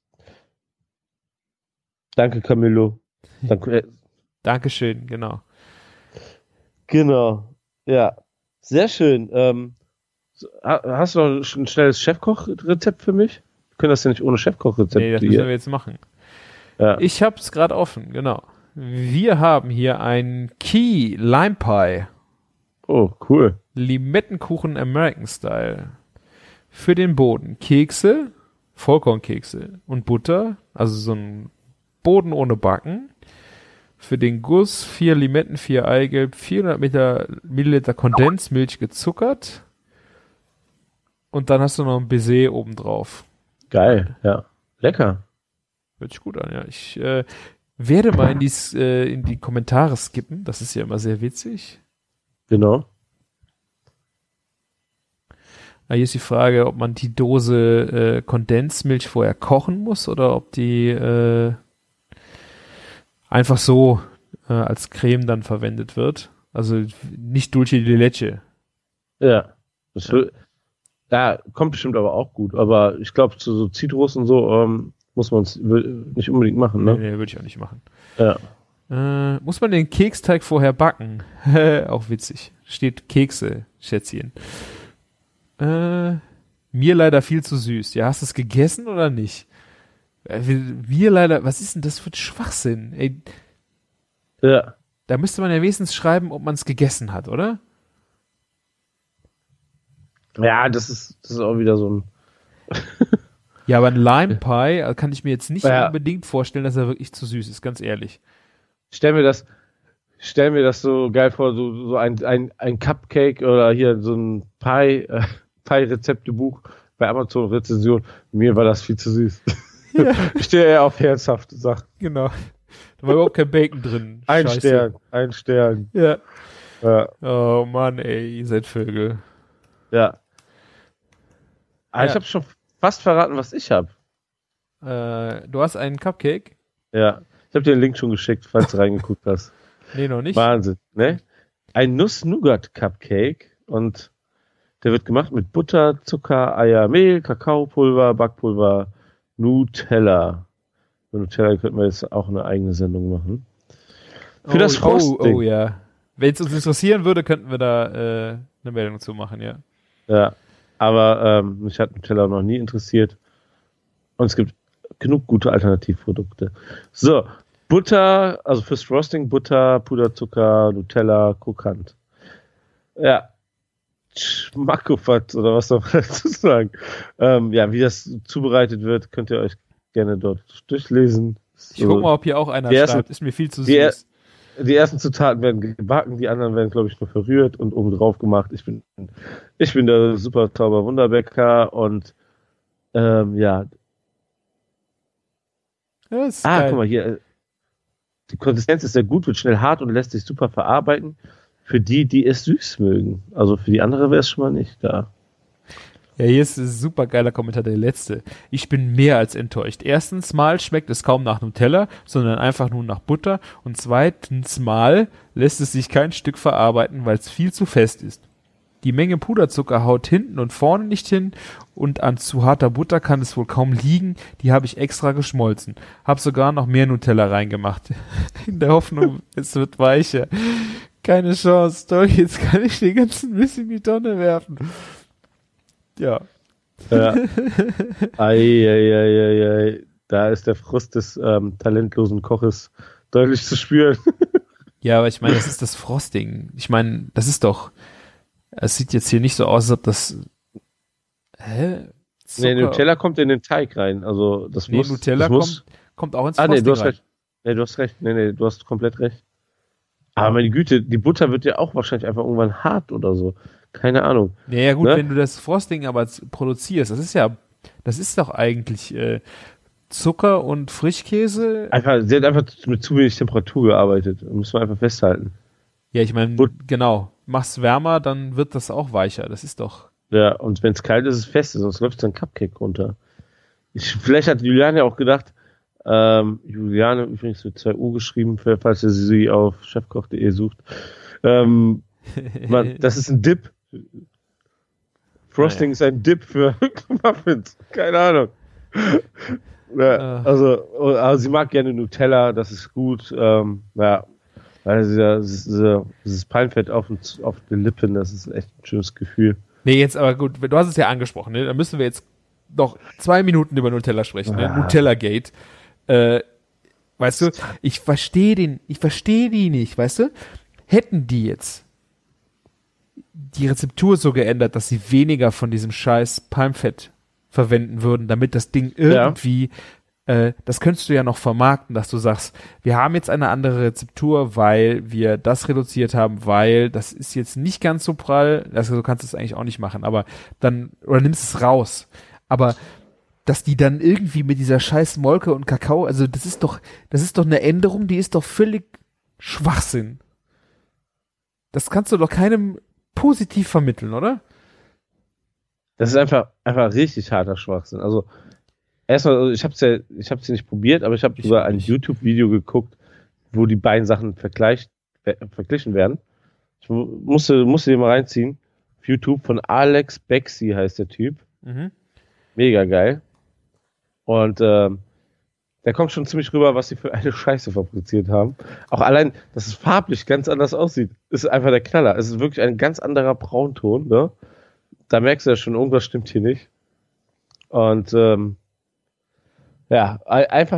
Danke, Camillo. Danke. Dankeschön, genau. Genau. Ja. Sehr schön. Hast du noch ein schnelles Chefkoch-Rezept für mich? Wir können das ja nicht ohne Chefkoch-Rezept. Nee, das müssen wir jetzt machen. Ja. Ich hab's gerade offen, genau. Wir haben hier ein Key Lime Pie. Oh, cool. Limettenkuchen American Style. Für den Boden Kekse, Vollkornkekse und Butter, also so ein Boden ohne Backen. Für den Guss 4 Limetten, 4 Eigelb, 400 Milliliter Kondensmilch gezuckert. Und dann hast du noch ein Baiser obendrauf. Geil, ja. Lecker. Hört sich gut an, ja. Ich werde mal in die Kommentare skippen. Das ist ja immer sehr witzig. Genau. Hier ist die Frage, ob man die Dose Kondensmilch vorher kochen muss oder ob die einfach so als Creme dann verwendet wird. Also nicht Dulce de Leche. Ja. Ja, kommt bestimmt aber auch gut. Aber ich glaube, zu so Zitrus und so muss man es nicht unbedingt machen, ne? Nee, würde ich auch nicht machen. Ja. Muss man den Keksteig vorher backen? Auch witzig. Steht Kekse, Schätzchen. Mir leider viel zu süß. Ja, hast du es gegessen oder nicht? Wir leider, was ist denn das für ein Schwachsinn? Ey, Ja. da müsste man ja wenigstens schreiben, ob man es gegessen hat, oder? Ja, das ist auch wieder so ein. Ja, aber ein Lime Pie kann ich mir jetzt nicht Ja. unbedingt vorstellen, dass er wirklich zu süß ist, ganz ehrlich. Stell mir das so geil vor, so ein Cupcake oder hier so ein Pie-Rezeptebuch bei Amazon Rezension. Mir war das viel zu süß. Ja. Ich stehe eher auf herzhafte Sachen. Genau. Da war überhaupt kein Bacon drin. Ein Scheiße. Stern. Ja. Ja. Oh Mann, ey, ihr seid Vögel. Ja. Ah, Ja. ich habe schon fast verraten, was ich habe. Du hast einen Cupcake? Ja. Ich habe dir den Link schon geschickt, falls du reingeguckt hast. Nee, noch nicht. Wahnsinn, ne? Ein Nuss-Nougat-Cupcake und der wird gemacht mit Butter, Zucker, Eier, Mehl, Kakaopulver, Backpulver, Nutella. Mit Nutella könnten wir jetzt auch eine eigene Sendung machen. Für das Frosting. Oh ja. Wenn es uns interessieren würde, könnten wir da eine Meldung zu machen, ja. Ja, aber mich hat Nutella noch nie interessiert. Und es gibt genug gute Alternativprodukte. So, Butter, also fürs Frosting, Butter, Puderzucker, Nutella, krokant. Ja. Schmackofatz oder was soll man dazu sagen? Ja, wie das zubereitet wird, könnt ihr euch gerne dort durchlesen. Ich guck mal, ob hier auch einer schreibt. Ist mir viel zu die süß. Die ersten Zutaten werden gebacken, die anderen werden, glaube ich, nur verrührt und oben drauf gemacht. Ich bin der super Zauber Wunderbäcker und ja. Ja, ist geil. Guck mal hier. Die Konsistenz ist sehr gut, wird schnell hart und lässt sich super verarbeiten. Für die es süß mögen. Also für die andere wäre es schon mal nicht da. Ja, hier ist ein super geiler Kommentar, der letzte. Ich bin mehr als enttäuscht. Erstens mal schmeckt es kaum nach Nutella, sondern einfach nur nach Butter. Und zweitens mal lässt es sich kein Stück verarbeiten, weil es viel zu fest ist. Die Menge Puderzucker haut hinten und vorne nicht hin und an zu harter Butter kann es wohl kaum liegen. Die habe ich extra geschmolzen. Hab sogar noch mehr Nutella reingemacht. In der Hoffnung, es wird weicher. Keine Chance. Toll, jetzt kann ich den ganzen Mist in die Tonne werfen. Ja. Ja. Ei. Da ist der Frust des talentlosen Koches deutlich zu spüren. Ja, aber ich meine, das ist das Frosting. Ich meine, das ist doch. Es sieht jetzt hier nicht so aus, als ob das. Hä? Zucker. Nee, Nutella kommt in den Teig rein. Also das muss. Nutella das muss, kommt auch ins nee, Frosting du hast rein. recht. Nee, du hast recht. Nee, du hast komplett recht. Aber meine Güte, die Butter wird ja auch wahrscheinlich einfach irgendwann hart oder so. Keine Ahnung. Ja, gut, ne? wenn du das Frosting aber produzierst, das ist doch eigentlich Zucker und Frischkäse. Sie hat einfach mit zu wenig Temperatur gearbeitet. Muss man einfach festhalten. Ja, ich meine, genau. Mach's wärmer, dann wird das auch weicher. Das ist doch. Ja, und wenn es kalt ist, ist es fest, sonst läuft es ein Cupcake runter. Vielleicht hat Julian ja auch gedacht, Juliane übrigens mit 2 U geschrieben, falls ihr sie auf chefkoch.de sucht. Das ist ein Dip. Frosting ist ein Dip für Muffins. Keine Ahnung. Also sie mag gerne Nutella, das ist gut. Weil dieses Palmfett auf den Lippen, das ist echt ein schönes Gefühl. Nee, jetzt aber gut, du hast es ja angesprochen, ne? Da müssen wir jetzt noch 2 Minuten über Nutella sprechen, ne? Nutella-Gate. Weißt du, ich verstehe die nicht, weißt du? Hätten die jetzt die Rezeptur so geändert, dass sie weniger von diesem scheiß Palmfett verwenden würden, damit das Ding irgendwie, das könntest du ja noch vermarkten, dass du sagst, wir haben jetzt eine andere Rezeptur, weil wir das reduziert haben, weil das ist jetzt nicht ganz so prall, also du kannst es eigentlich auch nicht machen, aber dann, oder nimmst es raus, aber dass die dann irgendwie mit dieser scheiß Molke und Kakao, also das ist doch eine Änderung, die ist doch völlig Schwachsinn. Das kannst du doch keinem positiv vermitteln, oder? Das ist einfach richtig harter Schwachsinn. Also erstmal, ich hab's ja nicht probiert, aber ich habe sogar ein YouTube-Video geguckt, wo die beiden Sachen verglichen werden. Ich musste den mal reinziehen. Auf YouTube von Alex Bexy heißt der Typ. Mhm. Mega geil. Und der kommt schon ziemlich rüber, was sie für eine Scheiße fabriziert haben. Auch allein, dass es farblich ganz anders aussieht, ist einfach der Knaller. Es ist wirklich ein ganz anderer Braunton, ne? Da merkst du ja schon, irgendwas stimmt hier nicht. Und einfach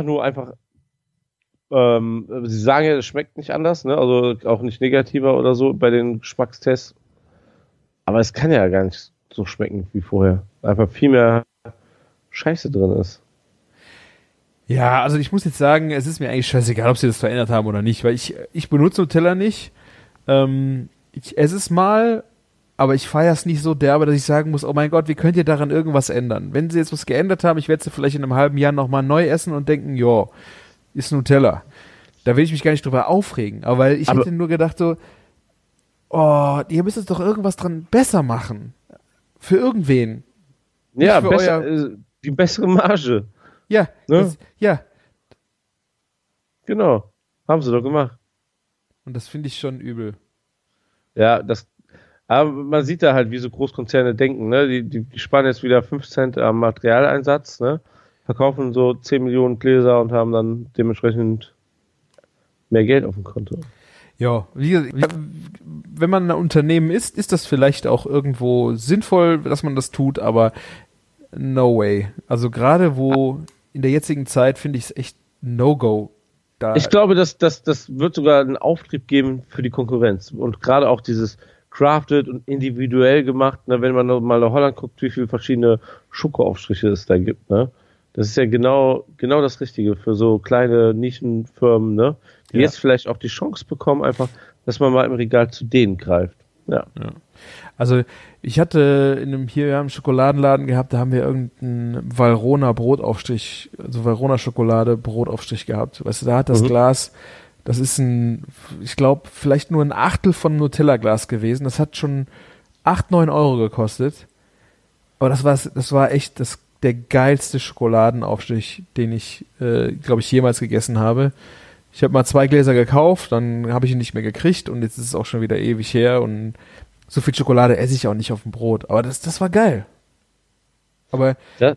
sie sagen ja, es schmeckt nicht anders, ne? Also auch nicht negativer oder so bei den Geschmackstests. Aber es kann ja gar nicht so schmecken wie vorher. Einfach viel mehr Scheiße drin ist. Ja, also ich muss jetzt sagen, es ist mir eigentlich scheißegal, ob sie das verändert haben oder nicht, weil ich benutze Nutella nicht. Ich esse es mal, aber ich feiere es nicht so derbe, dass ich sagen muss, oh mein Gott, wie könnt ihr daran irgendwas ändern? Wenn sie jetzt was geändert haben, ich werde sie vielleicht in einem halben Jahr nochmal neu essen und denken, jo, ist Nutella. Da will ich mich gar nicht drüber aufregen, aber weil ich hätte nur gedacht so, oh, ihr müsst jetzt doch irgendwas dran besser machen. Für irgendwen. Ja, die bessere Marge. Ja, ne? Ja. Genau. Haben sie doch gemacht. Und das finde ich schon übel. Ja, aber man sieht da halt, wie so Großkonzerne denken, ne? Die sparen jetzt wieder 5 Cent am Materialeinsatz, ne? Verkaufen so 10 Millionen Gläser und haben dann dementsprechend mehr Geld auf dem Konto. Ja, wie gesagt, wenn man ein Unternehmen ist das vielleicht auch irgendwo sinnvoll, dass man das tut, aber no way. Also gerade in der jetzigen Zeit finde ich es echt No-Go. Ich glaube, das wird sogar einen Auftrieb geben für die Konkurrenz. Und gerade auch dieses crafted und individuell gemacht, ne, wenn man mal nach Holland guckt, wie viele verschiedene Schokoaufstriche es da gibt, ne? Das ist ja genau das Richtige für so kleine Nischenfirmen, ne? Die jetzt vielleicht auch die Chance bekommen, einfach, dass man mal im Regal zu denen greift. Ja. Also ich hatte wir haben einen Schokoladenladen gehabt, da haben wir irgendeinen Valrhona Brotaufstrich, also Valrhona Schokolade Brotaufstrich gehabt. Weißt du, da hat das Glas, das ist ich glaube, vielleicht nur ein Achtel von Nutella-Glas gewesen. Das hat schon 8-9 Euro gekostet. Aber das war echt der geilste Schokoladenaufstrich, den ich, glaube ich, jemals gegessen habe. Ich habe mal 2 Gläser gekauft, dann habe ich ihn nicht mehr gekriegt und jetzt ist es auch schon wieder ewig her und so viel Schokolade esse ich auch nicht auf dem Brot. Aber das war geil. Aber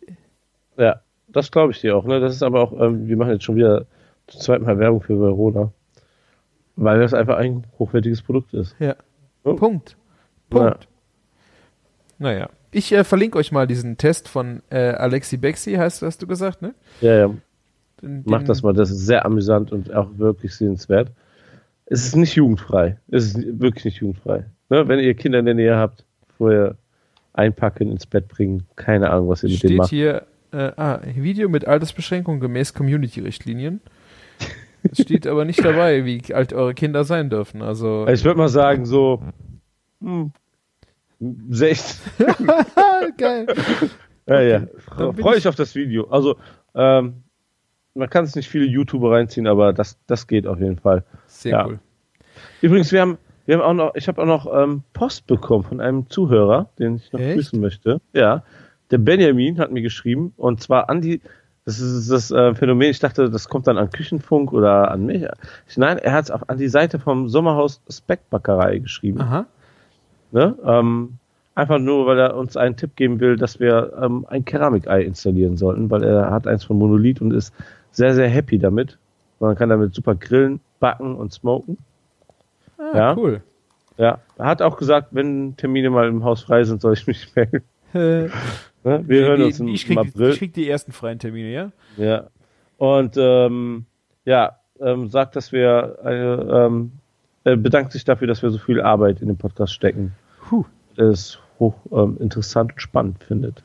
das glaube ich dir auch. Ne? Das ist aber auch, wir machen jetzt schon wieder zum zweiten Mal Werbung für Valrhona. Weil das einfach ein hochwertiges Produkt ist. Ja. Oh. Punkt. Ja. Naja. Ich verlinke euch mal diesen Test von Alexi Bexi, hast du gesagt, ne? Ja. Macht das mal, das ist sehr amüsant und auch wirklich sehenswert. Es ist nicht jugendfrei. Es ist wirklich nicht jugendfrei. Ne? Wenn ihr Kinder in der Nähe habt, vorher einpacken, ins Bett bringen, keine Ahnung, was ihr mit denen macht. Steht hier, Video mit Altersbeschränkung gemäß Community-Richtlinien. Es steht aber nicht dabei, wie alt eure Kinder sein dürfen. Also ich würde mal sagen, so 16. Geil. Ja. Freue ich auf das Video. Also, man kann es nicht viele YouTuber reinziehen, aber das geht auf jeden Fall. Sehr cool. Übrigens, ich habe auch noch Post bekommen von einem Zuhörer, den ich noch grüßen möchte. Ja. Der Benjamin hat mir geschrieben, und zwar an die Das ist das Phänomen. Ich dachte, das kommt dann an Küchenfunk oder an mich. Nein, er hat es an die Seite vom Sommerhaus Speckbackerei geschrieben. Aha. Ne? Einfach nur, weil er uns einen Tipp geben will, dass wir ein Keramikei installieren sollten, weil er hat eins von Monolith und ist sehr, sehr happy damit. Man kann damit super grillen, backen und smoken. Ja, cool. Ja, er hat auch gesagt, wenn Termine mal im Haus frei sind, soll ich mich melden. Ne? Wir hören uns im April. Ich krieg die ersten freien Termine, ja? Ja. Und sagt, dass wir bedankt sich dafür, dass wir so viel Arbeit in den Podcast stecken. Es hoch interessant und spannend findet.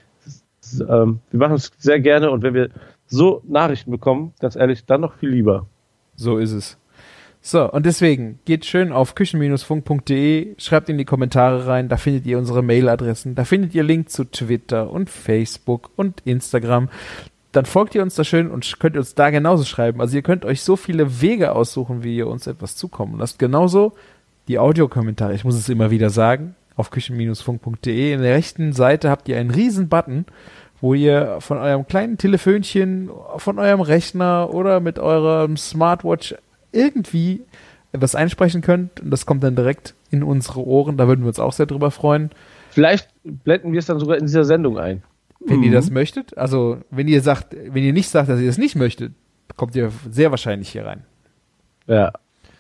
Wir machen es sehr gerne und wenn wir so Nachrichten bekommen, ganz ehrlich, dann noch viel lieber. So ist es. So, und deswegen geht schön auf küchen-funk.de, schreibt in die Kommentare rein, da findet ihr unsere Mailadressen, da findet ihr Link zu Twitter und Facebook und Instagram. Dann folgt ihr uns da schön und könnt uns da genauso schreiben. Also ihr könnt euch so viele Wege aussuchen, wie ihr uns etwas zukommen lasst. Genauso die Audiokommentare, ich muss es immer wieder sagen, auf küchen-funk.de. In der rechten Seite habt ihr einen riesen Button, wo ihr von eurem kleinen Telefönchen, von eurem Rechner oder mit eurem Smartwatch irgendwie etwas einsprechen könnt und das kommt dann direkt in unsere Ohren. Da würden wir uns auch sehr drüber freuen. Vielleicht blenden wir es dann sogar in dieser Sendung ein. Wenn ihr das möchtet, also wenn ihr nicht sagt, dass ihr das nicht möchtet, kommt ihr sehr wahrscheinlich hier rein. Ja.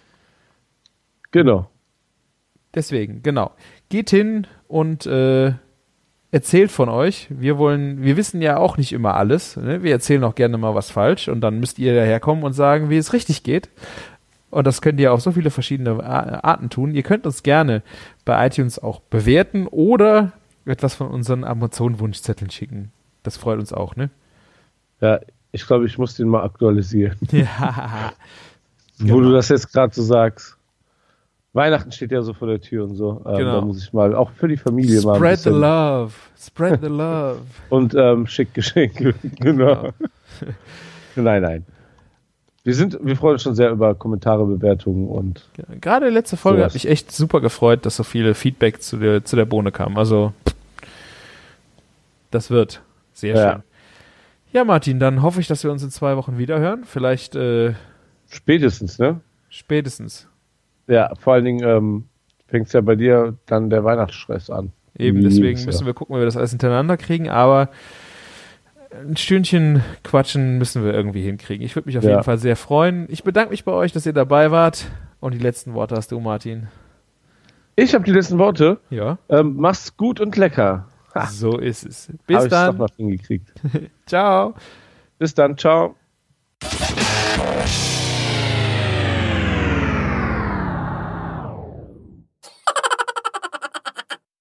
Genau. Deswegen, genau. Geht hin und erzählt von euch. Wir wissen ja auch nicht immer alles. Ne? Wir erzählen auch gerne mal was falsch und dann müsst ihr daherkommen und sagen, wie es richtig geht. Und das könnt ihr auf so viele verschiedene Arten tun. Ihr könnt uns gerne bei iTunes auch bewerten oder etwas von unseren Amazon-Wunschzetteln schicken. Das freut uns auch, ne? Ja, ich glaube, ich muss den mal aktualisieren. Ja. Wo du das jetzt gerade so sagst. Weihnachten steht ja so vor der Tür und so. Da muss ich mal, auch für die Familie mal ein Spread bisschen. the love. Spread the love. Und schick Geschenke. Genau. Nein. Wir freuen uns schon sehr über Kommentare, Bewertungen und. Gerade letzte Folge hat mich echt super gefreut, dass so viele Feedback zu der Bohne kam. Also, das wird sehr schön. Ja, Martin, dann hoffe ich, dass wir uns in 2 Wochen wieder hören. Vielleicht. Spätestens, ne? Spätestens. Ja, vor allen Dingen fängt es ja bei dir dann der Weihnachtsstress an. Eben, deswegen müssen wir gucken, wie wir das alles hintereinander kriegen, aber ein Stündchen quatschen müssen wir irgendwie hinkriegen. Ich würde mich auf jeden Fall sehr freuen. Ich bedanke mich bei euch, dass ihr dabei wart und die letzten Worte hast du, Martin. Ich habe die letzten Worte? Ja. Mach's gut und lecker. Ha. So ist es. Bis dann. Hab ich's doch noch hingekriegt. Ciao. Bis dann, ciao.